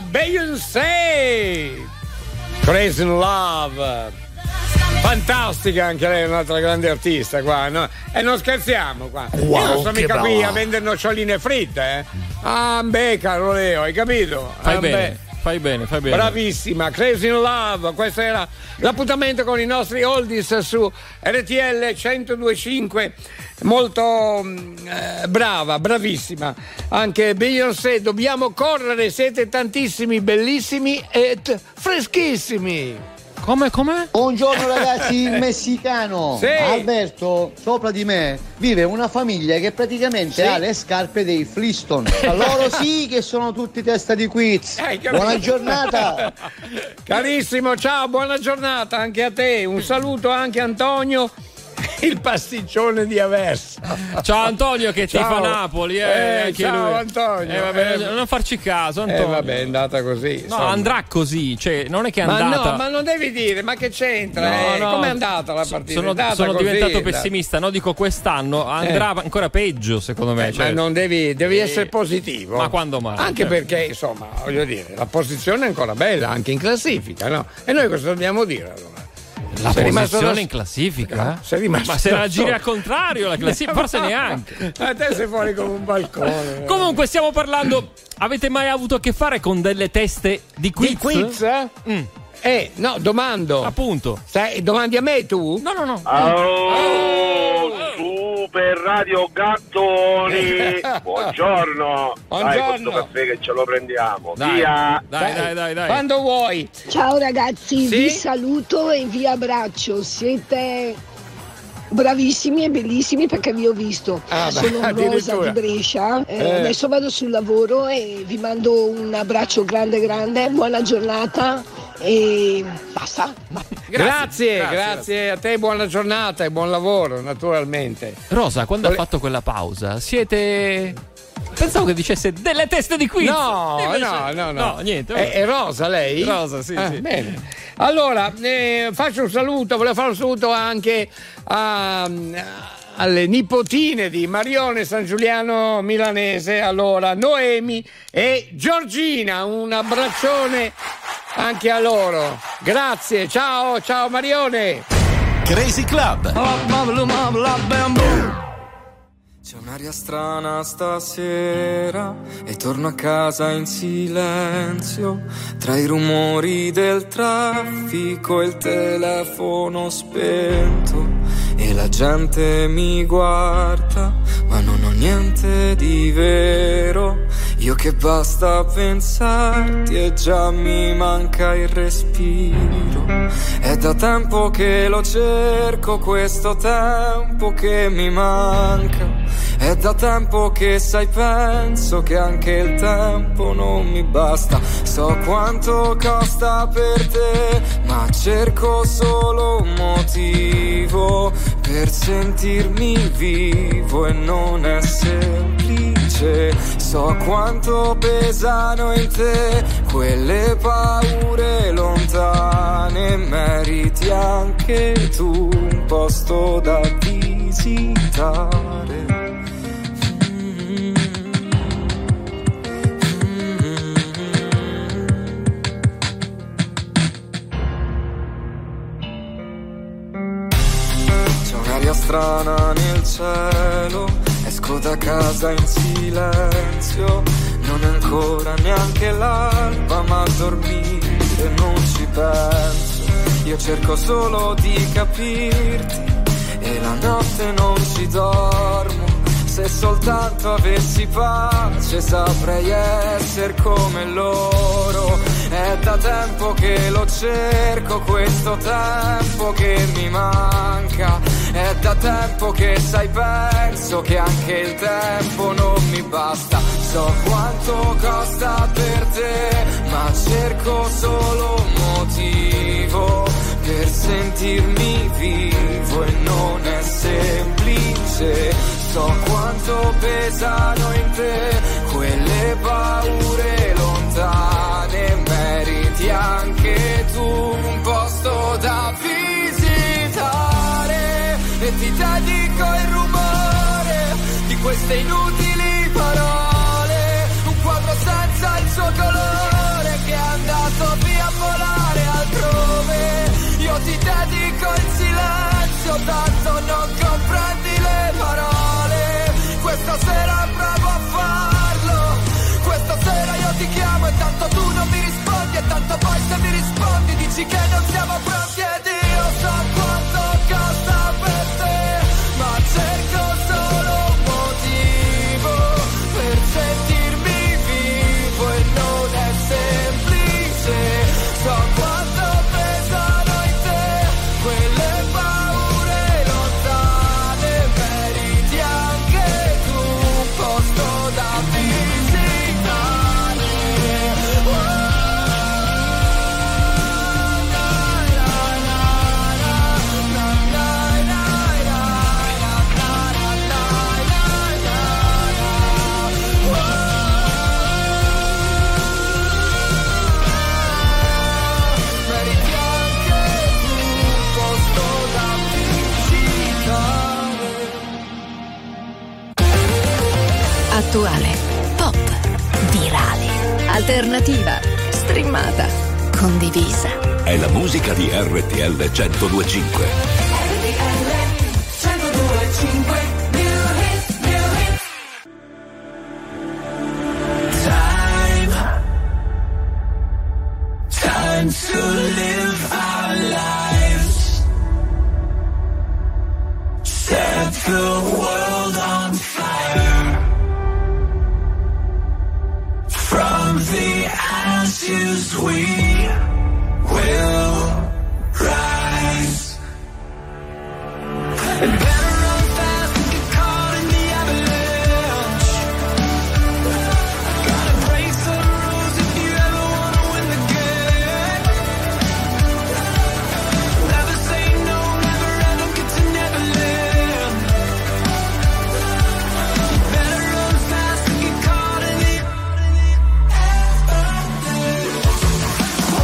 Beyoncé! Crazy in Love. Fantastica anche lei, un'altra grande artista qua, no? E non scherziamo qua. Wow, io non sono mica qui a vendere noccioline fritte, eh? Ah, beh, caro Leo, hai capito? Fai bene. Fai bene. Bravissima, Crazy in Love. Questo era l'appuntamento con i nostri oldies su RTL 102.5. Molto brava, bravissima. Anche Beyoncé, dobbiamo correre, siete tantissimi, bellissimi e freschissimi. Come? Buongiorno ragazzi, il messicano. Sì. Alberto, sopra di me vive una famiglia che praticamente ha le scarpe dei Flintstone. Loro sì che sono tutti testa di quiz. Buona giornata. Carissimo, ciao, buona giornata anche a te. Un saluto anche a Antonio, il pasticcione di Aversa. Ciao Antonio che tifa Napoli, anche ciao lui. Antonio. Vabbè, non farci caso, Antonio. Vabbè, è andata così. No, insomma. andrà così, cioè non è che è andata. No, ma non devi dire, ma che c'entra? No. Com'è andata la partita? Sono diventato pessimista, no? Dico quest'anno andrà ancora peggio, secondo me. Ma non devi essere positivo. Ma quando mai? Anche perché, insomma, voglio dire, la posizione è ancora bella, anche in classifica, no? E noi cosa dobbiamo dire allora? La posizione in classifica? Ma se la giri al contrario la classifica, forse neanche. A te sei fuori come un balcone. Comunque stiamo parlando. Avete mai avuto a che fare con delle teste di quiz? Di quiz? No, domando. Appunto. Domandi a me tu? No. Super Radio Gattoni. Buongiorno. Dai, questo caffè che ce lo prendiamo. Via. Dai. Quando vuoi. Ciao ragazzi, vi saluto e vi abbraccio. Siete bravissimi e bellissimi perché vi ho visto. Sono Rosa di Brescia. Adesso vado sul lavoro e vi mando un abbraccio grande. Buona giornata. E basta. Grazie a te, buona giornata e buon lavoro naturalmente. Rosa, quando ha fatto quella pausa pensavo che dicesse delle teste di quiz. No, niente. È Rosa lei? Rosa, sì. Bene. Allora, faccio un saluto, volevo fare un saluto anche alle nipotine di Marione San Giuliano Milanese, allora Noemi e Giorgina, un abbraccione anche a loro. Grazie, ciao Marione. Crazy Club. C'è un'aria strana stasera e torno a casa in silenzio, tra i rumori del traffico e il telefono spento, e la gente mi guarda ma non ho niente di vero. Io che basta pensarti e già mi manca il respiro. È da tempo che lo cerco, questo tempo che mi manca. È da tempo che sai, penso che anche il tempo non mi basta. So quanto costa per te, ma cerco solo un motivo per sentirmi vivo e non è semplice. So quanto pesano in te quelle paure lontane, meriti meriti anche tu un posto da visitare. C'è un'aria strana nel cielo, esco da casa in silenzio, non è ancora neanche l'alba, ma a dormire non ci penso. Io cerco solo di capirti e la notte non ci dormo. Se soltanto avessi pace saprei essere come loro. È da tempo che lo cerco, questo tempo che mi manca. È da tempo che sai, penso che anche il tempo non mi basta. So quanto costa per te, ma cerco solo un motivo per sentirmi vivo e non è semplice. So quanto pesano in te quelle paure lontane, meriti anche tu un posto da visitare. E ti dedico il rumore di queste inutili parole, un quadro senza il suo colore che è andato via a volare altrove. Io ti dedico il silenzio, tanto non comprendi le parole. Questa sera provo a farlo, questa sera io ti chiamo e tanto tu non mi rispondi, e tanto poi se mi rispondi dici che non siamo pronti. Ed io so quanto costa per te, ma cerco solo un motivo per sentirmi vivo e non è semplice. So quanto pesano in te quelle paure lontane, meriti anche tu un posto da visitare. Meriti anche tu un posto da visitare. Attuale, pop, virale, alternativa, streamata, condivisa. È la musica di RTL 102.5. Time to live our lives, set the world on fire. From the ashes we will rise. And better run fast and get caught in the avalanche. Gotta break some rules if you ever wanna win the game. Never say no, never ever get to Neverland. Better run fast and get caught in the avalanche.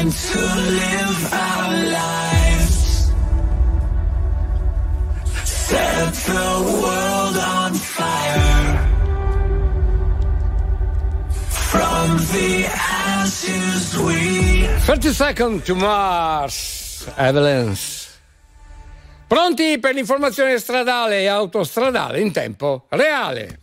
want to live our lives, set the world on fire. From the ashes we 30 Seconds to Mars, Avalanche. Pronti per l'informazione stradale e autostradale in tempo reale.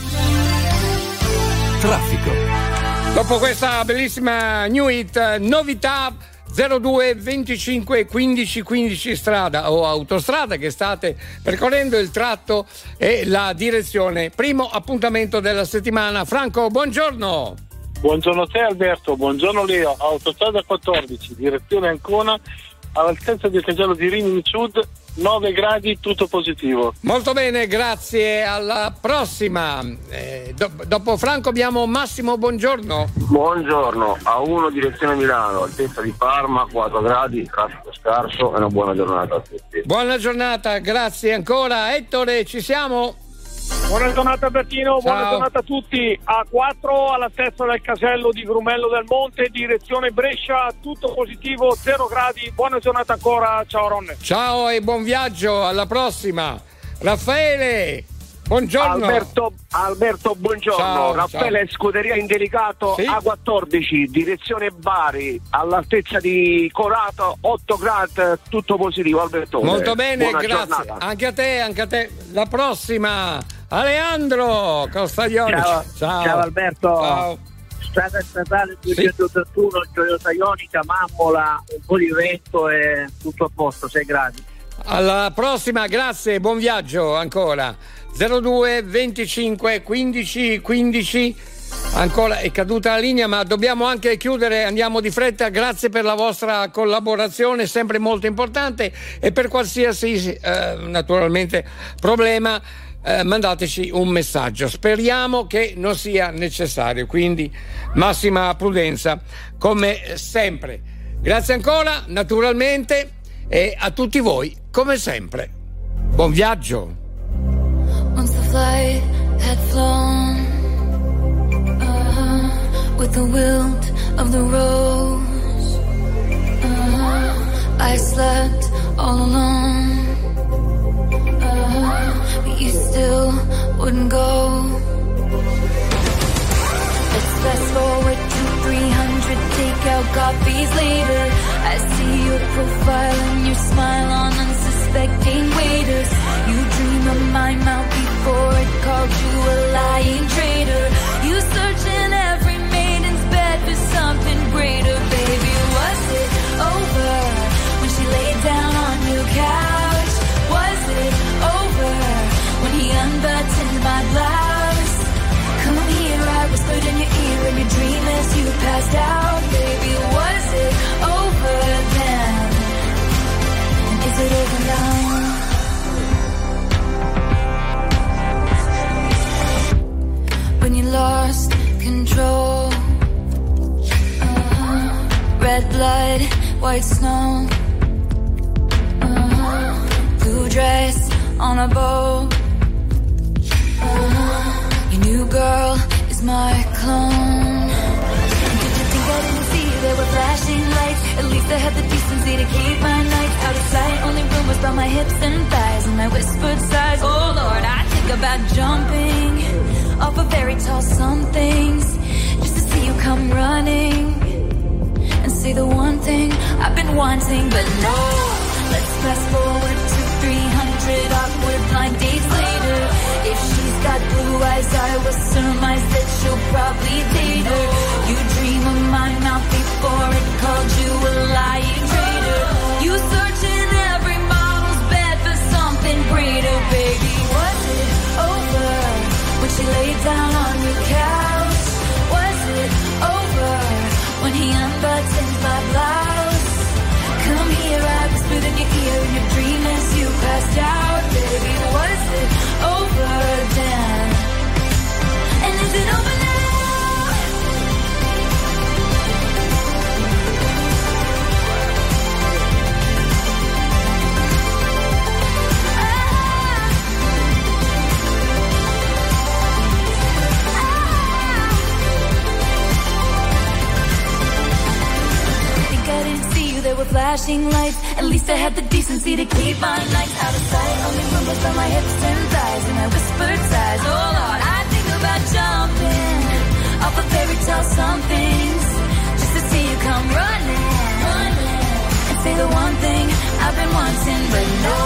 Traffico. Dopo questa bellissima new hit, novità 02 25 15 15 strada o autostrada che state percorrendo il tratto e la direzione. Primo appuntamento della settimana. Franco, buongiorno. Buongiorno a te Alberto, buongiorno Leo. Autostrada 14, direzione Ancona, all'altezza del casello di Rimini Sud, 9 gradi, tutto positivo. Molto bene, grazie, alla prossima. Dopo Franco abbiamo Massimo, buongiorno. Buongiorno, A1 direzione Milano, altezza di Parma, 4 gradi, traffico scarso e una buona giornata a tutti. Buona giornata, grazie ancora. Ettore, ci siamo? Buona giornata Bertino, Ciao. buona giornata a tutti. A4 all'altezza del casello di Grumello del Monte, direzione Brescia, tutto positivo, 0 gradi, buona giornata ancora, ciao Ronne. Ciao e buon viaggio, alla prossima. Raffaele, buongiorno. Alberto, buongiorno. Ciao, Raffaele, ciao. Scuderia Indelicato, sì? A14, direzione Bari, all'altezza di Corato, 8 gradi, tutto positivo Alberto. Molto bene, buona grazie. Giornata. Anche a te. La prossima, Aleandro Costaglioni. Ciao Alberto. Ciao. Strada statale 281, Gioiosa Ionica, Mammola, un po' di vento e tutto a posto, 6 gradi. Alla prossima, grazie, buon viaggio ancora. 02 25 15 15. Ancora è caduta la linea, ma dobbiamo anche chiudere, andiamo di fretta. Grazie per la vostra collaborazione, sempre molto importante, e per qualsiasi naturalmente problema mandateci un messaggio. Speriamo che non sia necessario, quindi massima prudenza come sempre. Grazie ancora naturalmente, e a tutti voi come sempre buon viaggio. Once the flight had flown, with the wilt of the rose, I slept all alone, but you still wouldn't go. Let's fast forward to 300 takeout coffees later. I see your profile and your smile on unsuspecting waiters. You dream of my mouth before it called you a lying traitor. You search in every maiden's bed for something greater. Baby, was it over when she laid down on your couch? Was it over when he unbuttoned my blouse? Come here, I whispered in your ear in your dream as you passed out. Baby, was it over then? And is it over now? When you lost control, red blood, white snow, blue dress on a boat. Your new girl is my clone. Did you think I didn't see there were flashing lights? At least I had the decency to keep my nights out of sight. Only rumors about my hips and thighs and my whispered sighs. Oh Lord, I think about jumping off of very tall somethings just to see you come running and say the one thing I've been wanting. But no, let's fast forward to 300 awkward blind dates later. If she's got blue eyes, I will surmise that she'll probably date her. You dream of my mouth before it called you a lying traitor. You search in every model's bed for something greater. Baby, was it over when she laid down on your couch? Was it over when he unbuttoned my blouse? Come here, I whispered in your ear in your dream as you passed out. Baby, was it over then? And is it over now? flashing lights. At least I had the decency to keep my nights out of sight. Only rumbles on my hips and thighs, and I whispered sighs. Oh Lord, I think about jumping off a fairy tale somethings, just to see you come running, and say the one thing I've been wanting, but no.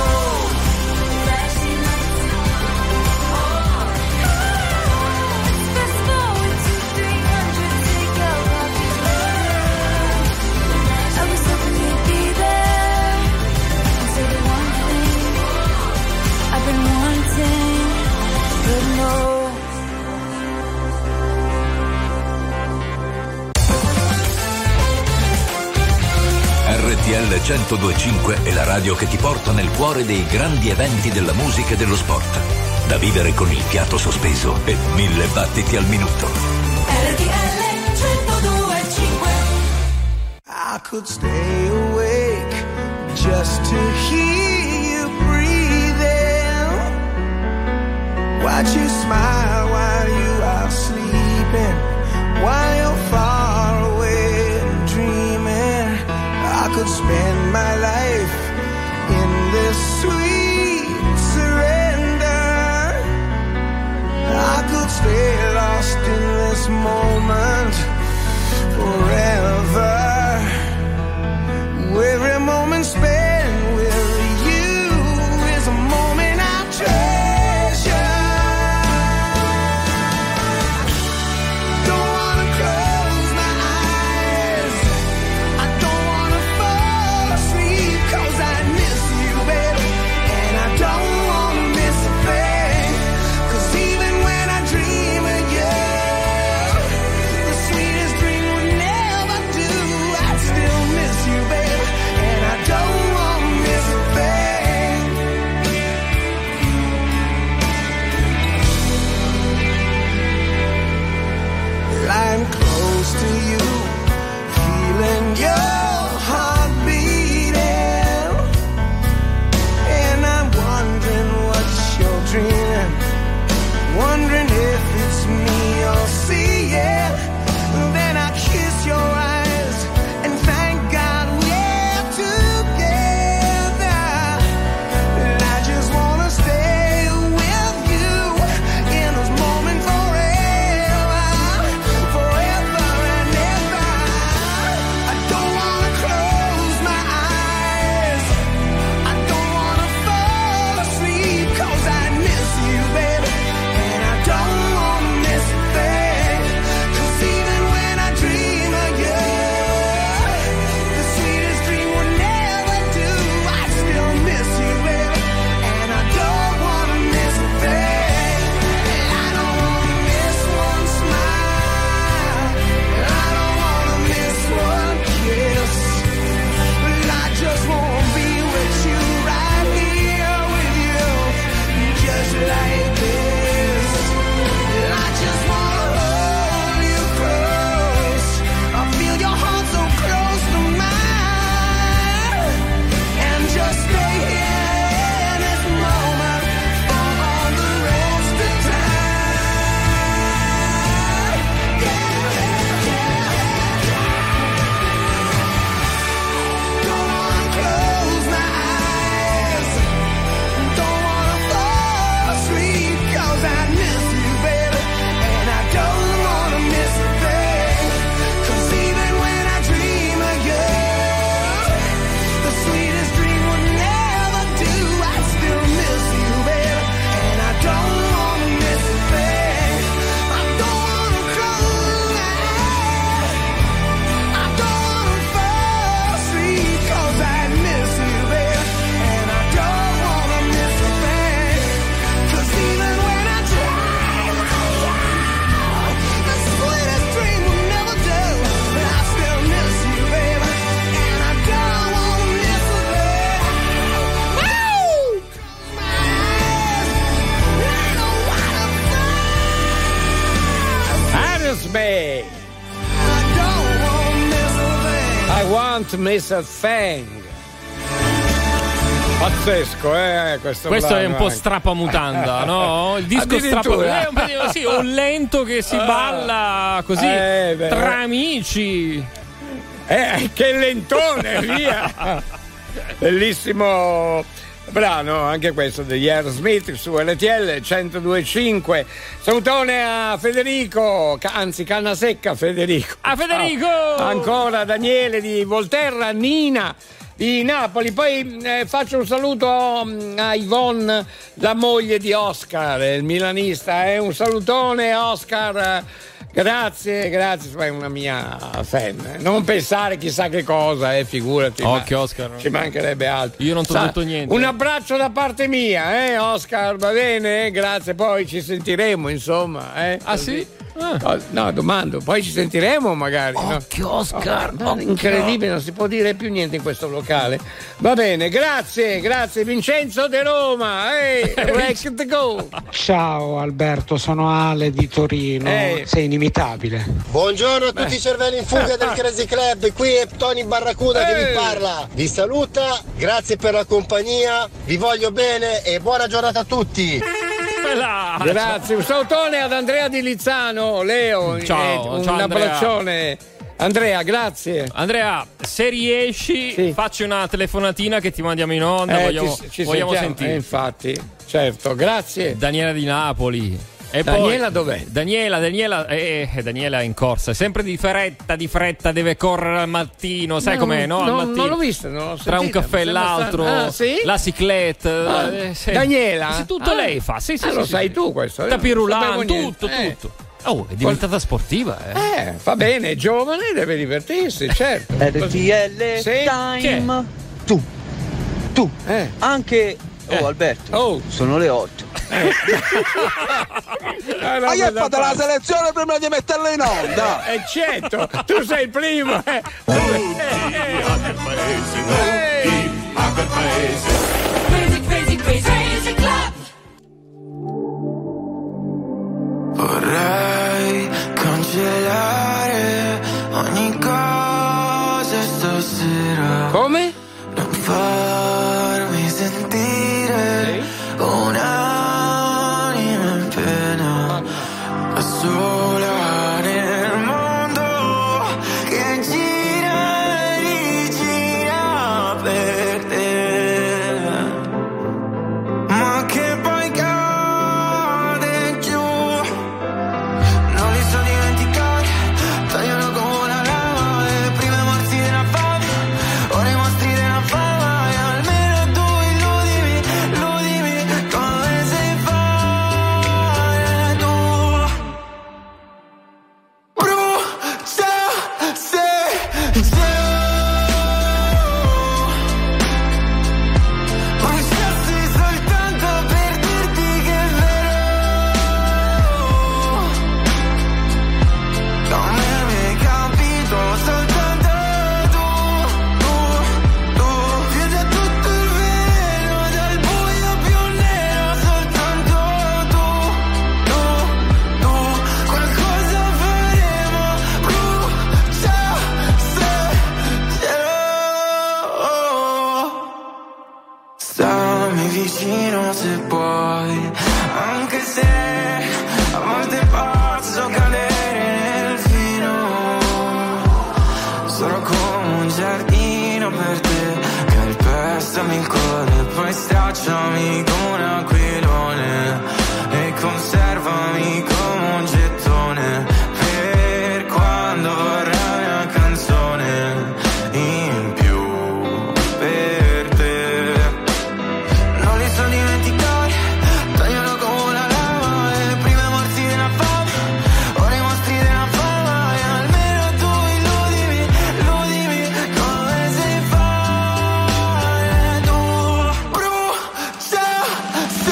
RTL 102.5 è la radio che ti porta nel cuore dei grandi eventi della musica e dello sport. Da vivere con il fiato sospeso e 1000 battiti al minuto. RTL 102.5. I could stay awake just to hear you breathing. Watch you smile while you are sleeping, while you're far away and dreaming. I could spend my life in this sweet surrender. I could stay lost in this moment forever. Every moment spent with you is a moment I treasure. Don't wanna close my eyes, I don't wanna fall asleep, 'cause I miss you, baby, and I don't wanna miss a thing. 'Cause even when I dream of you, the sweetest dream would never do. I still miss you, baby, and I don't wanna miss a thing. Lying close to you, feeling your heart beating, and I'm wondering what you're dreaming, wondering if it's me you're seeing. Then I kiss your eyes and thank God we're together. And I just wanna stay with you in this moment forever, forever and ever. I don't wanna close my eyes, I don't wanna fall asleep, 'cause I miss you, baby, and I don't wanna miss a thing. 'Cause even when I dream of you, the sweetest dream would never do. I still miss you, baby, and I don't wanna miss a thing. I don't wanna miss one smile, I don't wanna miss one kiss, but I just wanna be with you, right here with you, just like this. I just wanna hold you close, I feel your heart so close to mine, and just stay here in this moment for all the rest of time. Don't wanna close my eyes, don't wanna fall asleep, 'cause I miss you, baby, and I don't wanna miss a thing. 'Cause even when I dream of you, the sweetest dream would never do. I still miss you, baby, and I don't wanna miss a thing. I don't wanna close my eyes, I don't wanna fall asleep, 'cause I miss you, baby, and I don't wanna miss a thing. 'Cause even when I dream of you, the sweetest dream will never do. But I still miss you, baby, and I don't wanna miss a thing. Woo! Aerosmith, I want to miss a thing. Pazzesco, questo è un po' anche. strapamutanda, no? Il disco Addirittura. sì, un lento che si balla così tra amici. Che lentone, via! Bellissimo brano, anche questo degli Aerosmith su RTL 102.5. Salutone a Federico, anzi canna secca Federico. A Federico! Ancora Daniele di Volterra, Nina di Napoli. Poi faccio un saluto a Yvonne, la moglie di Oscar, il milanista. Un salutone Oscar. Grazie, è una mia fan. Non pensare chissà che cosa, figurati. Occhio Oscar. Ci mancherebbe altro. Io non ti ho detto niente. Un abbraccio da parte mia, Oscar, va bene? Grazie, poi ci sentiremo, insomma. Ah sì? No, domando, poi ci sentiremo magari. Occhio, no? Oscar. Incredibile, non si può dire più niente in questo locale. Va bene, grazie Vincenzo De Roma. Rec go. Ciao Alberto, sono Ale di Torino. Sei inimitabile. Buongiorno a tutti i cervelli in fuga del Crazy Club. Qui è Tony Barracuda che vi parla. Vi saluta, grazie per la compagnia, vi voglio bene e buona giornata a tutti. Grazie, un salutone ad Andrea di Lizzano, Leo. Ciao, un Andrea. abbraccione. Andrea, grazie. Andrea, se riesci, facci una telefonatina che ti mandiamo in onda. Vogliamo sentire. Infatti, certo, grazie. Daniela di Napoli. E Daniela poi, dov'è? Daniela è in corsa, sempre di fretta, deve correre al mattino, sai com'è, no? Al mattino. Non l'ho vista, non l'ho sentita. Tra un caffè e l'altro, sì? la ciclette. Daniela? Sì, tutto lei fa, sì. Lo sai tu questo. Tapirulan, tutto. Oh, è diventata sportiva, fa bene, è giovane, deve divertirsi, certo. RTL Time. Tu. Anche Alberto. Sono le 8. Ma che fate la selezione prima di metterla in onda? Certo, tu sei il primo. A quel paese. Crazy Club. Vorrei cancellare ogni cosa stasera. Come? Non farmi sentire un'anima in pena, da sola nel mondo che gira e rigira per te, ma che poi cade giù. Non li so dimenticare, tagliano come una lama, le prime morsi della fame, ora i mostri della fama, e almeno tu illudimi come sai fare tu. Brucia se giù, bruciassi soltanto per dirti che è vero. Come mi hai capito soltanto tu, chiudi a tutto il velo dal buio più nero, soltanto tu, qualcosa faremo, brucia se giù. Stammi vicino se puoi, anche se a volte posso cadere nel fino. Sono come un giardino per te, calpestami il cuore, poi stracciami come un aquilone e conservami come un gettone per quando vorrai una canzone in più per te. Non li so dimenticare, tagliano come una lama, le prime morsi della fame, ora i mostri della fama, e almeno tu illudimi come sai fare tu. Brucia se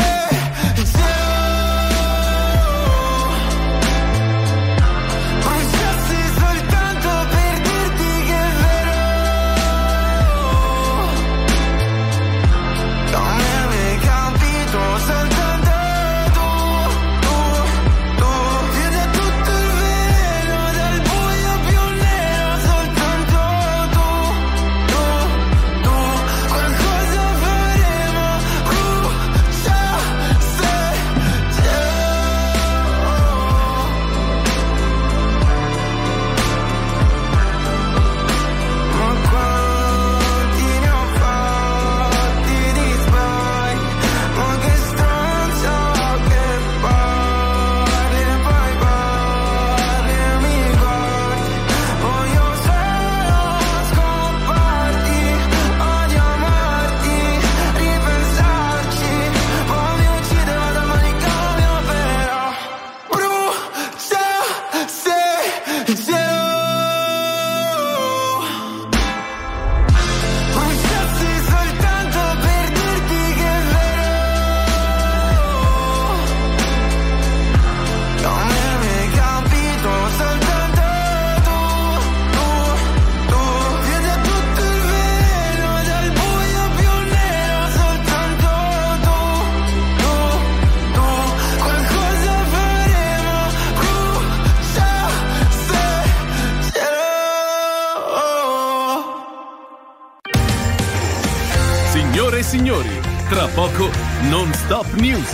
signori, tra poco Non Stop News.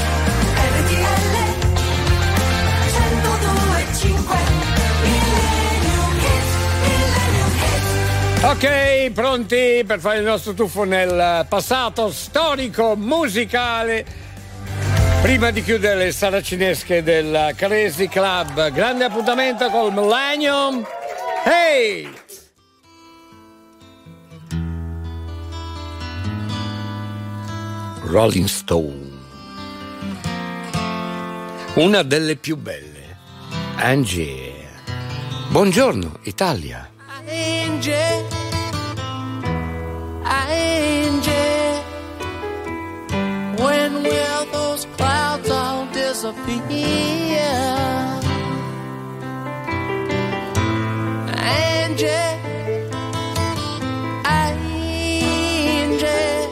Ok, pronti per fare il nostro tuffo nel passato storico musicale. Prima di chiudere le saracinesche del Crazy Club, grande appuntamento col Millennium. Hey! Rolling Stone. Una delle più belle. Angie. Buongiorno, Italia. Angie, Angie, when will those clouds all disappear? Angie, Angie,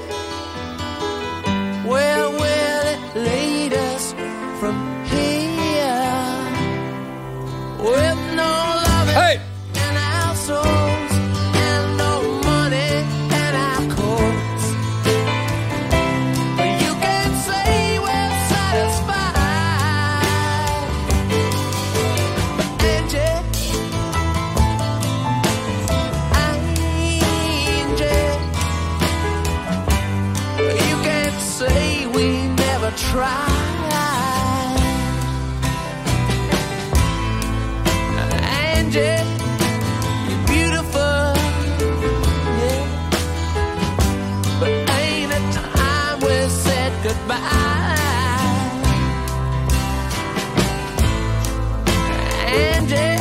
where will it lead us from here? With no love. Hey! Souls and no money and our coats. You can say we're satisfied, Angie, Angie. You can't say we never tried, Angie. Goodbye, Angie.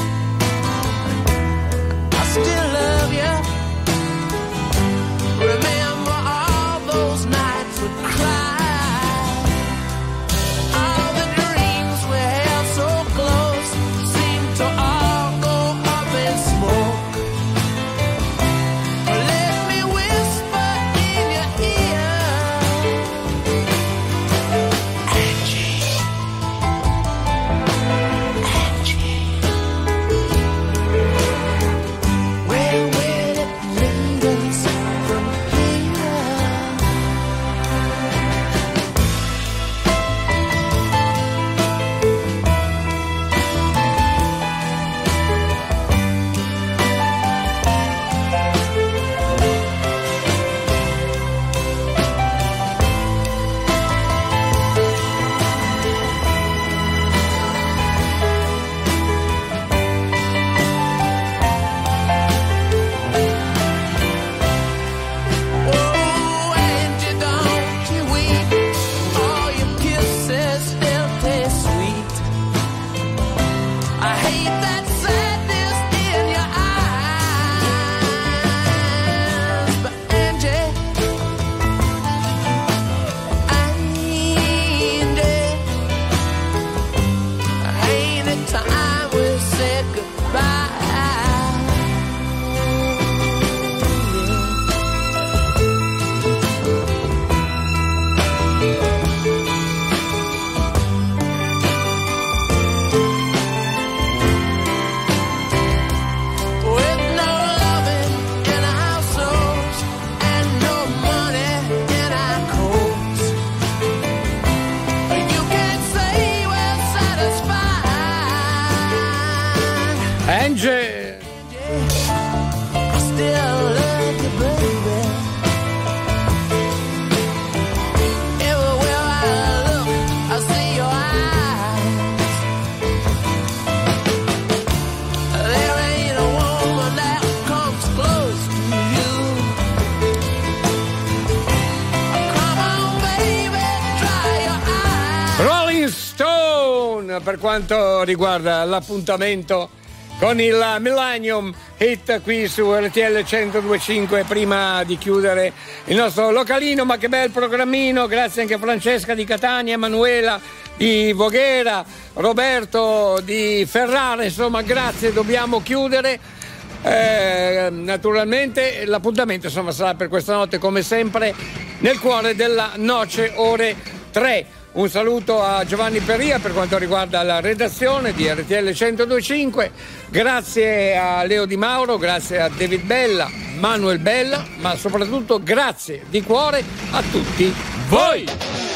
I still love you. Remember all those nights we cried. All the dreams we held so close seem to all go up in smoke. Let me whisper in your ear. Per quanto riguarda l'appuntamento con il Millennium Hit qui su RTL 102.5, prima di chiudere il nostro localino. Ma che bel programmino, grazie anche a Francesca di Catania, Emanuela di Voghera, Roberto di Ferrara, insomma grazie, dobbiamo chiudere. Naturalmente l'appuntamento insomma sarà per questa notte come sempre nel cuore della noce, ore 3. Un saluto a Giovanni Peria per quanto riguarda la redazione di RTL 102.5. Grazie a Leo Di Mauro, grazie a David Bella, Manuel Bella, ma soprattutto grazie di cuore a tutti voi.